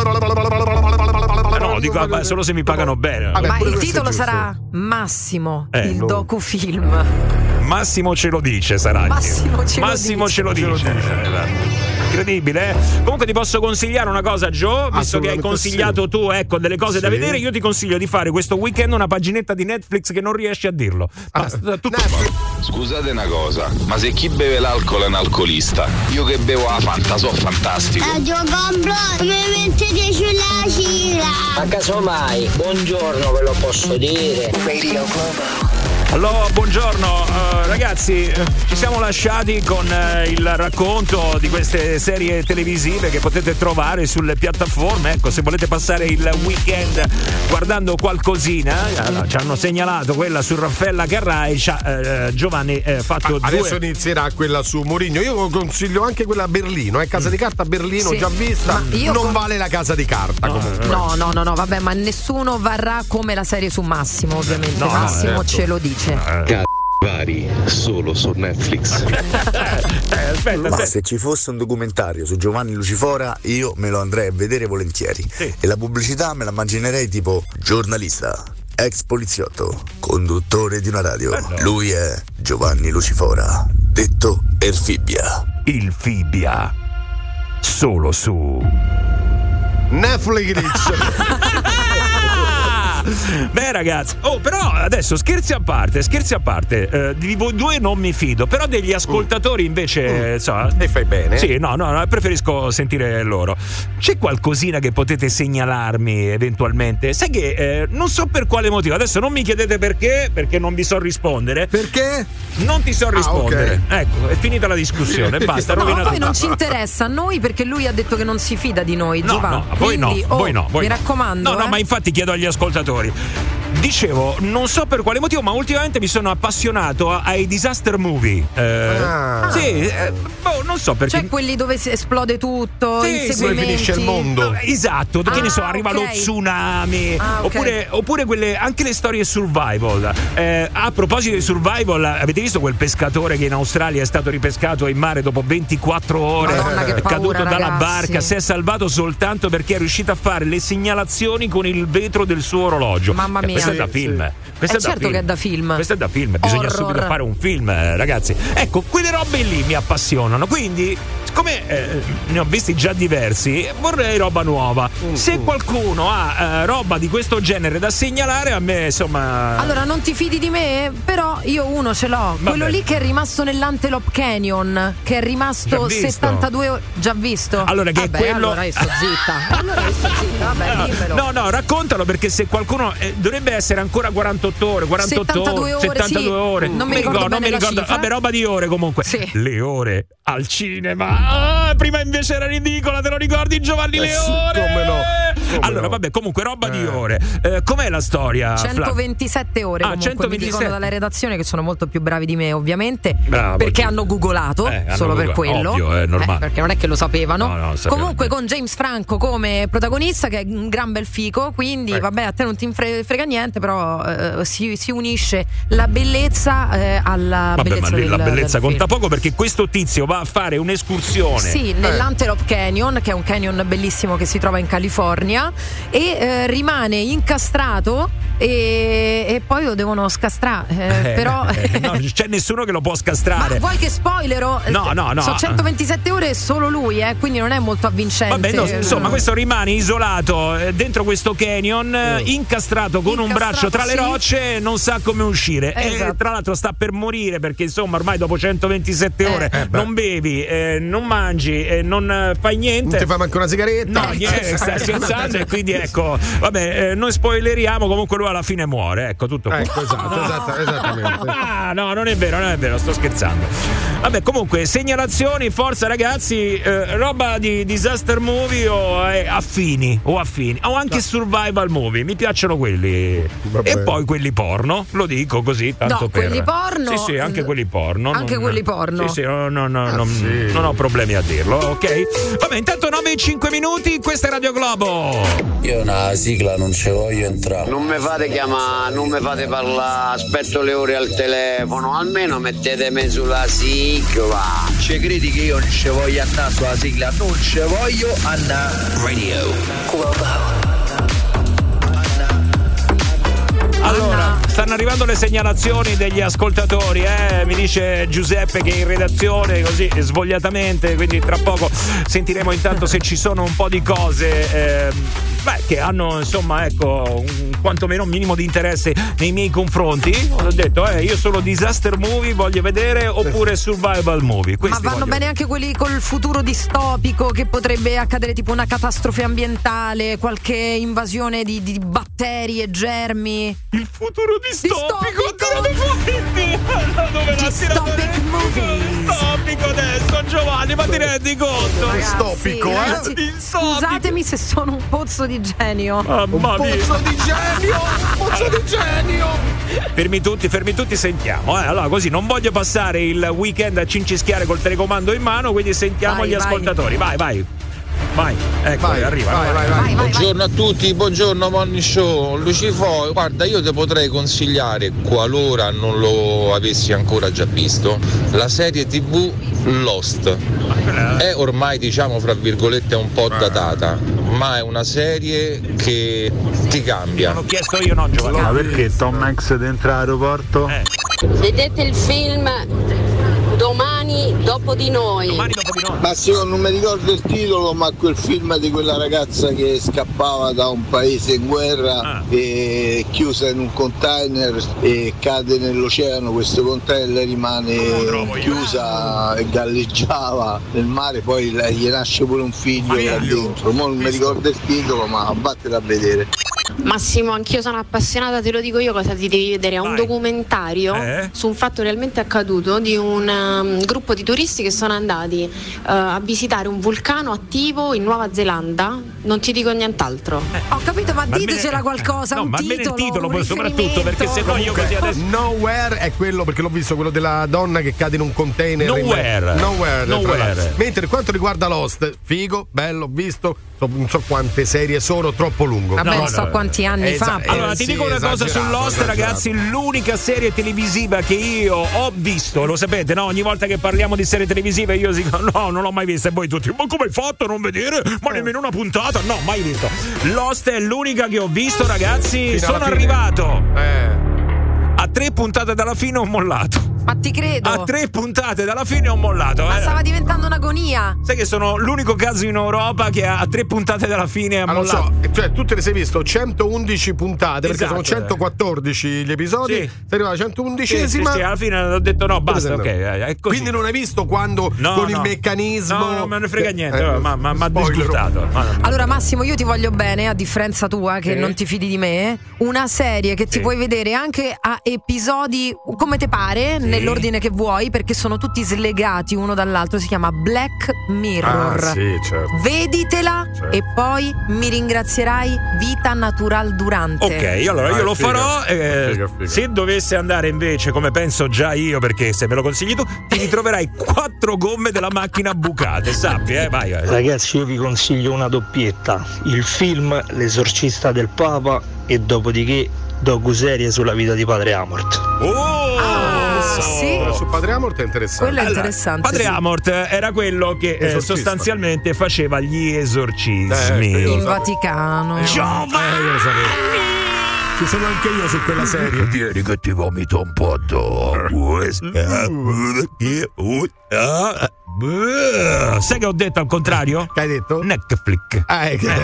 Eh no, dico vabbè, solo se mi pagano bene. Vabbè, Ma pure il questo è titolo giusto. sarà Massimo, Eh, il no. docufilm. Massimo ce lo dice, sarà. anche. Massimo ce lo Massimo dice. ce lo dice. Eh, Incredibile, eh? Comunque ti posso consigliare una cosa, Joe, visto che hai Assolutamente consigliato sì. tu, ecco, delle cose da Sì. vedere, io ti consiglio di fare questo weekend una paginetta di Netflix che non riesci a dirlo. Basta, tutto Netflix. Scusate una cosa, ma se chi beve l'alcol è un alcolista, io che bevo la Fanta so fantastico. La compro, mi mettete sulla cila. Ma casomai, buongiorno ve lo posso dire. Radio Globo. Allora, buongiorno, eh, ragazzi, eh, ci siamo lasciati con eh, il racconto di queste serie televisive che potete trovare sulle piattaforme. Ecco, se volete passare il weekend guardando qualcosina, eh, allora, ci hanno segnalato quella su Raffaella Carrà e ci ha eh, Giovanni eh, fatto Ah, adesso due. inizierà quella su Mourinho. Io consiglio anche quella a Berlino, eh, Casa di Carta a Berlino, Sì. già vista. Ma io non con- vale la Casa di Carta comunque. No, no, no, no, vabbè, ma nessuno varrà come la serie su Massimo, ovviamente. No, no, Massimo certo. ce lo dice. C***o vari, solo su Netflix. Eh, aspetta, Ma se- se ci fosse un documentario su Giovanni Lucifora, io me lo andrei a vedere volentieri. Sì. E la pubblicità me la immaginerei tipo giornalista, ex poliziotto, conduttore di una radio. Eh no. Lui è Giovanni Lucifora, detto Erfibbia. il Fibbia solo su Netflix. Beh ragazzi, oh però adesso scherzi a parte, scherzi a parte, eh, di voi due non mi fido, però degli ascoltatori invece, insomma, E fai bene. sì, no, no, no, preferisco sentire loro. C'è qualcosina che potete segnalarmi eventualmente? Sai che eh, non so per quale motivo, adesso non mi chiedete perché, perché non vi so rispondere. Perché? Non ti so rispondere. ok. Ecco, è finita la discussione, basta, No, ma rovinato poi non tutto. ci interessa a noi perché lui ha detto che non si fida di noi, No, Giovanni. no, voi no, Quindi, oh, voi no, voi mi no. raccomando. No, no, eh. ma infatti chiedo agli ascoltatori. Dicevo, non so per quale motivo, ma ultimamente mi sono appassionato a- ai disaster movie. Eh, Ah. Sì, eh, boh, non so perché. Cioè quelli dove si esplode tutto, Sì, i sì, Dove seguimenti. finisce il mondo. No, esatto, che Ah, ne so, arriva ok. lo tsunami, Ah, ok. oppure, oppure quelle, anche le storie survival. Eh, a proposito di survival, avete visto quel pescatore che in Australia è stato ripescato in mare dopo ventiquattro ore? Madonna, che è paura, caduto dalla ragazzi. barca, si è salvato soltanto perché è riuscito a fare le segnalazioni con il vetro del suo orologio. Mamma mia. Questo è da film. È Questo è da certo film. che è da film. Questo è da film, bisogna Horror. subito fare un film, eh, ragazzi. Ecco, quelle robe lì mi appassionano, quindi siccome eh, ne ho visti già diversi, vorrei roba nuova. Mm, Se qualcuno ha eh, roba di questo genere da segnalare, a me insomma. Allora, non ti fidi di me? Però io uno ce l'ho. Va Quello bene. lì che è rimasto nell'Antelope Canyon, che è rimasto Già visto. settantadue ore. Già visto? Allora, che è vabbè, quello- allora io sto zitta. Allora io sto zitta, vabbè, dimmelo. No, no, raccontalo perché se qualcuno eh, dovrebbe essere ancora quarantotto ore, quarantotto settantadue ore, settantadue sì. ore. Non mi ricordo non bene mi la ricordo. cifra. Vabbè, roba di ore comunque. Sì. Le ore al cinema. Ah, prima invece era ridicola, te lo ricordi Giovanni Eh le sì, ore? come no, come allora, no. vabbè, comunque roba di Eh. ore. Eh, com'è la storia? Flav? centoventisette ore Ah, comunque centoventisette. mi dicono dalla redazione, che sono molto più bravi di me ovviamente. Bravo, perché Gio. hanno googolato Eh, hanno solo per googolato. quello. Ovvio, è normale. Eh, perché non è che lo sapevano. No, no, lo sapevano. Comunque con James Franco come protagonista, che è un gran bel fico, quindi Ecco. vabbè, a te non ti fre- frega niente, però eh, si, si unisce la bellezza eh, alla Vabbè, bellezza ma lì del, la bellezza del conta film. poco perché questo tizio va a fare un'escursione. Sì, nell'Antelope Canyon, che è un canyon bellissimo che si trova in California, e eh, rimane incastrato e, e poi lo devono scastrare. Eh, Eh, però eh, no, c'è nessuno che lo può ma scastrare. vuoi che spoilero? No, no, no. Sono centoventisette ore solo lui, eh, quindi non è molto avvincente. Vabbè, no, insomma, questo rimane isolato eh, dentro questo canyon, eh, incastrato con un Incastrato, braccio tra le sì. rocce e non sa come uscire. Esatto. E tra l'altro sta per morire perché insomma ormai dopo centoventisette ore Eh, beh. non bevi, eh, non mangi, eh, non eh, fai niente. Non ti fai manco una sigaretta? No, niente, stai scherzando e quindi ecco, vabbè, eh, noi spoileriamo, comunque lui alla fine muore, ecco tutto qua. Ecco, esatto, esatto, esattamente. Ah, no, non è vero, non è vero, sto scherzando. Vabbè, comunque, segnalazioni, forza ragazzi, eh, roba di disaster movie o eh, affini, o affini, o anche survival movie, mi piacciono quelli. Vabbè. E poi quelli porno, lo dico così, tanto No, per... quelli porno- Sì, sì, anche quelli porno. Anche non- quelli porno. Sì, sì, no, no, no, Ah, non, sì. non ho problemi a dirlo, ok? Vabbè, intanto nove e cinque minuti, questa è Radio Globo. Io una sigla non ci voglio entrare. Non mi fate chiamare, non mi fate parlare, aspetto le ore al telefono, almeno mettetemi sulla sigla. Ci credi che io non ci voglio andare sulla sigla? Non ci voglio andare. Radio Globo. Allora, stanno arrivando le segnalazioni degli ascoltatori, eh? Mi dice Giuseppe che è in redazione così svogliatamente, quindi tra poco sentiremo intanto se ci sono un po' di cose eh, beh, che hanno insomma ecco un quantomeno un minimo di interesse nei miei confronti. Ho detto eh, io solo disaster movie voglio vedere oppure survival movie. Ma Questi vanno voglio bene anche quelli col futuro distopico, che potrebbe accadere tipo una catastrofe ambientale, qualche invasione di, di batteri e germi. Il futuro distopico, Distopico. dove l'ha Distopic tirato? movies. Distopico adesso Giovanni, ma ti rendi conto? Ragazzi, Distopico, eh? ragazzi, Distopico. scusatemi se sono un pozzo di genio. Mamma mia. Pozzo di genio! Pozzo di genio! Fermi tutti, fermi tutti, sentiamo. Eh. Allora, così non voglio passare il weekend a cincischiare col telecomando in mano, quindi sentiamo Vai, gli vai. ascoltatori. Vai, vai. Vai, ecco, Vai, arriva. vai, vai, vai. Vai, vai, vai. Buongiorno a tutti, buongiorno Morning Show, Lucifo, guarda io ti potrei consigliare, qualora non lo avessi ancora già visto, la serie tv Lost. È ormai diciamo fra virgolette un po' datata, ma è una serie che ti cambia. Non ho chiesto io, no, Giovanni. Ma perché Tom Hanks dentro l'aeroporto? Eh, Vedete il film Domani dopo di noi. domani dopo di noi. Ma sì, non mi ricordo il titolo, ma quel film di quella ragazza che scappava da un paese in guerra Ah. e chiusa in un container e cade nell'oceano, questo container rimane chiusa e galleggiava nel mare, poi la- gli nasce pure un figlio là dentro. Mo non mi ricordo il titolo, ma vattene a vedere. Massimo, anch'io sono appassionata, te lo dico io cosa ti devi vedere, è un Vai. documentario Eh? su un fatto realmente accaduto di un um, gruppo di turisti che sono andati uh, a visitare un vulcano attivo in Nuova Zelanda, non ti dico nient'altro. Ho capito, ma, Ma ditecela bene- qualcosa, no, un ma bene il titolo, titolo un poi soprattutto, riferimento. perché se no io così adesso Nowhere è quello, perché l'ho visto, quello della donna che cade in un container. Nowhere. in- Nowhere. tra Nowhere. l'altro. Mentre per quanto riguarda Lost, figo, bello, ho visto, so- non so quante serie sono, troppo lungo. Vabbè, No, so no, quanti tanti anni Esatto. fa. Allora, Eh, ti sì, dico una cosa esagerato, su Lost, esagerato. ragazzi. L'unica serie televisiva che io ho visto, lo sapete, no? Ogni volta che parliamo di serie televisive, io dico no, non l'ho mai vista. E voi tutti, ma come hai fatto a non vedere? Ma nemmeno una puntata? No, mai visto. Lost è l'unica che ho visto, ragazzi. Fino Sono alla fine. arrivato Eh. a tre puntate dalla fine, ho mollato. Ma ti credo. A tre puntate dalla fine ho mollato. Ma eh. stava diventando un'agonia. Sai che sono l'unico caso in Europa che a tre puntate dalla fine ha Ah, non mollato. so, cioè tu te ne sei visto centoundici puntate, perché Esatto, sono centoquattordici gli episodi, Sì. sei arrivato alla Sì, centoundicesima. sì, sì, alla fine ho detto no, basta, ok, Dove eh, è così. Quindi non hai visto quando No, con no. il meccanismo. No, non me ne frega niente, Eh, ma ma- ma spoiler. disgustato. Ma- Allora Massimo, io ti voglio bene, a differenza tua che Sì. non ti fidi di me. Una serie che ti Sì. puoi vedere anche a episodi come te pare, nell'ordine che vuoi, perché sono tutti slegati uno dall'altro. Si chiama Black Mirror. Ah, sì, certo. Veditela Certo. e poi mi ringrazierai vita natural durante. Ok, allora Ah, io è lo figa. farò. eh, Figa, figa. Se dovesse andare invece, come penso già io, perché se me lo consigli tu, ti ritroverai quattro gomme della macchina bucate. Sappi, eh, vai. vai. Ragazzi, io vi consiglio una doppietta: il film L'esorcista del Papa e dopodiché docuserie sulla vita di Padre Amort. Oh! Ah, sì. Quello su Padre Amort è interessante. Quello è Allora, interessante. Padre sì. Amort era quello che eh, Esorcista. sostanzialmente faceva gli esorcismi. Eh, io In lo sapevo. Vaticano. Eh, io lo sapevo. Ci sono anche io su quella serie. Vieni che ti vomito un po' dopo. Sai che ho detto al contrario? Che hai detto? Netflix. Ah, è che-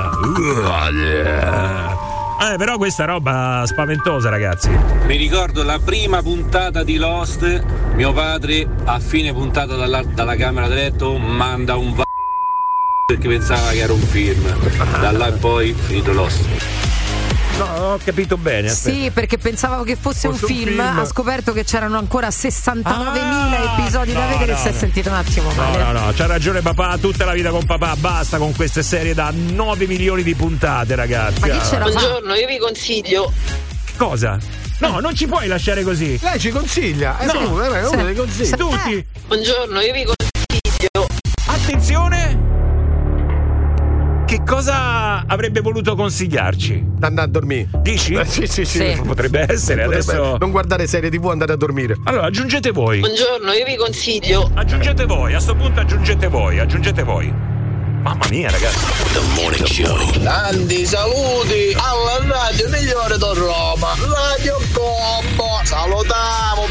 Eh, però questa roba spaventosa, ragazzi. Mi ricordo la prima puntata di Lost, mio padre a fine puntata dalla, dalla camera da letto manda un va perché pensava che era un film. Da là in poi finito Lost. No, ho capito bene. aspetta. Sì, perché pensavo che fosse, Fosse un, un film, film. ha scoperto che c'erano ancora sessantanovemila Ah, episodi da no, vedere no, e si è no. sentito un attimo No, male. no, no, c'ha ragione papà, tutta la vita con papà, basta con queste serie da nove milioni di puntate, ragazzi. Ma chi ce la fa? Buongiorno, io vi consiglio. Cosa? No, non ci puoi lasciare così. Lei ci consiglia. Eh, No. sì, eh, uno dei consigli. Tutti. Buongiorno, io vi consiglio. Attenzione! Che cosa avrebbe voluto consigliarci? Andare a dormire. Dici? Eh, sì, sì, sì. Sì. Potrebbe essere, Potrebbe- adesso. Non guardare serie tivù, andare a dormire. Allora, aggiungete voi. Buongiorno, io vi consiglio. Aggiungete voi, a sto punto aggiungete voi, aggiungete voi. Mamma mia, ragazzi. The Morning Show. Tanti saluti alla radio migliore da Roma, Radio Combo. Salutiamo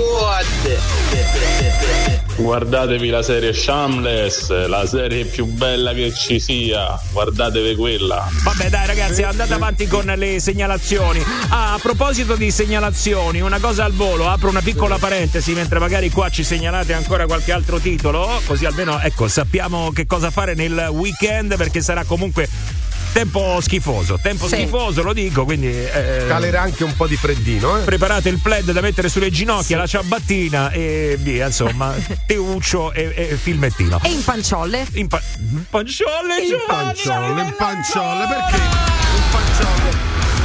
picciotte. Guardatevi la serie Shameless, la serie più bella che ci sia. Guardatevi quella. Vabbè dai ragazzi, andate avanti con le segnalazioni. Ah, a proposito di segnalazioni, una cosa al volo, apro una piccola parentesi mentre magari qua ci segnalate ancora qualche altro titolo, così almeno ecco sappiamo che cosa fare nel weekend, perché sarà comunque tempo schifoso, tempo Sì. schifoso, lo dico, quindi eh, Calerà anche un po' di freddino, eh. preparate il plaid da mettere sulle ginocchia, la ciabattina e via, insomma, teuccio e, e filmettino. E in panciolle? In pa- panciolle, In Giovanni, panciolle, in panciole, perché? In panciole.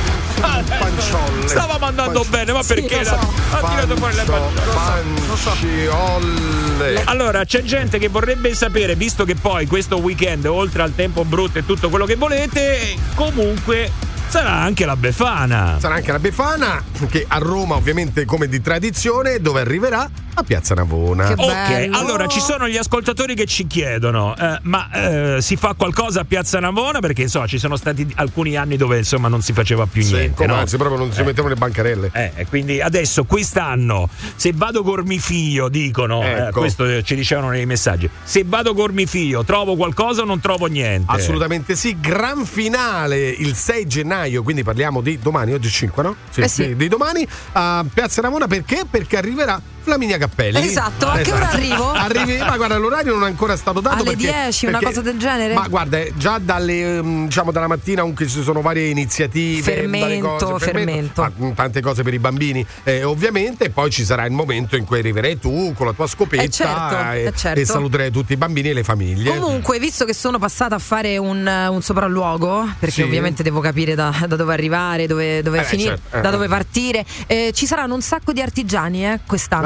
Ah, panciolle. Stavamo andando Panci- bene, ma Sì, perché lo la- so. ha tirato fuori le panciole? Panciolle. Allora, c'è gente che vorrebbe sapere, visto che poi questo weekend, oltre al tempo brutto e tutto quello che volete, comunque sarà anche la Befana. Sarà anche la Befana, che a Roma ovviamente come di tradizione, dove arriverà a Piazza Navona. Che Ok, bello. allora ci sono gli ascoltatori che ci chiedono, eh, ma eh, si fa qualcosa a Piazza Navona? Perché so, ci sono stati alcuni anni dove insomma non si faceva più Sì, niente, come no? anzi, proprio non si Eh. mettevano le bancarelle. Eh, e quindi adesso quest'anno se vado Gormifiglio dicono, eh, Ecco. questo ci dicevano nei messaggi, se vado Gormifiglio trovo qualcosa o non trovo niente? Assolutamente sì, gran finale il sei gennaio, quindi parliamo di domani, oggi è cinque, no? Eh sì. di, di domani a Piazza Navona, perché? Perché arriverà Flaminia Cappelli. Esatto, a che ora arrivo? Arrivi, ma guarda, l'orario non è ancora stato dato. Alle perché, dieci, una perché- cosa del genere? Ma guarda, eh, già dalle ehm, diciamo dalla mattina comunque ci sono varie iniziative, Fermento, varie cose, fermento. ma, mh, tante cose per i bambini, eh, ovviamente, e poi ci sarà il momento in cui arriverai tu con la tua scopetta Eh certo, e, eh certo. e saluterai tutti i bambini e le famiglie. Comunque, visto che sono passata a fare un, un sopralluogo, perché Sì. ovviamente devo capire da, da dove arrivare, dove, dove Eh, finire, certo, eh. da dove partire, eh, ci saranno un sacco di artigiani eh, quest'anno. Ah,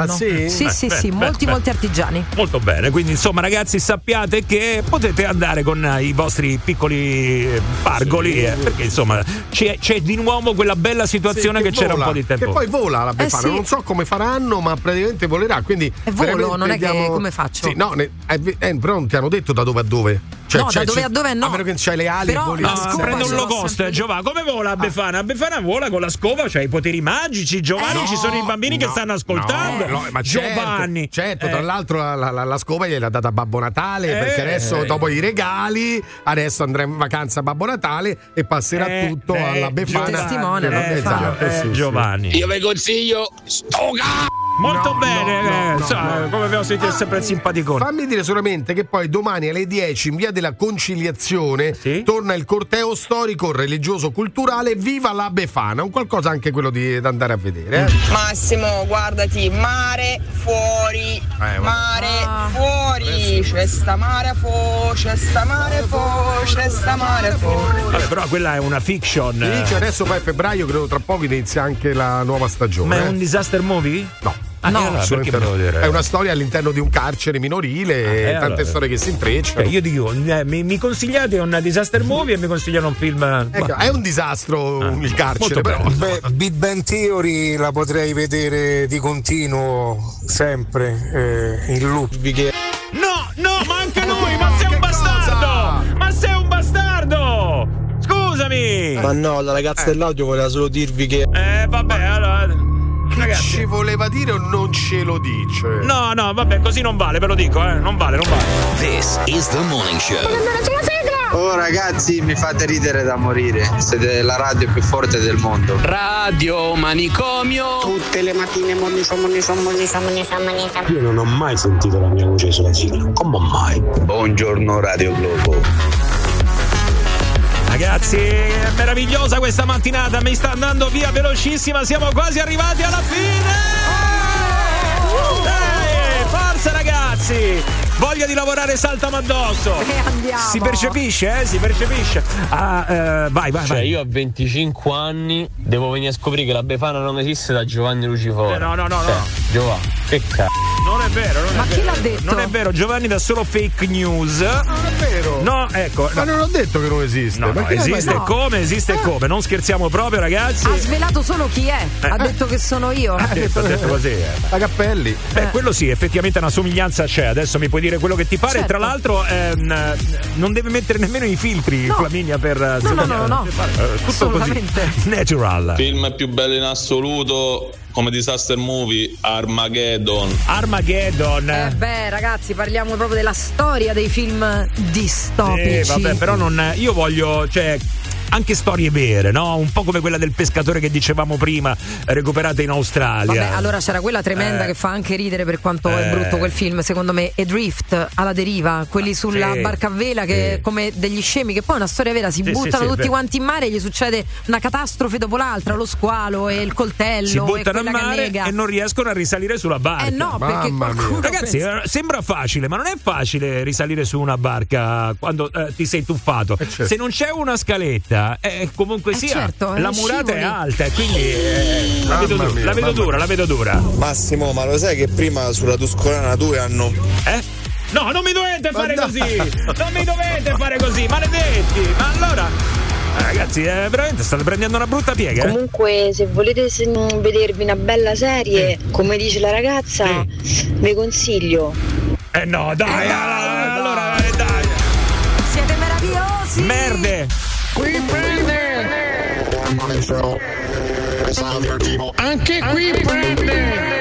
buono. Ah, sì? Sì, Beh, sì, beh, sì, beh, molti, beh. molti artigiani. Molto bene, quindi insomma ragazzi sappiate che potete andare con i vostri piccoli pargoli, Sì. eh, perché insomma c'è, c'è di nuovo quella bella situazione Sì, che, c'era un vola, po' di tempo. Che poi vola la Befana, Eh, sì. non so come faranno, ma praticamente volerà. Quindi È volo, veramente non è che diamo- come faccio? Sì, no, ne- eh, eh, però non ti hanno detto da dove a dove. Cioè, No, cioè, da dove ci- a dove no. A meno che c'hai le ali Però e voli. la No, scopa prende un ce l'ho low cost, sempre- Giovanni. Come vola la Befana? La Befana vola con la scopa, c'ha i poteri magici. Giovanni, Eh. ci sono i bambini che No, stanno ascoltando. no, no, ma certo, Giovanni. certo, Eh. tra l'altro la, la, la scopa gliel'ha data Babbo Natale, Eh. perché adesso dopo i regali adesso andrà in vacanza Babbo Natale e passerà Eh, tutto eh, alla Befana. Giovanni, testimone, la Eh, Befana. esatto, Eh, sì, sì. Giovanni. Io vi consiglio sto c***o. Molto No, bene, no, no, eh, no, so, no. come abbiamo sentito è sempre simpaticone. Fammi dire solamente che poi domani alle dieci in via della Conciliazione Sì? torna il corteo storico religioso culturale Viva la Befana, un qualcosa anche quello di, da andare a vedere. Eh? Massimo, guardati, mare fuori, vabbè. mare Ah. fuori, c'è sta mare fu, c'è sta mare fu, c'è sta mare fu. Vabbè, però quella è una fiction. Si dice adesso poi a febbraio, credo tra poco inizia anche la nuova stagione. Ma è eh. un disaster movie? No. Ah, No. e allora, perché Assolutamente me lo no. devo dire? È una storia all'interno di un carcere minorile e eh, tante allora. storie che si intrecciano. Eh, io dico, eh, mi, mi consigliate un disaster movie e mi consigliano un film. Ecco, bah, è un disastro Ah, il carcere, molto però. bene. Beh, Big Bang Theory la potrei vedere di continuo sempre eh, in loop. Che... No, no, ma anche lui, ma sei un bastardo! Ma sei un bastardo! Scusami! Ma no, la ragazza dell'audio voleva solo dirvi che. Eh, vabbè, allora. Che Ragazzi. ci voleva dire o non ce lo dice? No, no, vabbè, così non vale, ve lo dico, eh. Non vale, non vale. This is the morning show. Oh ragazzi, mi fate ridere da morire. Siete la radio più forte del mondo. Radio Manicomio. Tutte le mattine morniscio, morniscio, morniscio, morniscio, morniscio. Io non ho mai sentito la mia voce sulla sigla. Come mai? Buongiorno Radio Globo. Ragazzi, è meravigliosa questa mattinata, mi sta andando via velocissima, siamo quasi arrivati alla fine! Dai, forza ragazzi! Voglia di lavorare saltami addosso! E andiamo. Si percepisce, eh? Si percepisce. Ah, eh, vai, vai, Cioè, vai. io a venticinque anni devo venire a scoprire che la Befana non esiste da Giovanni Lucifora. Eh, no, no, no, Cioè, no. Giovanni, che cazzo. Non è vero, non Ma è chi vero. l'ha detto? Non è vero, Giovanni dà solo fake news. Non è vero. No, ecco. Ma No, non ho detto che non esiste. no, Ma no, che- esiste no. come, esiste Eh. come. Non scherziamo proprio, ragazzi. Ha svelato solo chi è. Ha detto che sono io. Ha detto, ha detto così, eh. La Cappelli. Beh, quello sì, effettivamente una somiglianza c'è. Adesso mi puoi dire quello che ti pare. Certo. Tra l'altro, ehm, non deve mettere nemmeno i filtri, No. Flaminia, per. No, no, no, no. Eh, Tutto così. Assolutamente. Natural. Film più bello in assoluto come disaster movie, Armageddon. Armageddon. Eh beh, ragazzi, parliamo proprio della storia dei film distopici. Eh, vabbè, però non. Io voglio. Cioè. Anche storie vere, no? Un po' come quella del pescatore che dicevamo prima, recuperata in Australia. Vabbè, allora c'era quella tremenda Eh. che fa anche ridere per quanto è Eh. brutto quel film, secondo me, Adrift, alla deriva, quelli sulla sì. barca a vela che Sì. come degli scemi, che poi è una storia vera, si Sì, buttano sì, sì, tutti vero. quanti in mare e gli succede una catastrofe dopo l'altra, lo squalo e il coltello Si e buttano quella al mare che nega. e non riescono a risalire sulla barca. Eh no, perché Mamma mia. qualcuno Ragazzi, pensa- eh, sembra facile, ma non è facile risalire su una barca quando eh, ti sei tuffato. certo. Se non c'è una scaletta, eh, comunque Eh, sia, certo, la eh, murata scivoli. è alta, e quindi eh, la vedo, Mamma du- mia, la vedo mamma dura, mia. la vedo dura. Massimo, ma lo sai che prima sulla Tuscolana due hanno. Eh? No, non mi dovete fare dai. così! Non mi dovete fare così, maledetti! Ma allora, eh, ragazzi, eh, veramente state prendendo una brutta piega, eh? Comunque, se volete se- vedervi una bella serie, come dice la ragazza, vi consiglio. Eh no, dai, allora, allora, eh, dai. Siete meravigliosi! Merde! Anche qui prende.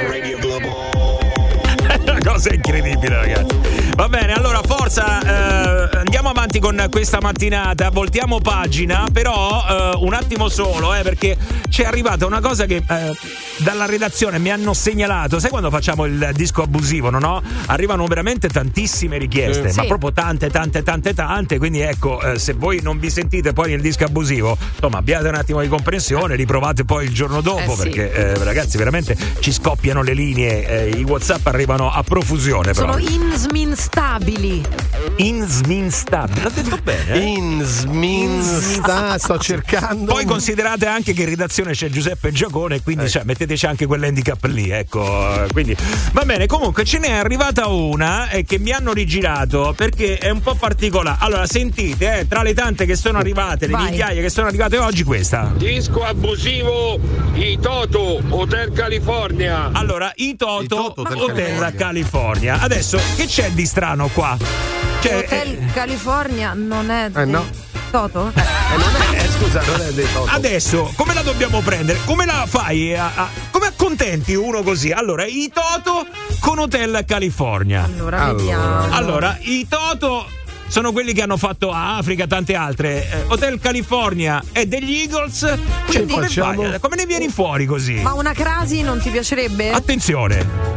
Una cosa incredibile, ragazzi. Va bene, allora forza, eh, andiamo avanti con questa mattinata, voltiamo pagina, però eh, un attimo solo, eh, perché ci è arrivata una cosa che eh, dalla redazione mi hanno segnalato. Sai quando facciamo il disco abusivo, no? no? Arrivano veramente tantissime richieste, Sì. ma proprio tante, tante, tante, tante. Quindi ecco, eh, se voi non vi sentite poi nel disco abusivo, insomma, abbiate un attimo di comprensione, riprovate poi il giorno dopo, Eh sì. perché eh, ragazzi, veramente ci scoppiano le linee, eh, i WhatsApp arrivano a profusione. Però. Sono insminstabili. Insminstabili, l'ho detto bene? Insminsta, sto cercando. Poi considerate anche che in redazione c'è Giuseppe Giacone, quindi eh. cioè, metteteci anche quell'handicap lì, ecco. Quindi va bene, comunque ce n'è arrivata una eh, che mi hanno rigirato perché è un po' particolare. Allora, sentite, eh, tra le tante che sono arrivate, le Vai. migliaia che sono arrivate oggi, questa. Disco abusivo, i Toto, Hotel California. Allora, i Toto, I Toto Hotel Hotel California. California. Adesso, che c'è di strano qua? Cioè, Hotel eh, California non è Eh, no. Toto? Eh, non è, eh, scusa, non è dei Toto. Adesso, come la dobbiamo prendere? Come la fai? A, a, come accontenti uno così? Allora, i Toto con Hotel California. Allora, Allora. vediamo. Allora, i Toto sono quelli che hanno fatto Africa, tante altre. Eh, Hotel California è degli Eagles. Cioè, Quindi come, facciamo- fai? Come ne vieni fuori così? Ma una crasi non ti piacerebbe? Attenzione.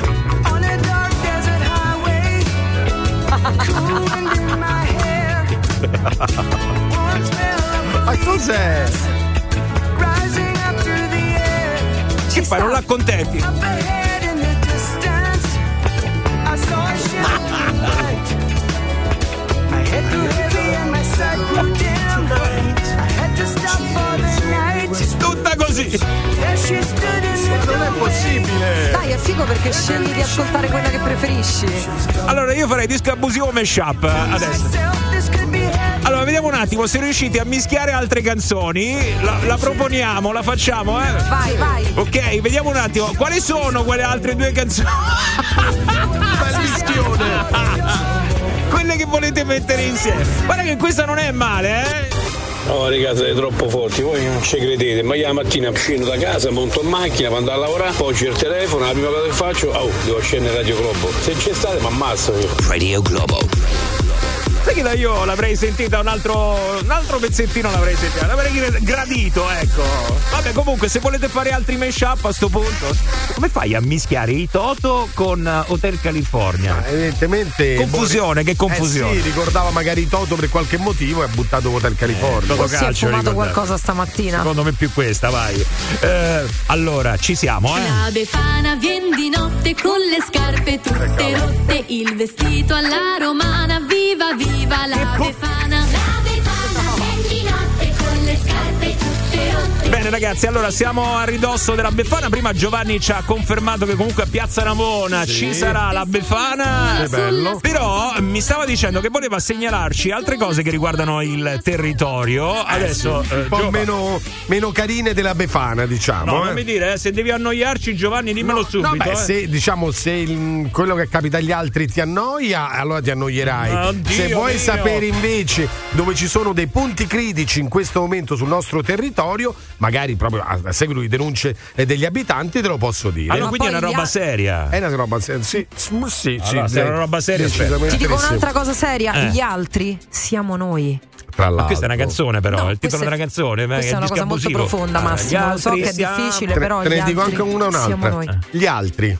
Ma cos'è? Che fai? Non l'accontenti? Tutta così. Non è possibile. Dai, è figo perché scegli di ascoltare quella che preferisci. Allora io farei disco abusivo mashup adesso. Allora vediamo un attimo se riuscite a mischiare altre canzoni. La, la proponiamo, la facciamo, eh? Vai, vai. Ok, vediamo un attimo. Quali sono quelle altre due canzoni? Bel mischione. Quelle che volete mettere insieme. Guarda che questa non è male, eh? Oh raga, siete troppo forti, voi non ci credete, ma io la mattina scendo da casa, monto in macchina, vado a lavorare, poi c'è il telefono, la prima cosa che faccio, oh, devo scendere Radio Globo. Se c'è state, mi ammazzo io. Radio Globo. Sai che io l'avrei sentita un altro un altro pezzettino l'avrei sentita, l'avrei gradito, ecco. Vabbè, comunque se volete fare altri mashup a sto punto, come fai a mischiare i Toto con Hotel California? Ma evidentemente Confusione, che confusione. Eh sì, ricordava magari Toto per qualche motivo e ha buttato Hotel California. Eh, Toto O si è calcio, fumato ricordate. qualcosa stamattina? Secondo me più questa, vai. Eh, allora, ci siamo, eh? La Befana vien di notte con le scarpe tutte rotte, il vestito alla romana, viva viva la Befana. La Befana vien di notte con le scarpe tutte rotte. Bene ragazzi, allora siamo a ridosso della Befana. Prima Giovanni ci ha confermato che comunque a Piazza Navona Sì. ci sarà la Befana. Che bello. Però mi stava dicendo che voleva segnalarci altre cose che riguardano il territorio. Adesso un eh, po' Giova- meno, meno carine della Befana, diciamo. No, eh. non mi dire, eh, se devi annoiarci Giovanni dimmelo subito. No, beh, eh. se diciamo se il- quello che capita agli altri ti annoia, allora ti annoierai. Oddio se vuoi mio. sapere invece dove ci sono dei punti critici in questo momento sul nostro territorio, magari proprio a, a seguito di denunce eh, degli abitanti, te lo posso dire. Allora, Ma quindi è poi una gli roba a- seria. È una roba seria, sì, sì, sì, Allora, se è una roba seria, decisamente Ti dico sì. un'altra cosa seria, Eh. gli altri siamo noi. Tra Ma l'altro. questa è una canzone, però, No, il titolo questa è- della canzone. questa è una cosa molto profonda, Massimo. Lo so che è difficile, Te, però te ne gli dico altri anche una o siamo noi. un'altra. Gli altri.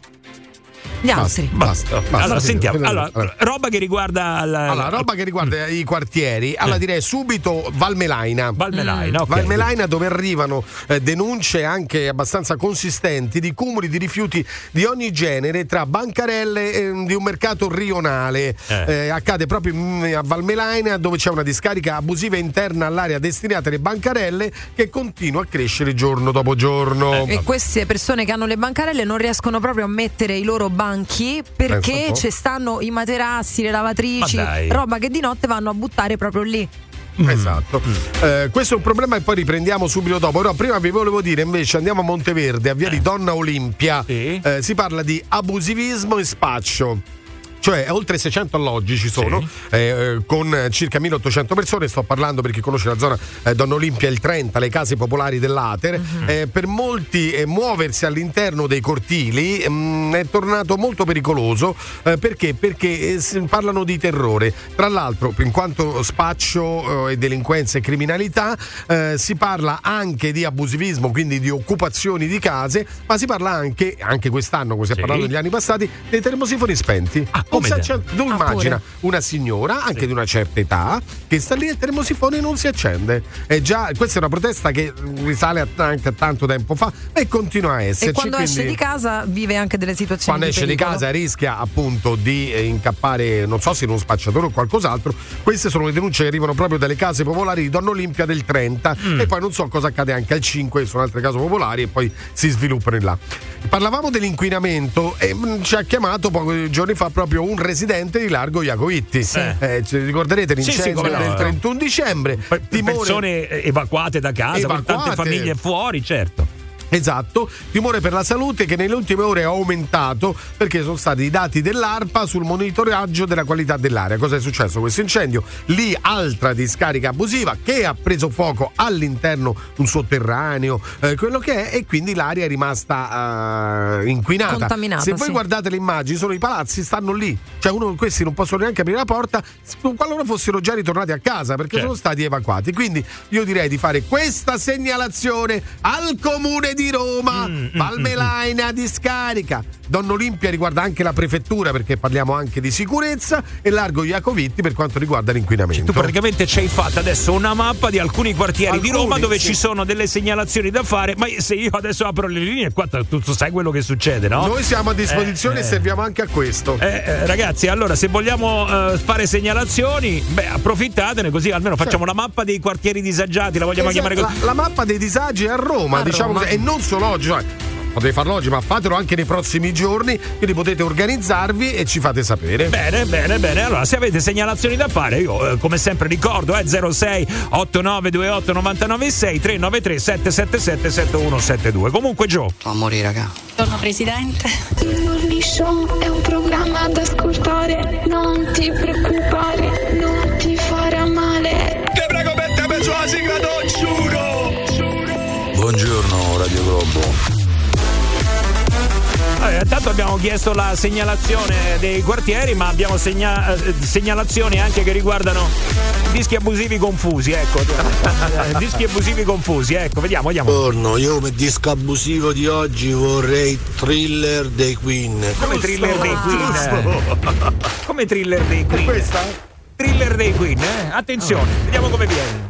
Gli altri. Basta, basta. Allora, basta. sentiamo. Allora, Allora, roba che riguarda la, Allora, roba che riguarda i quartieri, allora direi subito Valmelaina. Valmelaina, ok. Valmelaina, dove arrivano eh, denunce anche abbastanza consistenti di cumuli di rifiuti di ogni genere tra bancarelle eh, di un mercato rionale. Eh. Eh, accade proprio mm, a Valmelaina, dove c'è una discarica abusiva interna all'area destinata alle bancarelle che continua a crescere giorno dopo giorno. E queste persone che hanno le bancarelle non riescono proprio a mettere i loro banchi Pensa perché un po'. ci stanno i materassi, le lavatrici, Ma dai. roba che di notte vanno a buttare proprio lì. Esatto. Eh, questo è un problema e poi riprendiamo subito dopo. Però prima vi volevo dire invece andiamo a Monteverde, a via di Donna Olimpia. Sì. Eh, si parla di abusivismo e spaccio. Cioè oltre seicento alloggi ci sono, Sì. eh, con circa milleottocento persone. Sto parlando, per chi conosce la zona eh, Donna Olimpia, il trenta, le case popolari dell'Ater. Mhm. Eh, per molti eh, muoversi all'interno dei cortili mh, è tornato molto pericoloso. Eh, perché? Perché eh, si parlano di terrore. Tra l'altro, in quanto spaccio eh, e delinquenza e criminalità, eh, si parla anche di abusivismo, quindi di occupazioni di case, ma si parla anche, anche quest'anno, come si è Sì. parlato negli anni passati, dei termosifoni spenti. Ah, Non si te? accende. Tu Ah, immagina pure. una signora, anche di una certa età, che sta lì e il termosifone non si accende. È già, questa è una protesta che risale a, anche a tanto tempo fa e continua a esserci. E quando quindi, esce di casa vive anche delle situazioni quando di esce di pericolo. casa rischia appunto di eh, incappare, non so se in uno spacciatore o qualcos'altro. Queste sono le denunce che arrivano proprio dalle case popolari di Donna Olimpia del trenta Mm. e poi non so cosa accade anche al cinque, sono altre case popolari e poi si sviluppano in là. Parlavamo dell'inquinamento e mh, ci ha chiamato pochi giorni fa proprio un residente di Largo Iacovitti. Sì. Eh, ci ricorderete Sì, l'incendio sì, come no. del trentuno dicembre. Timore- Persone evacuate da casa, con tante Evacuate. famiglie fuori, certo. Esatto, timore per la salute che nelle ultime ore è aumentato perché sono stati i dati dell'ARPA sul monitoraggio della qualità dell'aria. Cosa è successo? Questo incendio, lì altra discarica abusiva che ha preso fuoco all'interno un sotterraneo, eh, quello che è, e quindi l'aria è rimasta eh, inquinata. Contaminata, Se voi sì. guardate le immagini, sono i palazzi, stanno lì. Cioè uno di questi non possono neanche aprire la porta qualora fossero già ritornati a casa perché Certo. sono stati evacuati. Quindi io direi di fare questa segnalazione al comune di Roma, Mm, Valmelaina discarica. Donna Olimpia riguarda anche la prefettura perché parliamo anche di sicurezza e Largo Iacovitti per quanto riguarda l'inquinamento. Tu praticamente ci hai fatto adesso una mappa di alcuni quartieri Alcuni, di Roma dove sì. ci sono delle segnalazioni da fare, ma se io adesso apro le linee qua tu, tu sai quello che succede, no? Noi siamo a disposizione Eh, e eh. serviamo anche a questo. Eh, eh, ragazzi, allora se vogliamo eh, fare segnalazioni, beh, approfittatene così almeno facciamo la mappa dei quartieri disagiati, la vogliamo Esatto, chiamare così. la, la mappa dei disagi è a Roma, A diciamo Roma. così, e non solo oggi, cioè, potete farlo oggi, ma fatelo anche nei prossimi giorni, quindi potete organizzarvi e ci fate sapere. Bene, bene, bene. Allora, se avete segnalazioni da fare, io eh, come sempre ricordo, eh, zero sei otto nove due otto nove nove sei tre nove tre sette sette sette sette uno sette due. Comunque, Gio. Amore, raga. Buongiorno Presidente. Il Morning Show è un programma da ascoltare, non ti preoccupare, non ti farà male. Ti prego, mettimi sulla sigla, non giuro. Buongiorno Radio Globo. Allora, intanto abbiamo chiesto la segnalazione dei quartieri, ma abbiamo segna- eh, segnalazioni anche che riguardano dischi abusivi confusi, ecco. Eh, dischi abusivi confusi, ecco, vediamo, vediamo. Buongiorno, io come disco abusivo di oggi vorrei Thriller dei Queen. Come Thriller dei Queen? Come Thriller dei Queen? Questa? Thriller dei Queen, eh? Attenzione, vediamo come viene.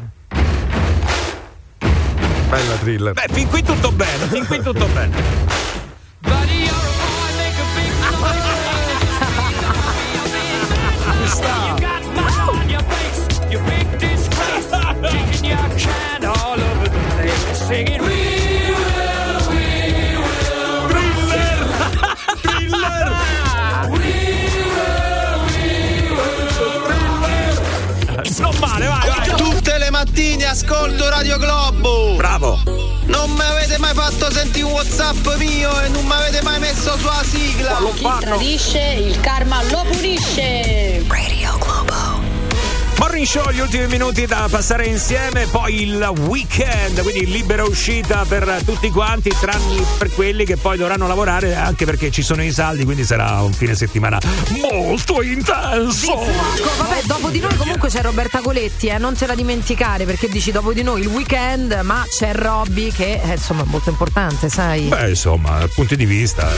Bella Thriller. Beh, fin qui tutto bene, fin qui tutto bene. Non male, vai, vai. Tutte le mattine ascolto Radio Globo. Bravo. Non mi avete mai fatto sentire un WhatsApp mio e non mi avete mai messo sulla sigla. Chi tradisce, il karma lo punisce. Radio Globo. Morning Show, gli ultimi minuti da passare insieme, poi il weekend, quindi libera uscita per tutti quanti, tranne per quelli che poi dovranno lavorare, anche perché ci sono i saldi, quindi sarà un fine settimana molto intenso. Ecco, vabbè, dopo di noi comunque c'è Roberta Coletti, eh, non te la dimenticare, perché dici dopo di noi il weekend, ma c'è Robby che è insomma molto importante, sai. Beh, insomma, punti di vista.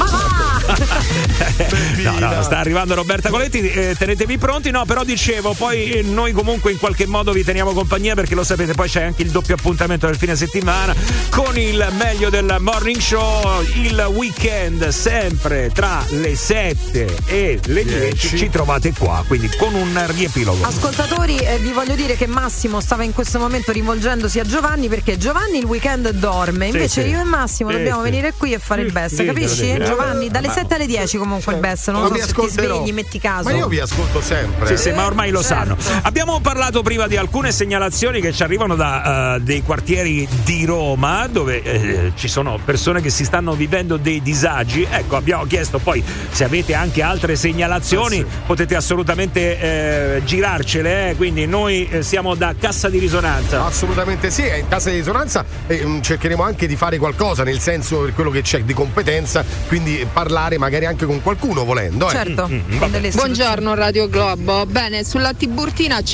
no, no, sta arrivando Roberta Coletti, eh, tenetevi pronti, no, però dicevo, poi eh, noi comunque in qualche modo vi teniamo compagnia perché lo sapete, poi c'è anche il doppio appuntamento del fine settimana con il meglio del morning show, il weekend sempre tra le sette e le dieci ci trovate qua, quindi con un riepilogo. Ascoltatori, eh, vi voglio dire che Massimo stava in questo momento rivolgendosi a Giovanni perché Giovanni il weekend dorme, invece sì. io e Massimo Sì, dobbiamo sì. venire qui e fare il best, Sì, capisci? sì, sì. Giovanni, dalle Ma- sette alle dieci comunque il best, non Ma so vi se ti ascolterò. svegli, metti caso. Ma io vi ascolto sempre. Sì, sì, ma ormai lo certo. sanno. Abbiamo parlato prima di alcune segnalazioni che ci arrivano da uh, dei quartieri di Roma dove eh, ci sono persone che si stanno vivendo dei disagi. Ecco, abbiamo chiesto poi se avete anche altre segnalazioni, Eh sì. potete assolutamente eh, girarcele, eh? Quindi noi eh, siamo da Cassa di Risonanza. Assolutamente sì, in Cassa di Risonanza eh, mh, cercheremo anche di fare qualcosa, nel senso per quello che c'è di competenza, quindi parlare magari anche con qualcuno volendo. Eh. Certo, Mm, mm, con vabbè. delle Buongiorno Radio Globo. Bene, sulla Tiburtina c'è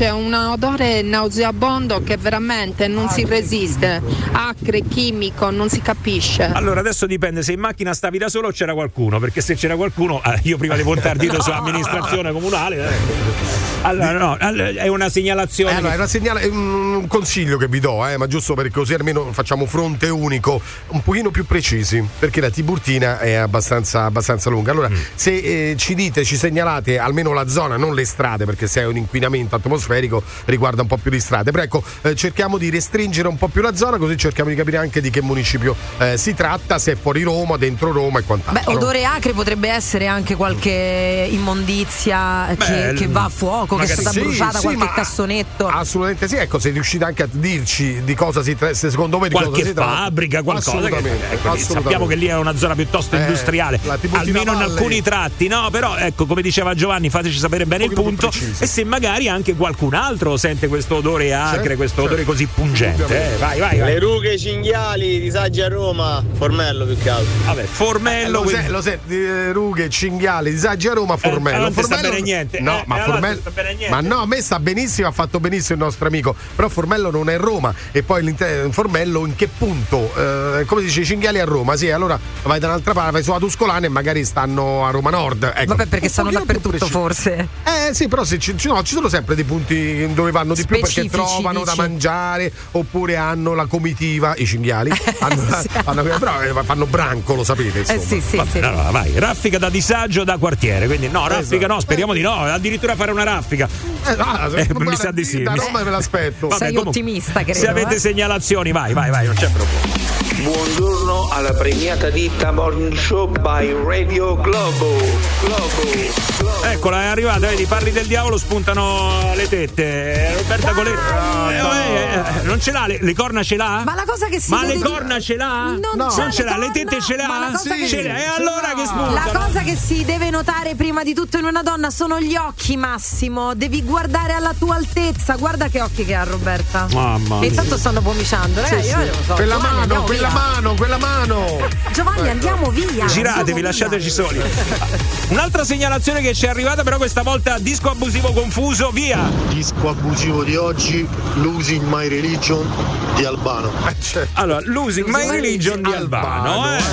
c'è un odore nauseabondo che veramente non si resiste, acre, chimico, non si capisce. Allora adesso dipende se in macchina stavi da solo o c'era qualcuno, perché se c'era qualcuno eh, io prima di puntare il dito no. sull'amministrazione comunale eh. allora no, è una segnalazione. Eh, allora, che... è una segnala, un consiglio che vi do, eh, ma giusto perché così almeno facciamo fronte unico, un pochino più precisi, perché la Tiburtina è abbastanza, abbastanza lunga. Allora, mm. se eh, ci dite, ci segnalate almeno la zona, non le strade, perché se è un inquinamento atmosferico riguarda un po' più di strade, però ecco, eh, cerchiamo di restringere un po' più la zona, così cerchiamo di capire anche di che municipio eh, si tratta, se è fuori Roma, dentro Roma e quant'altro. Beh, odore acre potrebbe essere anche qualche immondizia Beh, che, che va a fuoco, che è stata sì, bruciata, sì, qualche cassonetto. Assolutamente sì, ecco, se riuscite anche a dirci di cosa si tratta, secondo me di qualche cosa si tratta. Fabbrica, qualcosa. Assolutamente, che, ecco, assolutamente. Sappiamo che lì è una zona piuttosto eh, industriale, almeno in alcuni tratti, no? Però ecco, come diceva Giovanni, fateci sapere bene il punto e se magari anche qualcun altro sente questo odore acre, certo, questo certo. odore così pungente. Eh, vai, vai, vai. Le rughe cinghiali, disagi a Roma, Formello più che altro. Vabbè, Formello. Eh, lo, se, lo se, eh, rughe, cinghiali, disagi a Roma, Formello. Eh, non Formello sta bene niente. No, eh, ma eh, Formello. Allora bene niente. Ma no, a me sta benissimo, ha fatto benissimo il nostro amico. Però Formello non è Roma. E poi Formello in che punto? Eh, come dice, i cinghiali a Roma, sì, allora vai da un'altra parte, vai sulla Tuscolana e magari stanno a Roma Nord. Ecco. Vabbè, perché stanno dappertutto forse. Eh sì, però se ci, no, ci sono sempre dei punti dove vanno di specifici, più perché trovano dici. da mangiare oppure hanno la comitiva, i cinghiali hanno, sì. hanno, però fanno branco, lo sapete insomma. Eh sì, sì, Vabbè, sì. Allora, vai, raffica da disagio da quartiere, quindi no, raffica esatto. no, speriamo di no, addirittura fare una raffica. Eh, ah, eh, mi sa di sì. Da Roma me l'aspetto. Vabbè, sei comunque, ottimista, credo. Se avete eh? segnalazioni, vai, vai, vai, non c'è problema. Buongiorno alla premiata ditta Morning Show by Radio Globo. Globo. Globo. Eccola, è arrivata, vedi, parli del diavolo, spuntano le tette. Roberta Coletti. Eh, eh, non ce l'ha, le, le corna ce l'ha? Ma la cosa che si Ma deve... le corna ce l'ha? Non, no. ce non ce l'ha, corna, le tette ce l'ha? Sì, che ce l'ha. E allora che spuntano? La cosa che si deve notare prima di tutto in una donna sono gli occhi, Massimo. Devi guardare alla tua altezza. Guarda che occhi che ha Roberta. Mamma e intanto stanno pomiciando, ragazzi. Sì, io sì. non so. Quella Giovanni, mano, quella via. mano, quella mano. Giovanni, ecco. andiamo via. Giratevi, lasciateci soli. Un'altra segnalazione che ci è arrivata, però questa volta disco abusivo confuso, via. Disco abusivo di oggi, Losing My Religion di Albano. Allora, Losing My Religion di Albano, Albano eh.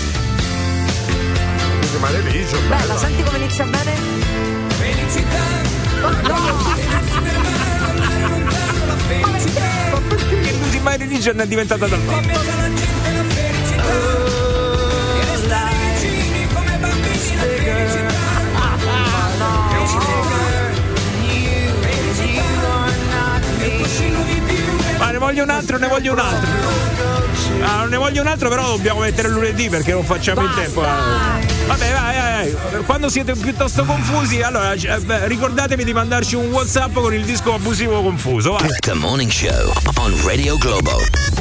Losing My Religion. Bella, senti come inizia bene? Felicità. No. Ma perché Losing My Religion è diventata dal Albano? Ma ne voglio un altro, ne voglio un altro. Ah, non ne voglio un altro, però dobbiamo mettere lunedì perché non facciamo Basta. in tempo. Vabbè, vai, vai. Quando siete piuttosto confusi, allora eh, ricordatevi di mandarci un WhatsApp con il disco abusivo confuso. Vai. The Morning Show on Radio Globo.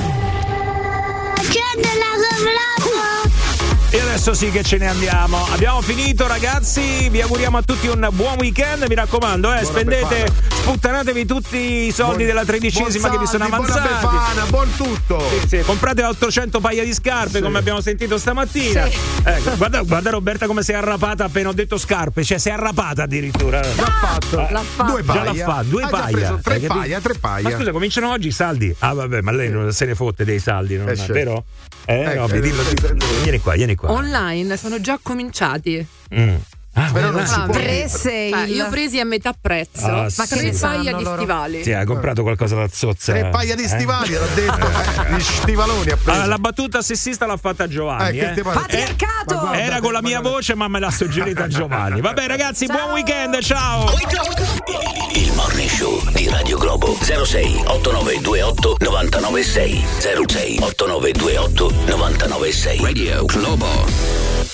E adesso sì che ce ne andiamo. Abbiamo finito, ragazzi. Vi auguriamo a tutti un buon weekend. Mi raccomando, eh, spendete, sputtanatevi tutti i soldi buon, della tredicesima che vi sono avanzati. Buona Befana, buon tutto. Sì, sì. Comprate ottocento paia di scarpe, sì. come abbiamo sentito stamattina. Sì. Ecco, guarda, guarda Roberta come si è arrapata appena ho detto scarpe, cioè si è arrapata addirittura. L'ha fatto. L'ha fatto. Due paia. Già l'ha fatto, due ha paia. Preso tre Hai paia, tre paia. Ma scusa, cominciano oggi i saldi? Ah vabbè, ma lei non se ne fotte dei saldi, non eh, è certo. vero? Eh, eh no, vedi, vieni qua, vieni qua. Online sono già cominciati. Mm. Ah, però non si può. Tre sei. Cioè, io ho presi a metà prezzo. Ah, ma sì. tre paia di loro? stivali. Sì, ha comprato qualcosa da zozza. Tre paia di stivali, eh? l'ha detto. Eh, gli stivaloni ha preso. Ah, la battuta sessista l'ha fatta Giovanni. Eh, eh. Patriarcato! guarda, Era con la mia guarda. voce, ma me l'ha suggerita Giovanni. Vabbè, ragazzi, ciao. buon weekend, ciao! Il Morning Show di Radio Globo. zero sei otto nove due otto nove nove sei zero sei otto nove due otto nove nove sei Radio Globo.